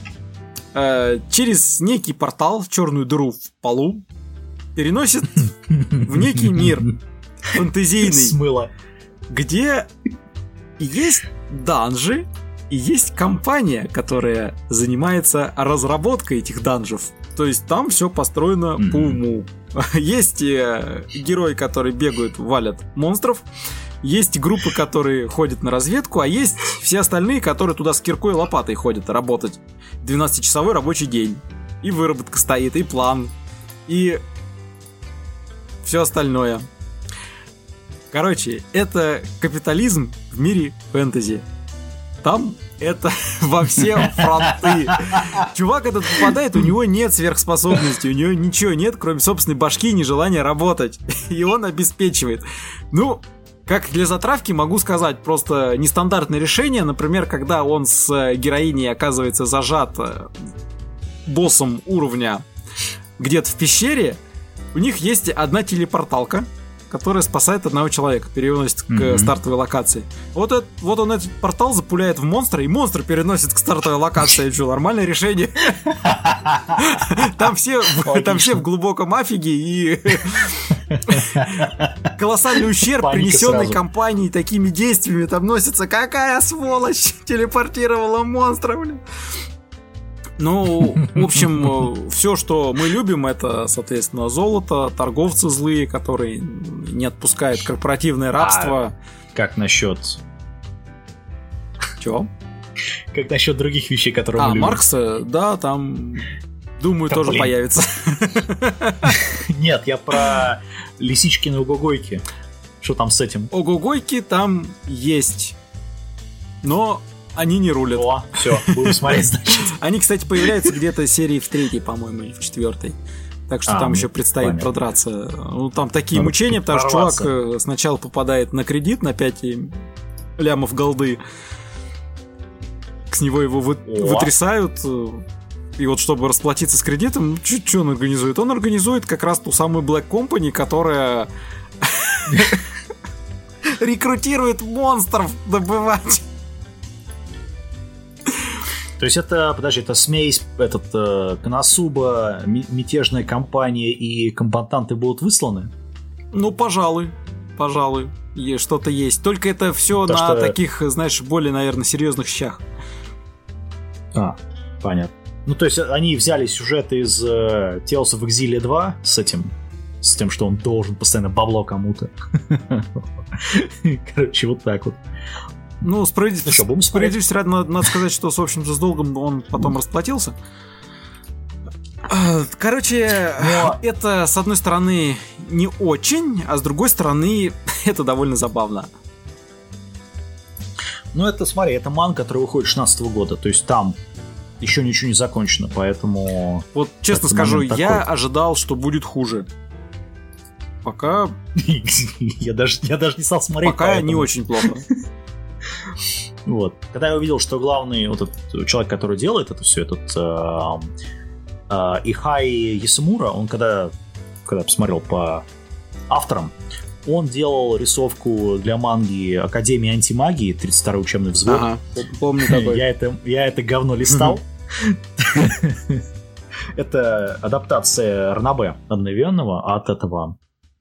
через некий портал, черную дыру в полу, переносит в некий мир фэнтезийный, смыло, где есть данжи, и есть компания, которая занимается разработкой этих данжев. То есть там все построено mm-hmm. по уму. Есть э, герои, которые бегают, валят монстров. Есть группы, которые ходят на разведку. А есть все остальные, которые туда с киркой и лопатой ходят работать. двенадцатичасовой рабочий день. И выработка стоит, и план. И все остальное. Короче, это капитализм в мире фэнтези. Там это во все фронты. Чувак этот попадает, у него нет сверхспособностей, у него ничего нет, кроме собственной башки и нежелания работать. И он обеспечивает. Ну, как для затравки могу сказать, просто нестандартное решение. Например, когда он с героиней оказывается зажат боссом уровня где-то в пещере, у них есть одна телепорталка, которая спасает одного человека, переносит к mm-hmm. стартовой локации. Вот, это, вот он этот портал запуляет в монстра, и монстр переносит к стартовой локации. Что, нормальное решение? Там все в глубоком афиге, и колоссальный ущерб, принесенный компанией такими действиями, там носится. Какая сволочь телепортировала монстра, блин. Ну, в общем, все, что мы любим, это, соответственно, золото, торговцы злые, которые не отпускают корпоративное рабство. А как насчет... Чего? Как насчет других вещей, которые а, мы любим? А, Маркса, да, там, думаю, да, тоже блин. Появится. Нет, я про лисичкины угогойки. Что там с этим? Угогойки там есть, но... Они не рулят. О, все, будем смотреть, значит. Они, кстати, появляются где-то серии в третьей, по-моему, или в четвертой. Так что а, там еще предстоит понятно. Продраться. Ну, там такие Надо мучения, потому что чувак сначала попадает на кредит на пять лямов голды. С него его вы... вытрясают. И вот чтобы расплатиться с кредитом, что он организует? Он организует как раз ту самую Black Company, которая рекрутирует монстров добывать. То есть это, подожди, это смесь, этот э, Коносуба, мятежная компания и комбатанты будут высланы? Ну, пожалуй, пожалуй, что-то есть. Только это все на что... таких, знаешь, более, наверное, серьезных щах. А, понятно. Ну, то есть они взяли сюжеты из э, Tales of Exile два с этим, с тем, что он должен постоянно бабло кому-то. Короче, вот так вот. Ну, справедливости ну, справедливости ради надо, надо сказать, что, в общем-то, с долгом он потом расплатился. Короче, но... это, с одной стороны, не очень, а с другой стороны, это довольно забавно. Ну, это, смотри, это манга, который выходит шестнадцатого года, то есть там еще ничего не закончено, поэтому... Вот, честно скажу, я такой. Ожидал, что будет хуже. Пока... я, даже, я даже не стал смотреть. Пока поэтому... не очень плохо. Вот. Когда я увидел, что главный вот этот человек, который делает это все, этот э, э, Ихай Ясумура, он когда, когда посмотрел по авторам, он делал рисовку для манги Академии антимагии, тридцать второй учебный взвод. Ага, помню такой. Я это, я это говно листал. Это адаптация Ранобэ одновременного от этого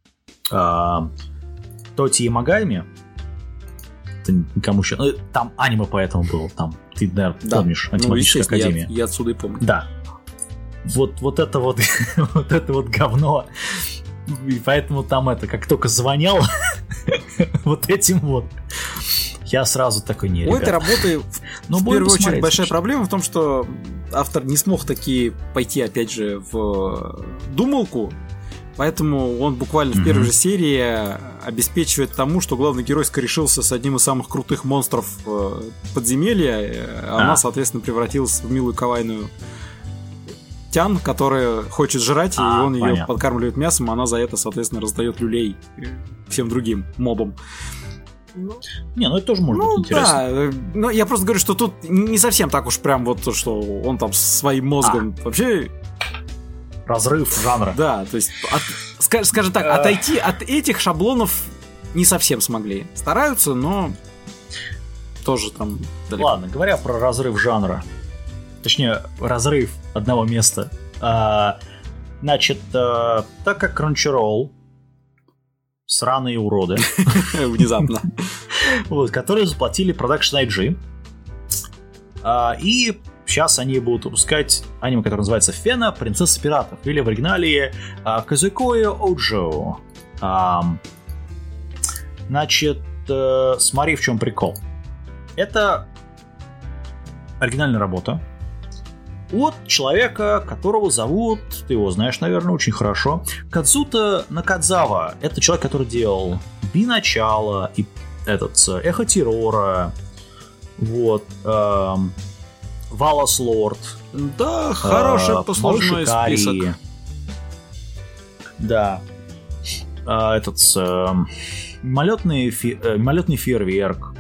Тоти Ямагами. Никому еще. Ну, там аниме поэтому было. Там, ты, наверное, да. помнишь, антимагическая ну, академия. Я, я отсюда и помню. Да. Вот, вот это вот вот это вот говно. И поэтому там это, как только звонил вот этим вот, я сразу такой, не, у этой работы ну, в первую очередь большая проблема в том, что автор не смог таки пойти, опять же, в думалку. Поэтому он буквально mm-hmm. в первой же серии обеспечивает тому, что главный герой скорешился с одним из самых крутых монстров подземелья. А она, соответственно, превратилась в милую кавайную Тян, которая хочет жрать, а, и он понятно. Ее подкармливает мясом, а она за это, соответственно, раздает люлей всем другим мобам. Не, ну это тоже может ну, быть интересно. Да, но я просто говорю, что тут не совсем так уж прям вот, что он там своим мозгом а. вообще... Разрыв жанра. Да, то есть, от, скажем так, отойти от этих шаблонов не совсем смогли. Стараются, но тоже там далеко. Ладно, говоря про разрыв жанра, точнее, разрыв одного места. А, значит, а, так как Crunchyroll сраные уроды. Внезапно. Вот, которые заплатили Production ай джи. А, и сейчас они будут выпускать аниме, которое называется Фена, Принцесса пиратов, или в оригинале uh, Казукоё Оджо. Um, значит, uh, смотри, в чем прикол. Это оригинальная работа. от человека, которого зовут, ты его знаешь, наверное, очень хорошо, Кадзута Накадзава. Это человек, который делал Би-начало и этот Эхо террора, вот, эм, Валас Лорд. Да, хороший э, послужной список. Да. Э, этот э, мимолетный, фе, э, мимолетный фейерверк.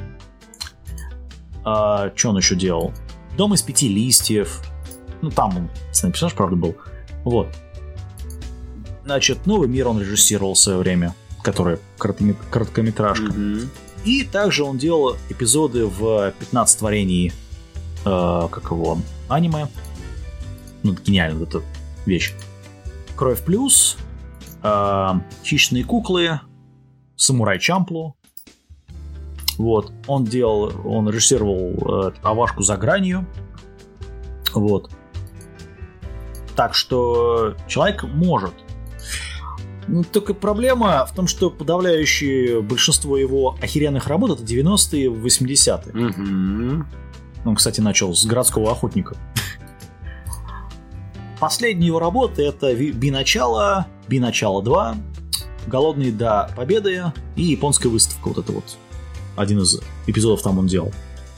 Э, что он еще делал? Дом из пяти листьев. Ну, там он, кстати, персонаж, правда, был. Вот. Значит, Новый мир он режиссировал в свое время, который короткометражка. Mm-hmm. И также он делал эпизоды в пятнадцать творений, э, как его, аниме. Ну, гениально, вот эта вещь. Кровь плюс, э, Хищные куклы, Самурай Чамплу. Вот. Он делал, он режиссировал э, Авашку за гранью. Вот. Так что человек может. Ну, только проблема в том, что подавляющее большинство его охеренных работ это девяностые, восьмидесятые. Mm-hmm. Он, кстати, начал с «Городского охотника». Последние его работы это Би-начало, Би-начало два, Голодные до победы и Японская выставка. Вот это вот один из эпизодов там он делал.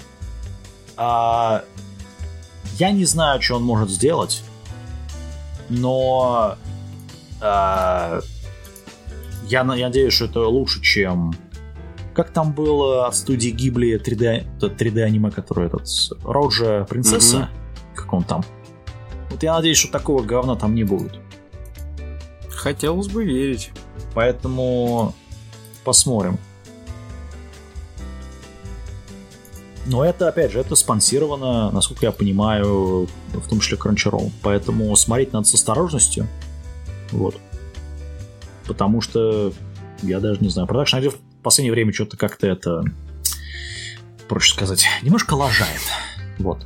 А... Я не знаю, что он может сделать, но а... я надеюсь, что это лучше, чем... Как там было от студии Гибли три дэ, три дэ аниме, который этот Роджа Принцесса, mm-hmm. как он там. Вот я надеюсь, что такого говна там не будет. Хотелось бы верить. Поэтому посмотрим. Но это, опять же, это спонсировано, насколько я понимаю, в том числе Crunchyroll. Поэтому смотреть надо с осторожностью. Вот. Потому что я даже не знаю. Продакшн в последнее время что-то как-то это, проще сказать, немножко лажает. Вот.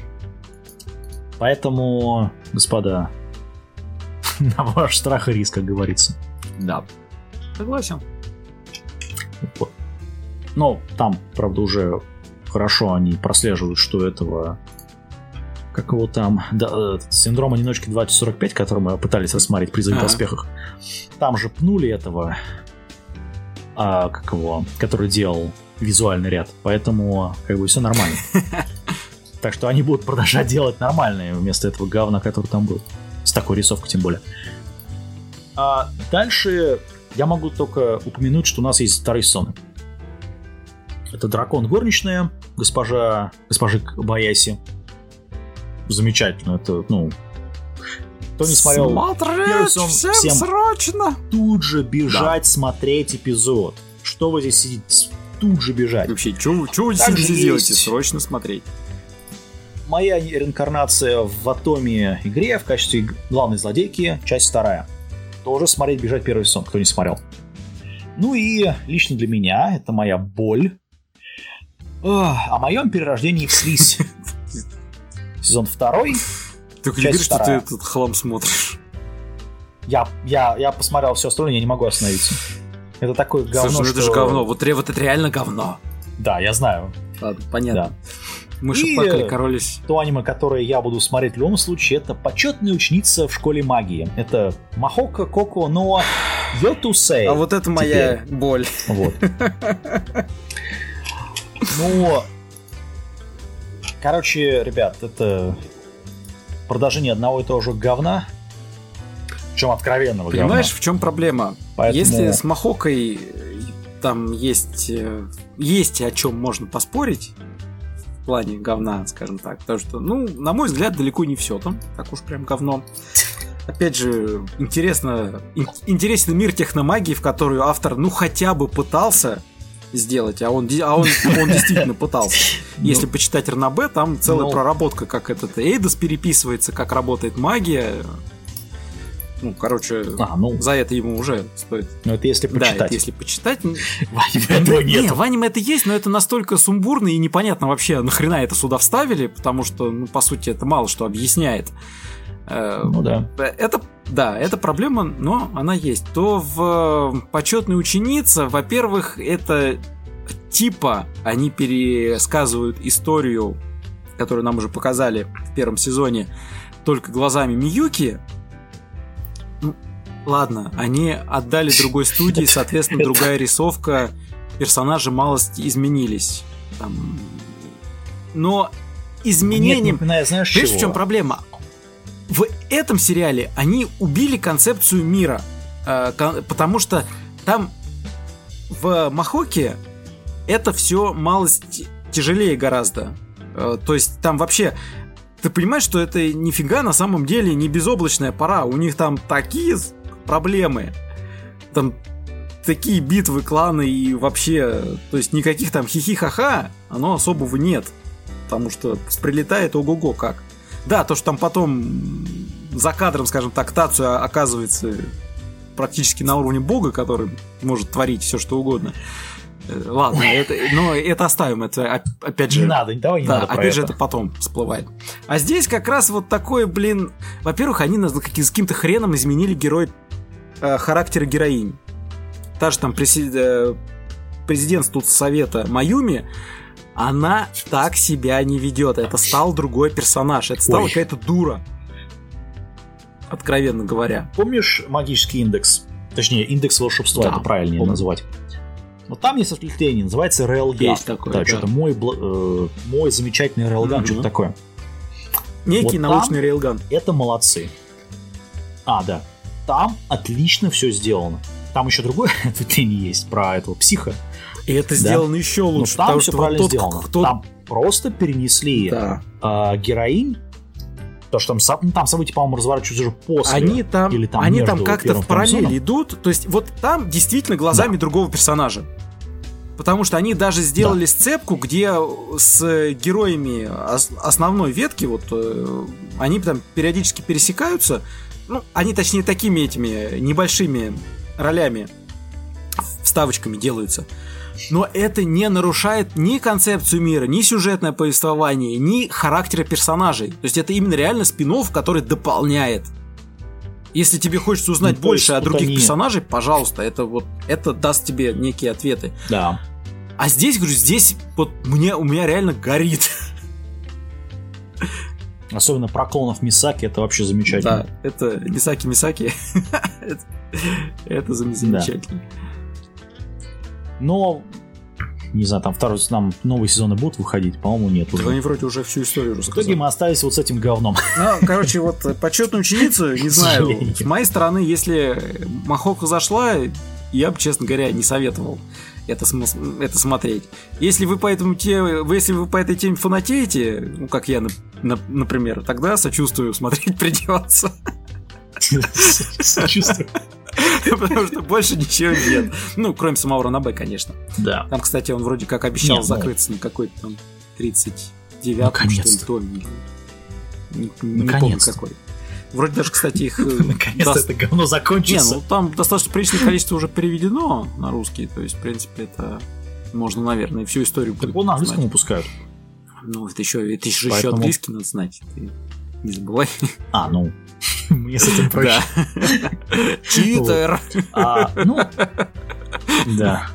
Поэтому, господа, на ваш страх и риск, как говорится. Да. Согласен. Вот. Но там, правда, уже хорошо они прослеживают, что этого... Как его там... Да, синдром одиночки двадцать сорок пять, который мы пытались рассмотреть при «Призрак в доспехах». Там же пнули этого... А, как его... Который делал визуальный ряд. Поэтому, как бы, все нормально. Так что они будут продолжать делать нормальные вместо этого говна, который там был. С такой рисовкой, тем более. А дальше я могу только упомянуть, что у нас есть вторые сезоны. Это «Дракон горничная», госпожа, госпожи Баяси. Замечательно. Это, ну... Кто не смотрел первый сезон, всем, всем срочно! Тут же бежать, да. Смотреть эпизод. Что вы здесь сидите? Тут же бежать. Вообще, что вы сидите делаете? Срочно смотреть. Моя реинкарнация в Атоме игре в качестве главной злодейки, часть вторая. Тоже смотреть, бежать первый сезон, кто не смотрел. Ну и лично для меня это моя боль. О моем перерождении в слизь. Сезон второй. Только не говори, что ты этот хлам смотришь. Я, я, я посмотрел все остальное, я не могу остановиться. Это такое говно, Слушай, ну что... это же говно. Вот, вот это реально говно. Да, я знаю. Ладно, понятно. Да. Мы шипакали, королись. То аниме, которое я буду смотреть в любом случае, это «Почетная ученица в школе магии». Это Махока Коко но Йотусей. А вот это моя теперь. Боль. Вот. Ну, короче, ребят, это продолжение одного и того же говна. Причем откровенного говна. Понимаешь, в чем проблема? Поэтому... Если с Махокой там есть, есть о чем можно поспорить, в плане говна, скажем так. Потому что, ну, на мой взгляд, далеко не все там. Так уж прям говно. Опять же, интересно, ин- интересен мир техномагии, в которую автор, ну, хотя бы пытался сделать, а он, а он, он действительно пытался. Если почитать Ранобэ, там целая проработка, как этот Эйдос переписывается, как работает магия. Ну, короче, а, ну, за это ему уже стоит. Ну, это если почитать. Да, это если почитать. В аниме этого нет. Не, в аниме это есть, но это настолько сумбурно и непонятно вообще, нахрена это сюда вставили, потому что, ну, по сути, это мало что объясняет. Ну да. Это, да, это проблема, но она есть. То в «Почетная ученица», во-первых, это типа они пересказывают историю которую нам уже показали в первом сезоне, только глазами Миюки, ну, ладно, они отдали другой студии, соответственно, другая рисовка, персонажи малость изменились. Там... Но изменением... Нет, знаешь, Видишь, в чем проблема? В этом сериале они убили концепцию мира, потому что там в Махоке это все малость тяжелее гораздо. То есть там вообще... Ты понимаешь, что это нифига на самом деле не безоблачная пора. У них там такие проблемы. Там такие битвы, кланы и вообще... То есть никаких там хихи-ха-ха, оно особого нет. Потому что прилетает ого-го как. Да, то, что там потом за кадром, скажем так, Тацуя оказывается практически на уровне бога, который может творить все, что угодно. Ладно, это, но это оставим, это опять же... Не надо, давай не да, надо опять про же, это. это потом всплывает. А здесь как раз вот такой, блин... Во-первых, они с каким-то хреном изменили герой э, характера героинь. Та же там президент, э, президент тут совета Маюми, она так себя не ведет. Это стал другой персонаж. Это стала Ой. какая-то дура. Откровенно говоря. Помнишь магический индекс? Точнее, индекс волшебства, Да, это правильнее помню. называть. Вот там есть отвлечение, называется Railgun. Есть такое, да, да. что-то мой, бл- э, мой замечательный Railgun, Мгм. что-то такое. Некий Вот научный рейлган. Это молодцы. А, да. Там отлично все сделано. Там еще другое ответвление есть про этого психа. И это Да. сделано еще Но лучше. там потому все что правильно вот тот, сделано. кто... Там просто перенесли Да. э, героинь. То, что там, со- ну, там события, по-моему, разворачиваются уже после. Они там, или там они между там как-то первым в и вторым параллели сезоном. идут. То есть вот там действительно глазами Да. другого персонажа. Потому что они даже сделали сцепку, где с героями ос- основной ветки, вот э, они там периодически пересекаются. Ну, они точнее такими этими небольшими ролями, вставочками делаются. Но это не нарушает ни концепцию мира, ни сюжетное повествование, ни характера персонажей. То есть это именно реально спин-офф, который дополняет. Если тебе хочется узнать Ну, то больше есть о других вот они- персонажей, пожалуйста, это вот это даст тебе некие ответы. Да. А здесь, говорю, здесь вот мне, у меня реально горит. Особенно про клонов Мисаки, это вообще замечательно. Да, это Мисаки Мисаки. Это- Это зам- замечательно. Но, не знаю, там второй, там новые сезоны будут выходить, по-моему, нет Да уже. они вроде уже всю историю В итоге рассказали. мы остались вот с этим говном. Ну, короче, вот почетную ученицу, не К знаю, сожалению. с моей стороны, если Махока зашла, я бы, честно говоря, не советовал это, см- это смотреть. Если вы по этому те, вы- если вы по этой теме фанатеете, ну, как я, на- на- например, тогда сочувствую, смотреть придется. Сочувствую. Потому что больше ничего нет. Ну, кроме самого Ранабе, конечно. Да. Там, кстати, он вроде как обещал Не, ну- закрыться на какой-то там тридцать девятом, что ли, Наконец-то. томе. Не, не помню Наконец-то. какой. Вроде даже, кстати, их... э, Наконец-то даст- это говно Не, закончится. ну там достаточно приличное количество уже переведено на русский, то есть, в принципе, это можно, наверное, всю историю Так будет он на английском знать. выпускают. Ну, это еще, это еще, Поэтому- английский надо знать, ты не забывай. А, ну, мне с этим проще. Читер! А, ну, да.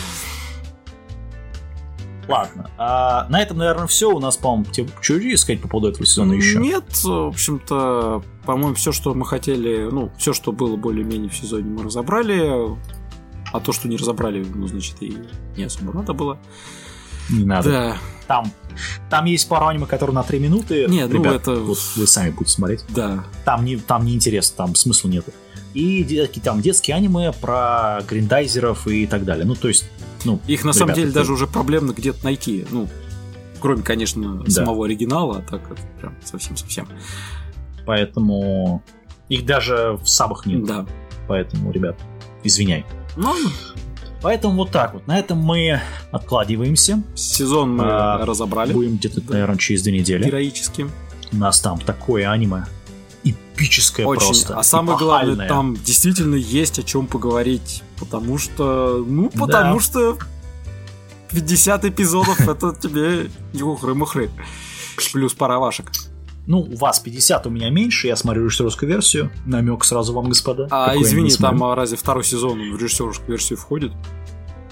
Ладно. А, на этом, наверное, все. У нас, по-моему, тебе что сказать по поводу этого сезона еще? Нет, в общем-то, по-моему, все, что мы хотели, ну, все, что было более-менее в сезоне, мы разобрали. А то, что не разобрали, ну, значит, и не особо надо было. Не надо. Да, Там, там есть пару аниме, которые на три минуты. Не, ну, Ребят, это- вот вы сами будете смотреть. да. Там не, там не интересно, там смысла нету. И де- там детские аниме про гриндайзеров и так далее. Ну, то есть, ну, Их на самом ребята, деле это- даже уже проблемно где-то найти. Ну, кроме, конечно, Да. самого оригинала, а так это прям совсем-совсем. Поэтому их даже в сабах нет. Да. Поэтому, ребят, извиняй. Ну, Поэтому вот так вот. На этом мы откладываемся. сезон мы А, разобрали Будем где-то, наверное, через две недели. героически. У нас там такое аниме. Эпическое Очень. просто. А самое главное, эпохальное. там действительно есть о чем поговорить. Потому что, ну, потому Да. что пятьдесят эпизодов это тебе не ухры-мухры. Плюс пара вашек. Ну, у вас пятьдесят, у меня меньше. Я смотрю режиссерскую версию. Намек сразу вам, господа. А Какой извини, аниме там смотрю. а, разве второй сезон в режиссерскую версию входит?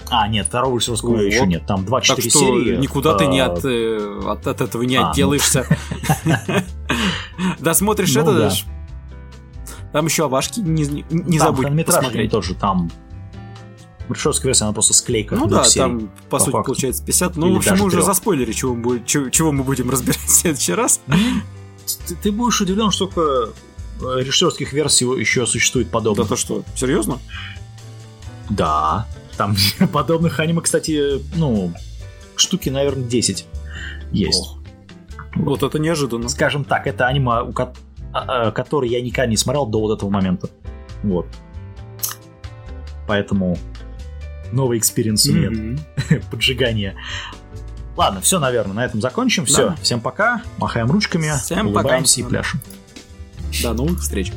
А, нет, второго режиссерского Вот. еще нет. Там Так двадцать четыре что серии. никуда ты не а, от, э, от, от этого не А, ну. отделаешься. Досмотришь Ну это, да. ж- там еще овашки не, не- не там забудь хронометраж посмотреть. тоже, там режиссерская версия, она просто склейка Ну двух да, серий. там, по, по сути, факту. получается пятьдесят. Ну, Или в общем, даже мы уже трех. заспойлерили, чего мы, будем, чего, чего мы будем разбирать в следующий раз. Ты, ты будешь удивлен, что сколько э, режиссерских версий еще существует Да подобных. то что, серьезно? Да. Там подобных аниме, кстати, ну, штуки, наверное, десять есть. Ох. Вот это неожиданно. Скажем так, это аниме, у ко- а- а, который я никогда не смотрел до вот этого момента. Вот. Поэтому новый экспириенс у меня. Мгм. Поджигание. Ладно, все, наверное, на этом закончим. Все, Да. всем пока. Махаем ручками, Всем пока. улыбаемся и пляшем. До новых встреч.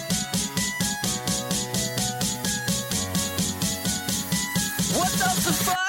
What does the fuck?